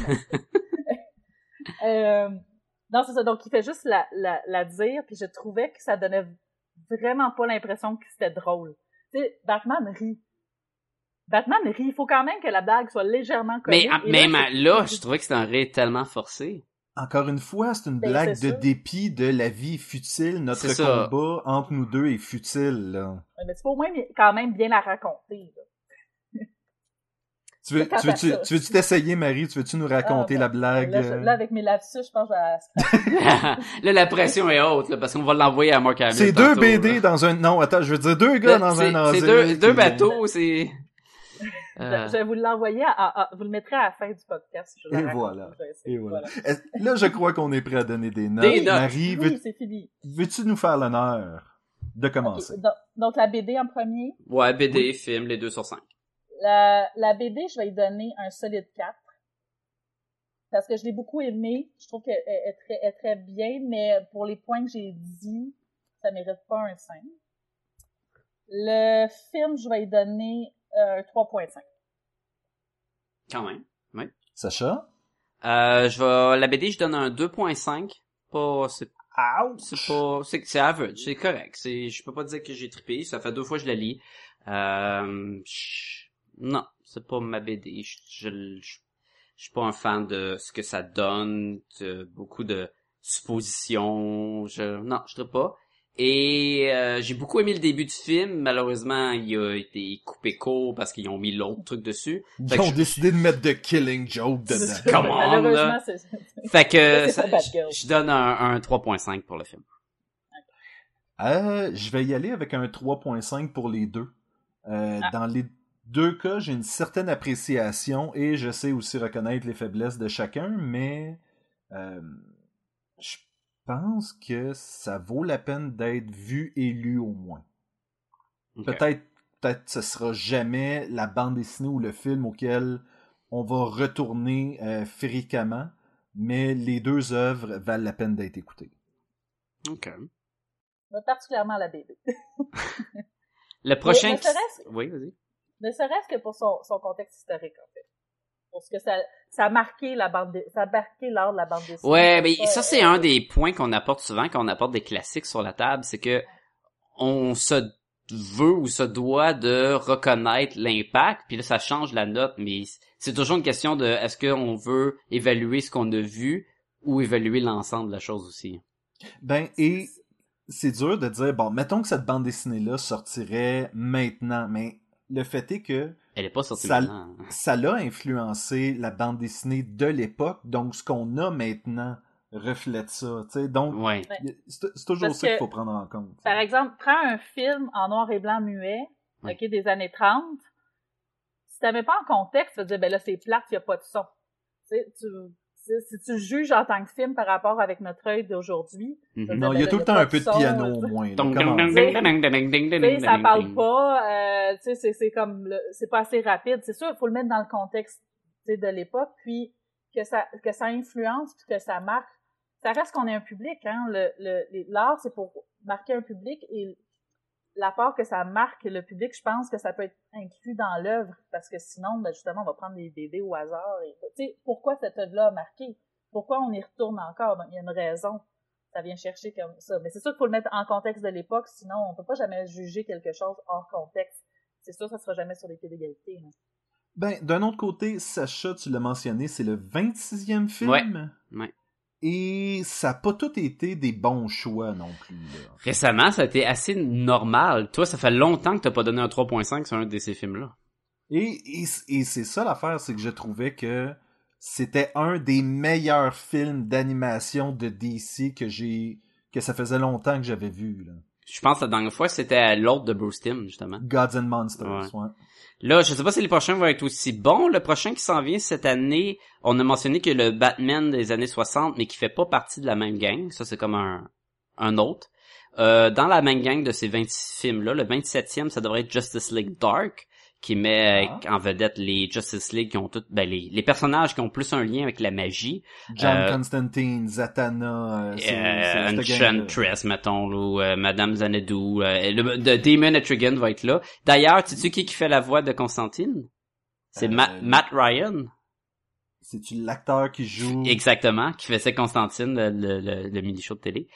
Non, c'est ça. Donc, il fait juste la dire, puis je trouvais que ça donnait vraiment pas l'impression que c'était drôle. Tu sais, Batman rit. Il faut quand même que la blague soit légèrement comique. Mais là, je trouvais que c'était un rire tellement forcé. Encore une fois, c'est une blague de dépit de la vie futile. Notre combat entre nous deux est futile, là. Mais tu peux au moins quand même bien la raconter, là. Tu veux-tu t'essayer, Marie? Tu veux-tu nous raconter la blague? Là, avec mes lapsus, je pense que je vais la Là, la pression est haute, là, parce qu'on va l'envoyer à Mark Hamill. C'est deux BD dans un... Non, attends, je veux dire deux gars dans un asile. C'est deux bateaux, c'est... Je vais vous l'envoyer vous le mettrez à la fin du podcast. Et voilà. Là, je crois qu'on est prêt à donner des notes. Marie, c'est fini. Veux-tu nous faire l'honneur de commencer? Okay. Donc, la BD en premier? Ouais, BD, film, les 2 sur 5. La BD, je vais y donner un solide 4. Parce que je l'ai beaucoup aimé. Je trouve qu'elle est très bien, mais pour les points que j'ai dit, ça mérite pas un 5. Le film, je vais y donner 3.5. Quand même, oui. Sacha? La BD, je donne un 2.5. C'est average, c'est correct. Je peux pas dire que j'ai trippé, ça fait 2 fois que je la lis. Non, c'est pas ma BD. Je suis pas un fan de ce que ça donne, beaucoup de suppositions. Non, je trippe pas. Et j'ai beaucoup aimé le début du film. Malheureusement, il a été coupé court parce qu'ils ont mis l'autre truc dessus. Ils ont décidé de mettre de Killing Joke dedans. Come on, Malheureusement, là. c'est... Fait que c'est pas Bad Girl. je donne un 3.5 pour le film. Je vais y aller avec un 3.5 pour les deux. Dans les deux cas, j'ai une certaine appréciation et je sais aussi reconnaître les faiblesses de chacun, mais je pense que ça vaut la peine d'être vu et lu au moins. Okay. Peut-être ce sera jamais la bande dessinée ou le film auquel on va retourner fréquemment, mais les deux œuvres valent la peine d'être écoutées. OK. Particulièrement la BD. Le prochain... Mais Oui, vas-y. Ne serait-ce que pour son contexte historique, en fait. Parce que ça a marqué l'art de la bande dessinée. Ouais, mais ça c'est un des points qu'on apporte souvent quand on apporte des classiques sur la table, c'est que on se veut ou se doit de reconnaître l'impact, puis là ça change la note, mais c'est toujours une question de est-ce qu'on veut évaluer ce qu'on a vu ou évaluer l'ensemble de la chose aussi. Ben, et c'est dur de dire, bon, mettons que cette bande dessinée-là sortirait maintenant, mais le fait est que elle est pas sortie maintenant. Ça l'a influencé la bande dessinée de l'époque, donc ce qu'on a maintenant reflète ça, tu sais, donc ouais. C'est toujours ça qu'il faut prendre en compte. Par exemple, prends un film en noir et blanc muet, ouais. OK, des années 30, si tu mets pas en contexte, tu vas dire, ben là, c'est plate, il n'y a pas de son. Si tu juges en tant que film par rapport avec notre œil d'aujourd'hui... Mm-hmm. Non, il y a tout le temps un peu de piano au moins. Ça parle pas, c'est comme... c'est pas assez rapide. C'est sûr, il faut le mettre dans le contexte de l'époque, puis que ça influence, puis que ça marque. Ça reste qu'on est un public, hein. L'art, c'est pour marquer un public, et la part que ça marque le public, je pense que ça peut être inclus dans l'œuvre, parce que sinon, ben justement, on va prendre des BD au hasard. Tu sais, pourquoi cette œuvre-là a marqué? Pourquoi on y retourne encore? Donc, il y a une raison. Ça vient chercher comme ça. Mais c'est sûr qu'il faut le mettre en contexte de l'époque, sinon on peut pas jamais juger quelque chose hors contexte. C'est sûr, ça sera jamais sur les pieds d'égalité. Hein. Ben, d'un autre côté, Sacha, tu l'as mentionné, c'est le 26e film. Ouais. Et ça n'a pas tout été des bons choix non plus. Là. Récemment, ça a été assez normal. Toi, ça fait longtemps que t'as pas donné un 3.5 sur un de ces films-là. Et c'est ça l'affaire, c'est que je trouvais que c'était un des meilleurs films d'animation de DC que ça faisait longtemps que j'avais vu. Là. Je pense que la dernière fois, c'était l'autre de Bruce Timm, justement. Gods and Monsters, ouais. Là, je sais pas si les prochains vont être aussi bons. Le prochain qui s'en vient cette année, on a mentionné que le Batman des années 60, mais qui fait pas partie de la même gang. Ça, c'est comme un autre. Dans la même gang de ces 26 films-là, le 27e, ça devrait être Justice League Dark, qui met en vedette les Justice League qui ont toutes, ben, les personnages qui ont plus un lien avec la magie. John Constantine, Zatanna, Enchantress, mettons, ou Madame Xanadu, The Demon Etrigan va être là. D'ailleurs, sais-tu qui fait la voix de Constantine? C'est Matt Ryan. C'est-tu l'acteur qui joue? Exactement, qui faisait Constantine, le mini-show de télé.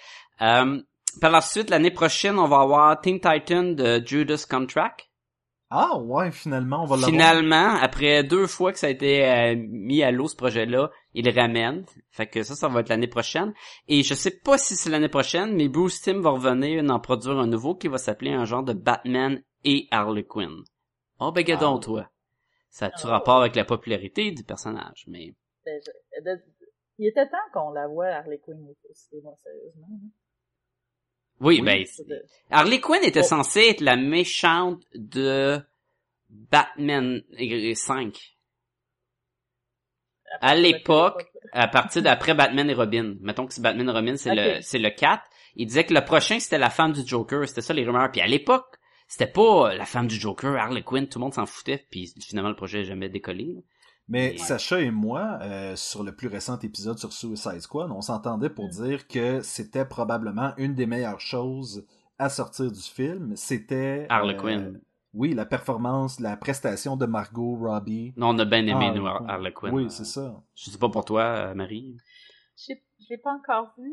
Par la suite, l'année prochaine, on va avoir Teen Titan de Judas Contract. Ah ouais, finalement, on va l'avoir. Finalement, après 2 fois que ça a été mis à l'eau, ce projet-là, il le ramène. Fait que ça va être l'année prochaine. Et je sais pas si c'est l'année prochaine, mais Bruce Timm va revenir en produire un nouveau qui va s'appeler un genre de Batman et Harley Quinn. Oh, ben, gadon, toi. Ça a-tu rapport avec la popularité du personnage, mais... Il était temps qu'on la voie, Harley Quinn, au cinéma, sérieusement. Oui, ben, Harley Quinn était censée être la méchante de Batman 5. À l'époque, à partir d'après Batman et Robin. Mettons que c'est Batman et Robin, c'est le 4. Il disait que le prochain, c'était la femme du Joker. C'était ça, les rumeurs. Puis à l'époque, c'était pas la femme du Joker, Harley Quinn. Tout le monde s'en foutait. Puis finalement, le projet n'a jamais décollé. Mais Sacha et moi, sur le plus récent épisode sur Suicide Squad, on s'entendait pour dire que c'était probablement une des meilleures choses à sortir du film. C'était... Harley Quinn. Oui, la performance, la prestation de Margot Robbie. Non, on a bien aimé nous, Harley Quinn. Oui, c'est ça. Je sais pas pour toi, Marie. Je l'ai pas encore vu.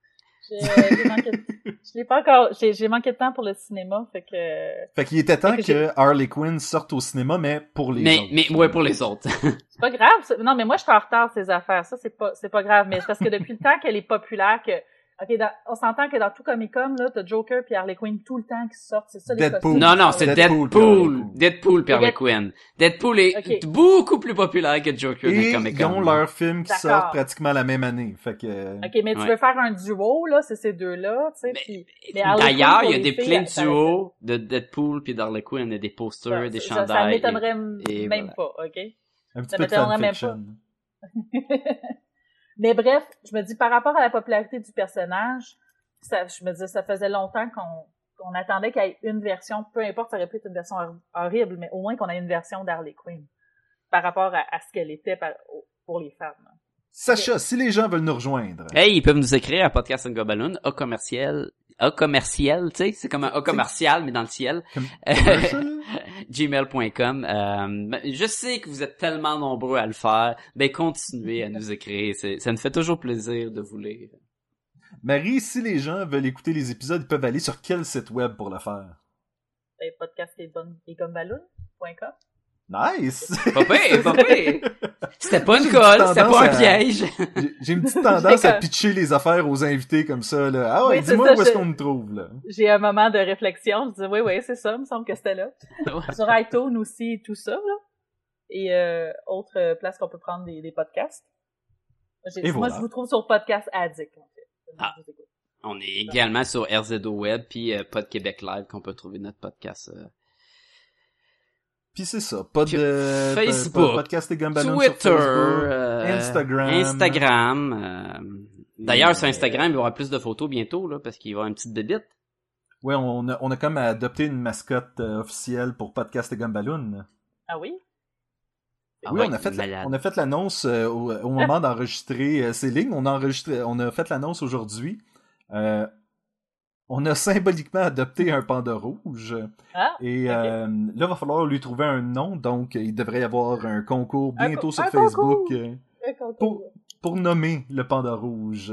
J'ai manqué de temps pour le cinéma, fait qu'il était temps que Harley Quinn sorte au cinéma, mais pour les autres. Mais ouais, pour les autres. C'est pas grave. Non, mais moi, je suis en retard, ces affaires. Ça, c'est pas grave. Mais c'est parce que depuis le temps qu'elle est populaire, que OK, on s'entend que dans tout Comic-Con, là, t'as Joker puis Harley Quinn tout le temps qui sortent, c'est ça les Deadpool. costumes. Non, c'est Deadpool. Deadpool puis Harley Quinn. Deadpool est beaucoup plus populaire que Joker Et dans Comic-Con. ils ont leurs films qui D'accord. sortent pratiquement la même année. Fait que... OK, mais tu veux faire un duo, là, c'est ces deux-là, tu sais, mais Harley D'ailleurs, Quinn, il y a pour des les plein de filles, duos de Deadpool puis d'Harley Quinn, il y a des posters, des chandails. Ça m'étonnerait et même voilà. pas, OK? Un petit Ça peu de m'étonnerait même fanfiction. Mais bref, je me dis, par rapport à la popularité du personnage, je me dis, ça faisait longtemps qu'on attendait qu'il y ait une version, peu importe, ça aurait pu être une version horrible, mais au moins qu'on ait une version d'Harley Quinn par rapport à ce qu'elle était pour les femmes. Sacha, si les gens veulent nous rejoindre... Hey, ils peuvent nous écrire à Podcast and Gobaloon, A commercial, tu sais, c'est comme un A commercial, mais dans le ciel. gmail.com. Je sais que vous êtes tellement nombreux à le faire. Ben, continuez à nous écrire. Ça nous fait toujours plaisir de vous lire. Marie, si les gens veulent écouter les épisodes, ils peuvent aller sur quel site web pour le faire? Podcastesgumballoon.com. Nice! Pas pire. C'était pas une colle, c'était pas un piège. J'ai une petite tendance à pitcher les affaires aux invités comme ça, là. Ah ouais, oui, dis-moi où est-ce qu'on me trouve, là. J'ai un moment de réflexion. Je dis, oui, c'est ça, il me semble que c'était là. Sur iTunes aussi, tout ça, là. Et autre place qu'on peut prendre des podcasts. Moi, je vous trouve sur Podcast Addict, en fait. On est également sur RZO Web puis Pod Québec Live qu'on peut trouver notre podcast. Puis c'est ça, pas de Facebook, podcast et Gumballoon Twitter, sur Facebook, Instagram. D'ailleurs, sur Instagram, il y aura plus de photos bientôt là, parce qu'il va y avoir une petite débite. Ouais, on a comme adopté une mascotte officielle pour podcast et Gumballoon. Ah oui? Oui, on a fait l'annonce au moment d'enregistrer ces lignes. On a fait l'annonce aujourd'hui. On a symboliquement adopté un panda rouge. Et là, il va falloir lui trouver un nom. Donc, il devrait y avoir un concours bientôt sur Facebook pour nommer le panda rouge.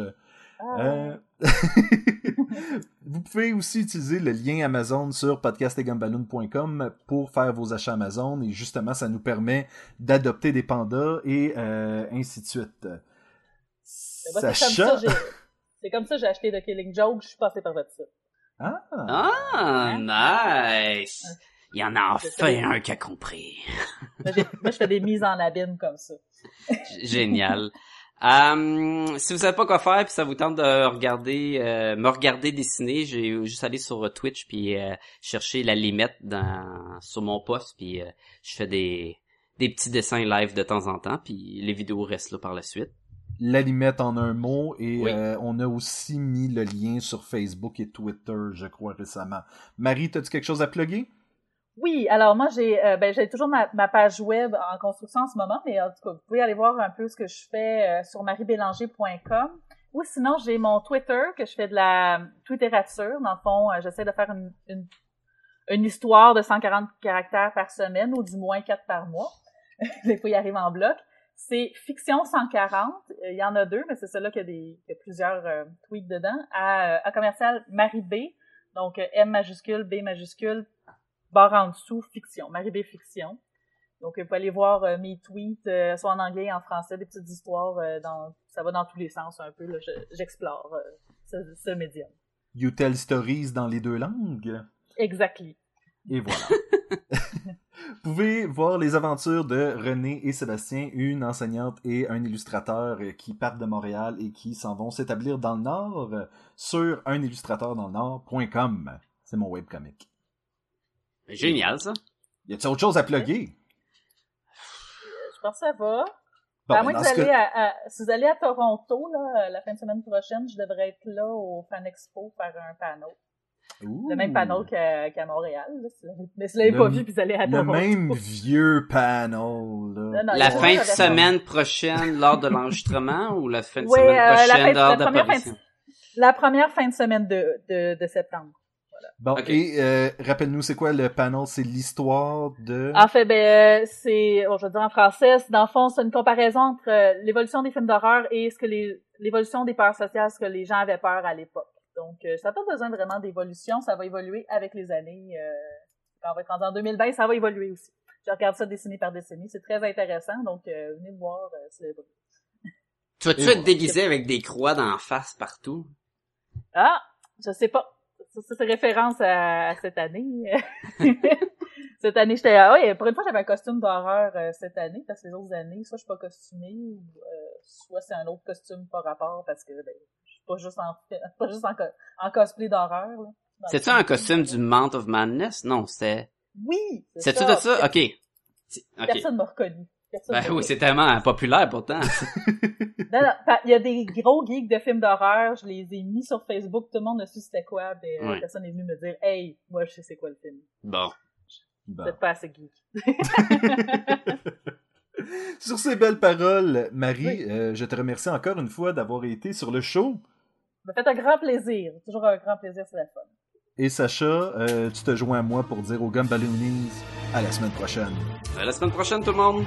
Vous pouvez aussi utiliser le lien Amazon sur podcastegumballoon.com pour faire vos achats Amazon. Et justement, ça nous permet d'adopter des pandas et ainsi de suite. Sacha... C'est comme ça que j'ai acheté The Killing Joke, je suis passé par votre site. Nice! Il y en a enfin un qui a compris. Moi, je fais des mises en abîme comme ça. Génial. Si vous savez pas quoi faire puis ça vous tente de me regarder dessiner, j'ai juste allé sur Twitch puis chercher la limette sur mon post puis je fais des petits dessins live de temps en temps puis les vidéos restent là par la suite. La limette en un mot et oui. On a aussi mis le lien sur Facebook et Twitter, je crois, récemment. Marie, t'as-tu quelque chose à plugger? Oui, alors moi j'ai toujours ma page web en construction en ce moment, mais en tout cas, vous pouvez aller voir un peu ce que je fais sur mariebélanger.com. Ou sinon, j'ai mon Twitter, que je fais de la twitterature. Dans le fond, j'essaie de faire une histoire de 140 caractères par semaine, ou du moins 4 par mois. Des fois, il arrive en bloc. C'est Fiction 140. Il y en a 2, mais c'est celui-là qu'il y a plusieurs tweets dedans. À commercial Marie B. Donc, M majuscule, B majuscule, barre en dessous, Fiction. Marie B Fiction. Donc, vous pouvez aller voir mes tweets, soit en anglais et en français, des petites histoires. Ça va dans tous les sens un peu. Là, j'explore ce médium. You tell stories dans les 2 langues? Exactly. Et voilà. Vous pouvez voir les aventures de René et Sébastien, une enseignante et un illustrateur qui partent de Montréal et qui s'en vont s'établir dans le Nord sur unillustrateurdanslenord.com. C'est mon webcomic. Génial, ça. Y a-t-il autre chose à plugger? Je pense que ça va. Bon, à moins que si vous allez à Toronto, là, la fin de semaine prochaine, je devrais être là au Fan Expo faire un panel. Ouh. Le même panel qu'à Montréal. Là, mais si vous l'avez pas vu, puis vous allez à Toronto. Le même vieux panel. Là. Non, la fin de semaine prochaine lors de l'enregistrement ou la fin de semaine prochaine lors d'apparition? La première fin de semaine de septembre. Voilà. Bon, okay. Et rappelle-nous, c'est quoi le panel? C'est l'histoire de... En fait, c'est, je vais dire en français, dans le fond, c'est une comparaison entre l'évolution des films d'horreur et l'évolution des peurs sociales, ce que les gens avaient peur à l'époque. Donc, ça n'a pas besoin vraiment d'évolution, ça va évoluer avec les années. Quand on va être rendu en 2020, ça va évoluer aussi. Je regarde ça décennie par décennie, c'est très intéressant, donc venez me voir si vous avez pas vu. Tu vas-tu être déguisé avec des croix d'en face partout? Ah, je sais pas. Ça c'est référence à cette année. Cette année, pour une fois, j'avais un costume d'horreur cette année, parce que les autres années, soit je suis pas costumée, ou soit c'est un autre costume par rapport, parce que je suis pas juste en cosplay d'horreur. C'est-tu un costume du Mount of Madness? Non, c'est... Oui! C'est-tu de ça? Ok. Personne m'a reconnu. Oui, c'est tellement populaire pourtant. Non, il y a des gros geeks de films d'horreur, je les ai mis sur Facebook, tout le monde a su c'était quoi, personne n'est venu me dire « Hey, moi je sais c'est quoi le film. » Bon. Vous êtes pas assez geek. Sur ces belles paroles, Marie, je te remercie encore une fois d'avoir été sur le show. Ça m'a fait un grand plaisir. Toujours un grand plaisir, c'est la fun. Et Sacha, tu te joins à moi pour dire aux Gumballoonies à la semaine prochaine. À la semaine prochaine, tout le monde!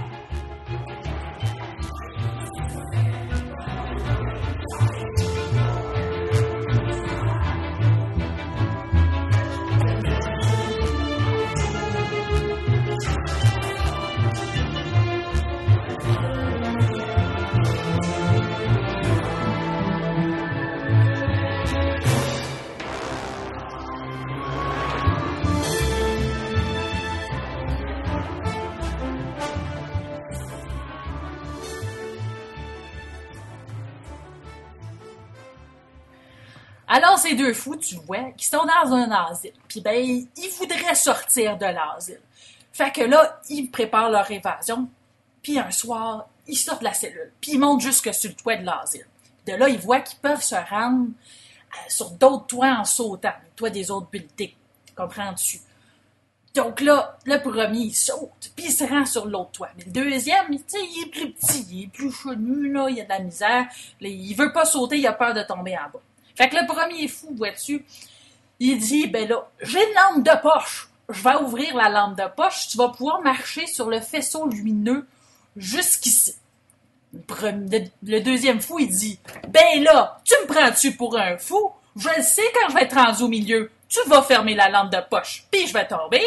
Alors, ces deux fous, tu vois, qui sont dans un asile. Puis ben, ils voudraient sortir de l'asile. Fait que là, ils préparent leur évasion. Puis un soir, ils sortent de la cellule. Puis ils montent jusque sur le toit de l'asile. De là, ils voient qu'ils peuvent se rendre sur d'autres toits en sautant. Les toits des autres buildings. Comprends-tu? Donc là, le premier, il saute. Puis il se rend sur l'autre toit. Mais le deuxième, tu sais, il est plus petit. Il est plus chenu, là. Il a de la misère. Là, il veut pas sauter. Il a peur de tomber en bas. Fait que le premier fou, vois-tu, il dit, ben là, j'ai une lampe de poche. Je vais ouvrir la lampe de poche. Tu vas pouvoir marcher sur le faisceau lumineux jusqu'ici. Le deuxième fou, il dit, ben là, tu me prends-tu pour un fou? Je le sais quand je vais être rendu au milieu. Tu vas fermer la lampe de poche, puis je vais tomber.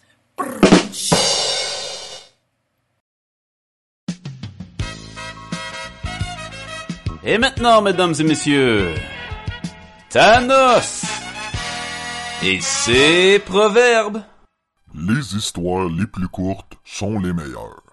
Et maintenant, mesdames et messieurs, Thanos et ses proverbes. Les histoires les plus courtes sont les meilleures.